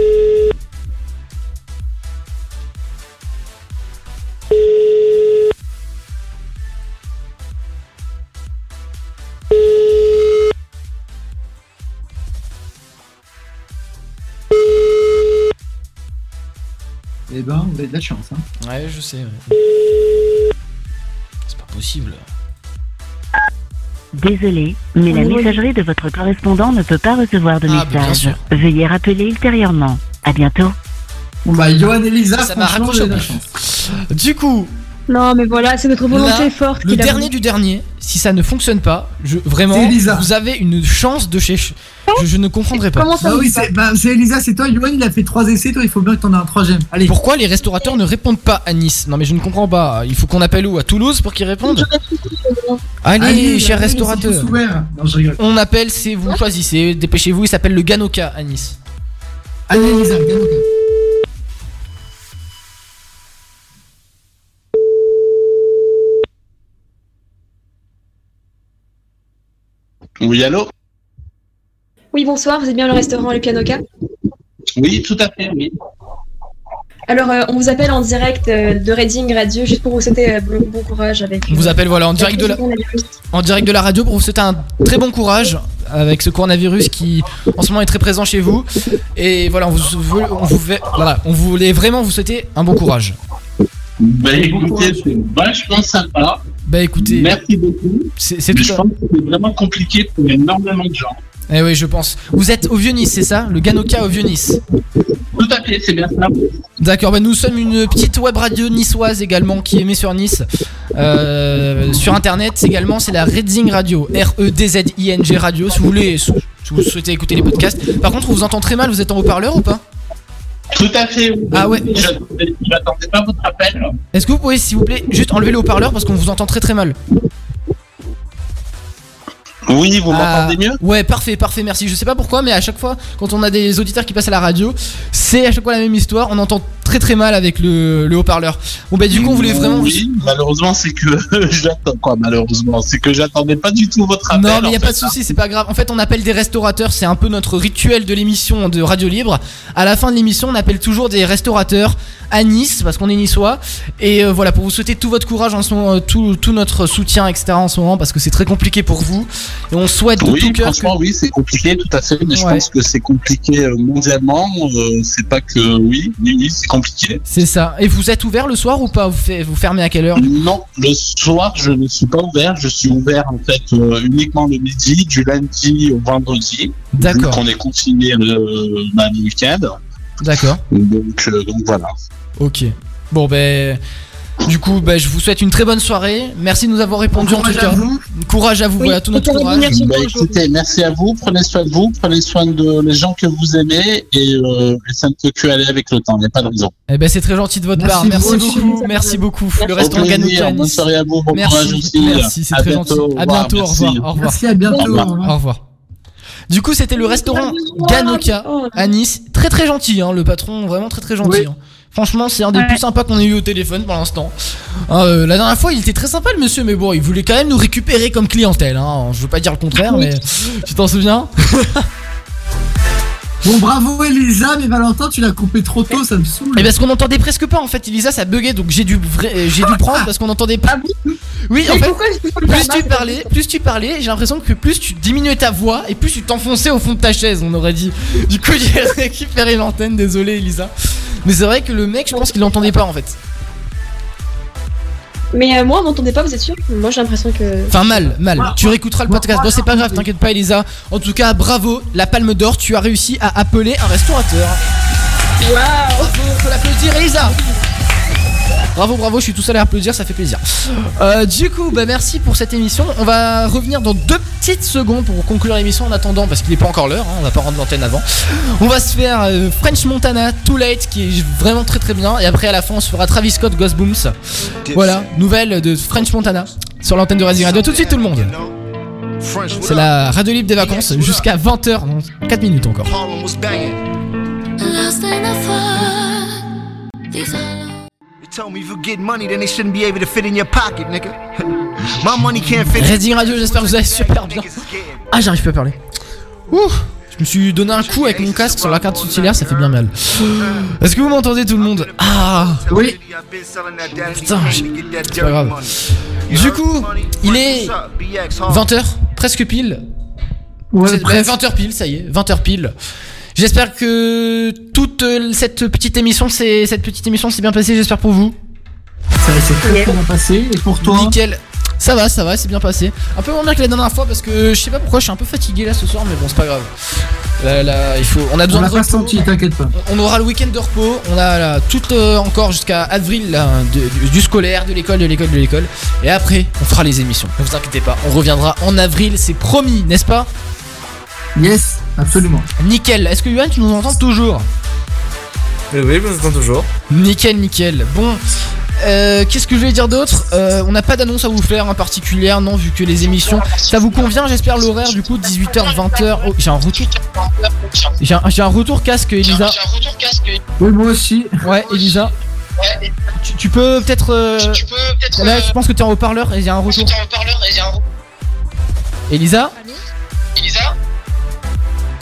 Eh ben, vous avez de la chance. Hein. Ouais, je sais. ouais. C'est pas possible. Désolé, mais la messagerie de votre correspondant ne peut pas recevoir de Ah, bah, bien message. sûr. Veuillez rappeler ultérieurement. À bientôt. Bon, bah, Yohan et Lisa, Ça m'a franchement, raccroché vous au avez de la pif. chance. Du coup, Non, mais voilà, c'est notre volonté là, forte. le qui l'a dernier voulu. du dernier, si ça ne fonctionne pas, je, vraiment, C'est Elisa. vous avez une chance de chez. Je, je ne comprendrai pas. Comment ça Bah vous oui, dit pas c'est bah, c'est Elisa, c'est toi. Yohan, il a fait trois essais. Toi, il faut bien que t'en aies un troisième. Allez. Pourquoi les restaurateurs ne répondent pas à Nice? Non mais je ne comprends pas. Il faut qu'on appelle où? À Toulouse pour qu'ils répondent? Allez, Allez, cher allez, restaurateur. c'est tous ouverts. Non, je rigole. On appelle, c'est vous choisissez. Dépêchez-vous, il s'appelle le Ganoka à Nice. Allez, Elisa, regarde. ok. Oui, allô? Oui, bonsoir, vous êtes bien le restaurant Le Pianoca? Oui, tout à fait, oui. Alors, euh, on vous appelle en direct euh, de Reading Radio juste pour vous souhaiter euh, bon, bon courage avec. On vous appelle voilà en direct de la en direct de la radio pour vous souhaiter un très bon courage avec ce coronavirus qui en ce moment est très présent chez vous. Et voilà, on vous on vous voilà, on voulait vraiment vous souhaiter un bon courage. Bah écoutez, c'est vachement sympa. Bah écoutez, merci beaucoup. C'est, c'est tout je à... pense que c'est vraiment compliqué pour énormément de gens. Eh oui, je pense. Vous êtes au Vieux-Nice, c'est ça? Le Ganoka au Vieux-Nice. Tout à fait, c'est bien ça. D'accord, bah nous sommes une petite web radio niçoise également qui émet sur Nice. Euh, sur internet également, c'est la Reading Radio. R E D Z I N G Radio. Si vous voulez, si vous souhaitez écouter les podcasts. Par contre, on vous entend très mal, vous êtes en haut-parleur ou pas? Tout à fait. Oui. Ah ouais. Je n'attendais pas votre appel. Est-ce que vous pouvez, s'il vous plaît, juste enlever le haut-parleur parce qu'on vous entend très très mal? Oui, vous m'entendez ah, mieux? Ouais, parfait, parfait, merci. Je sais pas pourquoi, mais à chaque fois, quand on a des auditeurs qui passent à la radio, c'est à chaque fois la même histoire. On entend très très mal avec le, le haut-parleur. Bon, bah, du coup, on voulait vraiment. Oui, malheureusement, c'est que j'attends quoi, malheureusement, c'est que j'attendais pas du tout votre appel. Non, mais y a pas fait, de souci, c'est pas grave. En fait, on appelle des restaurateurs, c'est un peu notre rituel de l'émission de Radio Libre. À la fin de l'émission, on appelle toujours des restaurateurs à Nice, parce qu'on est niçois. Et euh, voilà, pour vous souhaiter tout votre courage en ce moment, tout, tout notre soutien, et cetera en ce moment, parce que c'est très compliqué pour vous. Et on souhaite de oui, tout cœur. Franchement, que... oui, c'est compliqué, tout à fait. Mais ouais. je pense que c'est compliqué mondialement. Euh, c'est pas que oui, oui, oui, c'est compliqué. C'est ça. Et vous êtes ouvert le soir ou pas? Vous, fait, vous fermez à quelle heure? Non, le soir, je ne suis pas ouvert. Je suis ouvert en fait euh, uniquement le midi, du lundi au vendredi. D'accord. Vu qu'on est confiné le, bah, le week-end. D'accord. Donc, euh, donc voilà. Ok. Bon ben, du coup, ben, je vous souhaite une très bonne soirée. Merci de nous avoir répondu bon en tout cas. vous. Courage à vous. Oui, voilà tout notre courage. Bah, écoutez, merci à vous. Prenez soin de vous, prenez soin de les gens que vous aimez et, euh, et ça ne peut que aller avec le temps. Il n'y a pas de raison. Eh ben c'est très gentil de votre part. Merci beaucoup. Merci beaucoup. Le restaurant Ganoka. Bonne soirée à vous. Bon merci. Courage aussi. Merci. C'est très gentil. À bientôt. Au revoir. Au revoir. Merci. À bientôt. Au revoir. Du coup, c'était le restaurant Ganoka à Nice. Très très gentil, hein, le patron, vraiment très très gentil. Oui. Hein. Franchement, c'est un des ouais. plus sympas qu'on ait eu au téléphone pour l'instant. Euh, la dernière fois, il était très sympa le monsieur, mais bon, il voulait quand même nous récupérer comme clientèle. Hein. Je veux pas dire le contraire, mais tu t'en souviens? Bon, bravo Elisa, mais Valentin, tu l'as coupé trop tôt, ça me saoule. Et parce qu'on entendait presque pas en fait, Elisa, ça buguait, donc j'ai dû, j'ai dû prendre parce qu'on entendait pas. Oui, en fait, plus tu parlais, plus tu parlais, j'ai l'impression que plus tu diminuais ta voix et plus tu t'enfonçais au fond de ta chaise, on aurait dit. Du coup, j'ai récupéré l'antenne, désolé Elisa. Mais c'est vrai que le mec, je pense qu'il l'entendait pas en fait. Mais euh, moi, on m'entendait pas, vous êtes sûr? Moi, j'ai l'impression que. Enfin, mal, mal. Ah, tu réécouteras le podcast. Bon, c'est pas grave, t'inquiète pas, Elisa. En tout cas, bravo, la palme d'or, tu as réussi à appeler un restaurateur. Waouh! Bravo, faut l'applaudir, Elisa. Bravo, bravo, je suis tout seul à applaudir, ça fait plaisir. Euh, du coup, bah merci pour cette émission. On va revenir dans deux petites secondes pour conclure l'émission en attendant, parce qu'il n'est pas encore l'heure, hein, on va pas rendre l'antenne avant. On va se faire euh, French Montana, Too Late, qui est vraiment très très bien. Et après, à la fin, on se fera Travis Scott, Ghost Booms. Voilà, nouvelle de French Montana sur l'antenne de Reading Radio. Tout de suite, tout le monde. C'est la radio libre des vacances jusqu'à vingt heures, dans quatre minutes encore. Told me if you get money, then they shouldn't be able to fit in your pocket, nigga. My money can't fit. Reading Radio, j'espère que vous allez super bien. Ah, j'arrive pas à parler. Ouh, je me suis donné un coup avec mon casque sur la carte soutillaire, ça fait bien mal. Est-ce que vous m'entendez tout le monde? Ah, oui. Putain, c'est pas grave. Du coup, il est vingt heures, presque pile. Ouais, bah, vingt heures pile, ça y est, vingt heures pile. J'espère que toute cette petite émission, c'est cette petite émission s'est bien passée. J'espère pour vous. Ça s'est très bien passé. Et pour toi? Nickel. Ça va, ça va, c'est bien passé. Un peu moins bien que la dernière fois parce que je sais pas pourquoi je suis un peu fatigué là ce soir, mais bon, c'est pas grave. Là, là, il faut, on a besoin on de repos. Pas senti, t'inquiète pas. On aura le week-end de repos. On a là, tout euh, encore jusqu'à avril là, de, du, du scolaire, de l'école, de l'école, de l'école. Et après, on fera les émissions. Ne vous inquiétez pas, on reviendra en avril, c'est promis, n'est-ce pas? Yes, absolument. Nickel. Est-ce que Yoann, tu nous entends toujours? Oui, oui, je vous entends toujours. Nickel, nickel. Bon, euh, qu'est-ce que je vais dire d'autre? euh, On n'a pas d'annonce à vous faire en particulier, non, vu que les émissions, ça vous convient, j'espère, l'horaire du coup, dix-huit heures, vingt heures. Oh, j'ai un retour. J'ai un, j'ai un retour casque, Elisa. Oui, moi aussi. Ouais, Elisa. Ouais. Tu, tu peux peut-être. Euh... Là, je pense que t'es en haut-parleur et il y a un retour. Elisa?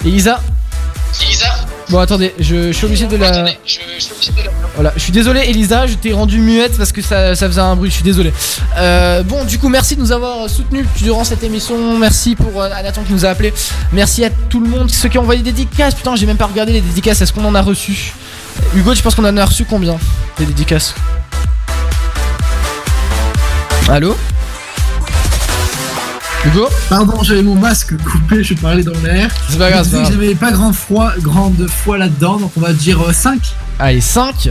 Elisa Elisa Bon, attendez, je, je suis obligé de la. Voilà, je suis désolé, Elisa, je t'ai rendu muette parce que ça, ça faisait un bruit, je suis désolé. Euh, bon, du coup, merci de nous avoir soutenus durant cette émission. Merci pour euh, Nathan qui nous a appelé. Merci à tout le monde, ceux qui ont envoyé des dédicaces. Putain, j'ai même pas regardé les dédicaces, est-ce qu'on en a reçu? Hugo, je pense qu'on en a reçu combien des dédicaces? Allô Hugo? Pardon, j'avais mon masque coupé, je parlais dans l'air. C'est pas grave, c'est pas grave. J'avais pas grande foi, grande foi là-dedans, donc on va dire euh, cinq. Allez, cinq.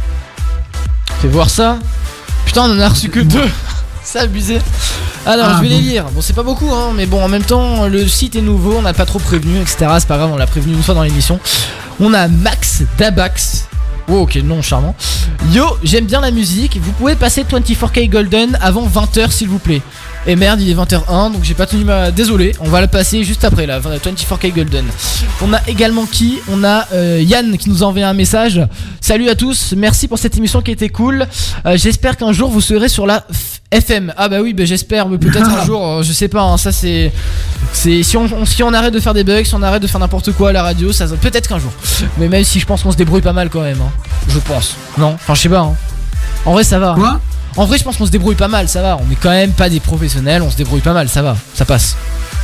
Fais voir ça. Putain, on en a reçu que deux. C'est abusé. Alors, Ah, je vais bon. les lire. Bon, c'est pas beaucoup, hein, mais bon, en même temps, le site est nouveau, on n'a pas trop prévenu, et cetera. C'est pas grave, on l'a prévenu une fois dans l'émission. On a Max Dabax. Oh, ok, non, charmant. Yo, j'aime bien la musique. Vous pouvez passer vingt-quatre K Golden avant vingt heures, s'il vous plaît. Et merde, il est vingt heures un, donc j'ai pas tenu ma. Désolé, on va le passer juste après là, vingt-quatre K Golden. On a également qui On a euh, Yann qui nous a envoyé un message. Salut à tous, merci pour cette émission qui était cool. Euh, J'espère qu'un jour vous serez sur la F M. Ah bah oui, bah j'espère, mais peut-être un jour, euh, je sais pas, hein, ça c'est. C'est si on, on- si on arrête de faire des bugs, si on arrête de faire n'importe quoi à la radio, ça peut-être qu'un jour. Mais même si je pense qu'on se débrouille pas mal quand même, hein. Je pense. Non, enfin je sais pas. Hein. En vrai ça va. Quoi En vrai je pense qu'on se débrouille pas mal, ça va. On est quand même pas des professionnels, on se débrouille pas mal, ça va, ça passe.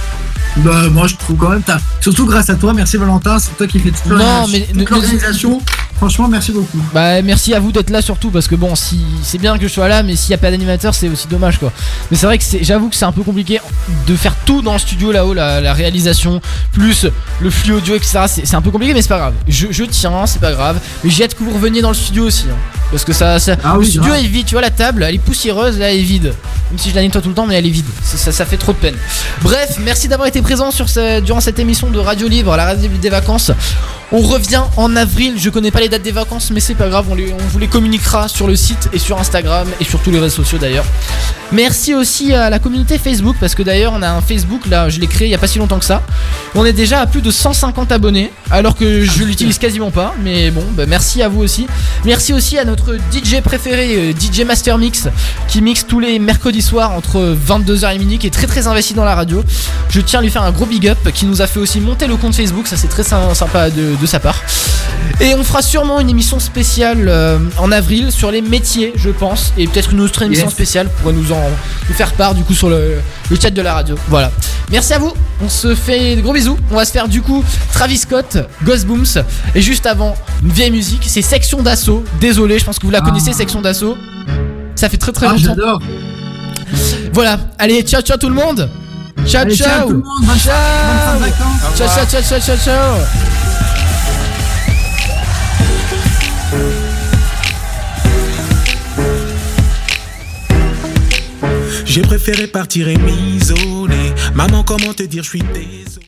Bah, moi je trouve quand même, t'as. Surtout grâce à toi, merci Valentin, c'est toi qui fais toute Non, la- mais toute ne- l'organisation. Franchement, merci beaucoup. Bah merci à vous d'être là surtout parce que bon si c'est bien que je sois là mais s'il y a pas d'animateur c'est aussi dommage quoi. Mais c'est vrai que c'est, j'avoue que c'est un peu compliqué de faire tout dans le studio là-haut, la, la réalisation plus le flux audio etc. C'est, c'est un peu compliqué mais c'est pas grave. Je, je tiens, c'est pas grave. Mais j'ai hâte que vous reveniez dans le studio aussi hein. Parce que ça, ça Ah le oui, studio grave. est vide, tu vois la table elle est poussiéreuse, là elle est vide. Même si je la nettoie tout le temps mais elle est vide. C'est- ça, ça fait trop de peine. Bref, merci d'avoir été présent sur ce, durant cette émission de Radio Libre, la radio des vacances. On revient en avril, je connais pas les dates des vacances mais c'est pas grave, on, les- on vous les communiquera sur le site et sur Instagram et sur tous les réseaux sociaux d'ailleurs. Merci aussi à la communauté Facebook parce que d'ailleurs on a un Facebook là, je l'ai créé il y a pas si longtemps que ça. On est déjà à plus de cent cinquante abonnés alors que je l'utilise quasiment pas, mais bon bah merci à vous aussi. Merci aussi à notre D J préféré, euh, D J Master Mix, qui mixe tous les mercredis soirs entre vingt-deux heures et minuit, qui est très très investi dans la radio. Je tiens à lui faire un gros big up, qui nous a fait aussi monter le compte Facebook, ça c'est très sy- sympa de, de sa part. Et on fera sûrement une émission spéciale euh, en avril sur les métiers, je pense, et peut-être une autre émission Yes. spéciale pour nous en nous faire part du coup sur le, le chat de la radio. Voilà. Merci à vous. On se fait de gros bisous. On va se faire du coup Travis Scott, Ghost Booms, et juste avant une vieille musique, c'est Section d'Assaut. Désolé, je pense que vous la connaissez, Section d'Assaut. Ça fait très très Ah, longtemps. j'adore. Voilà. Allez, ciao ciao tout le monde. Ciao Allez, ciao. ciao tout le monde, bonne- bonne fin de vacances. Ciao ciao ciao ciao ciao ciao. J'ai préféré partir et m'isoler. Maman, comment te dire, je suis désolé.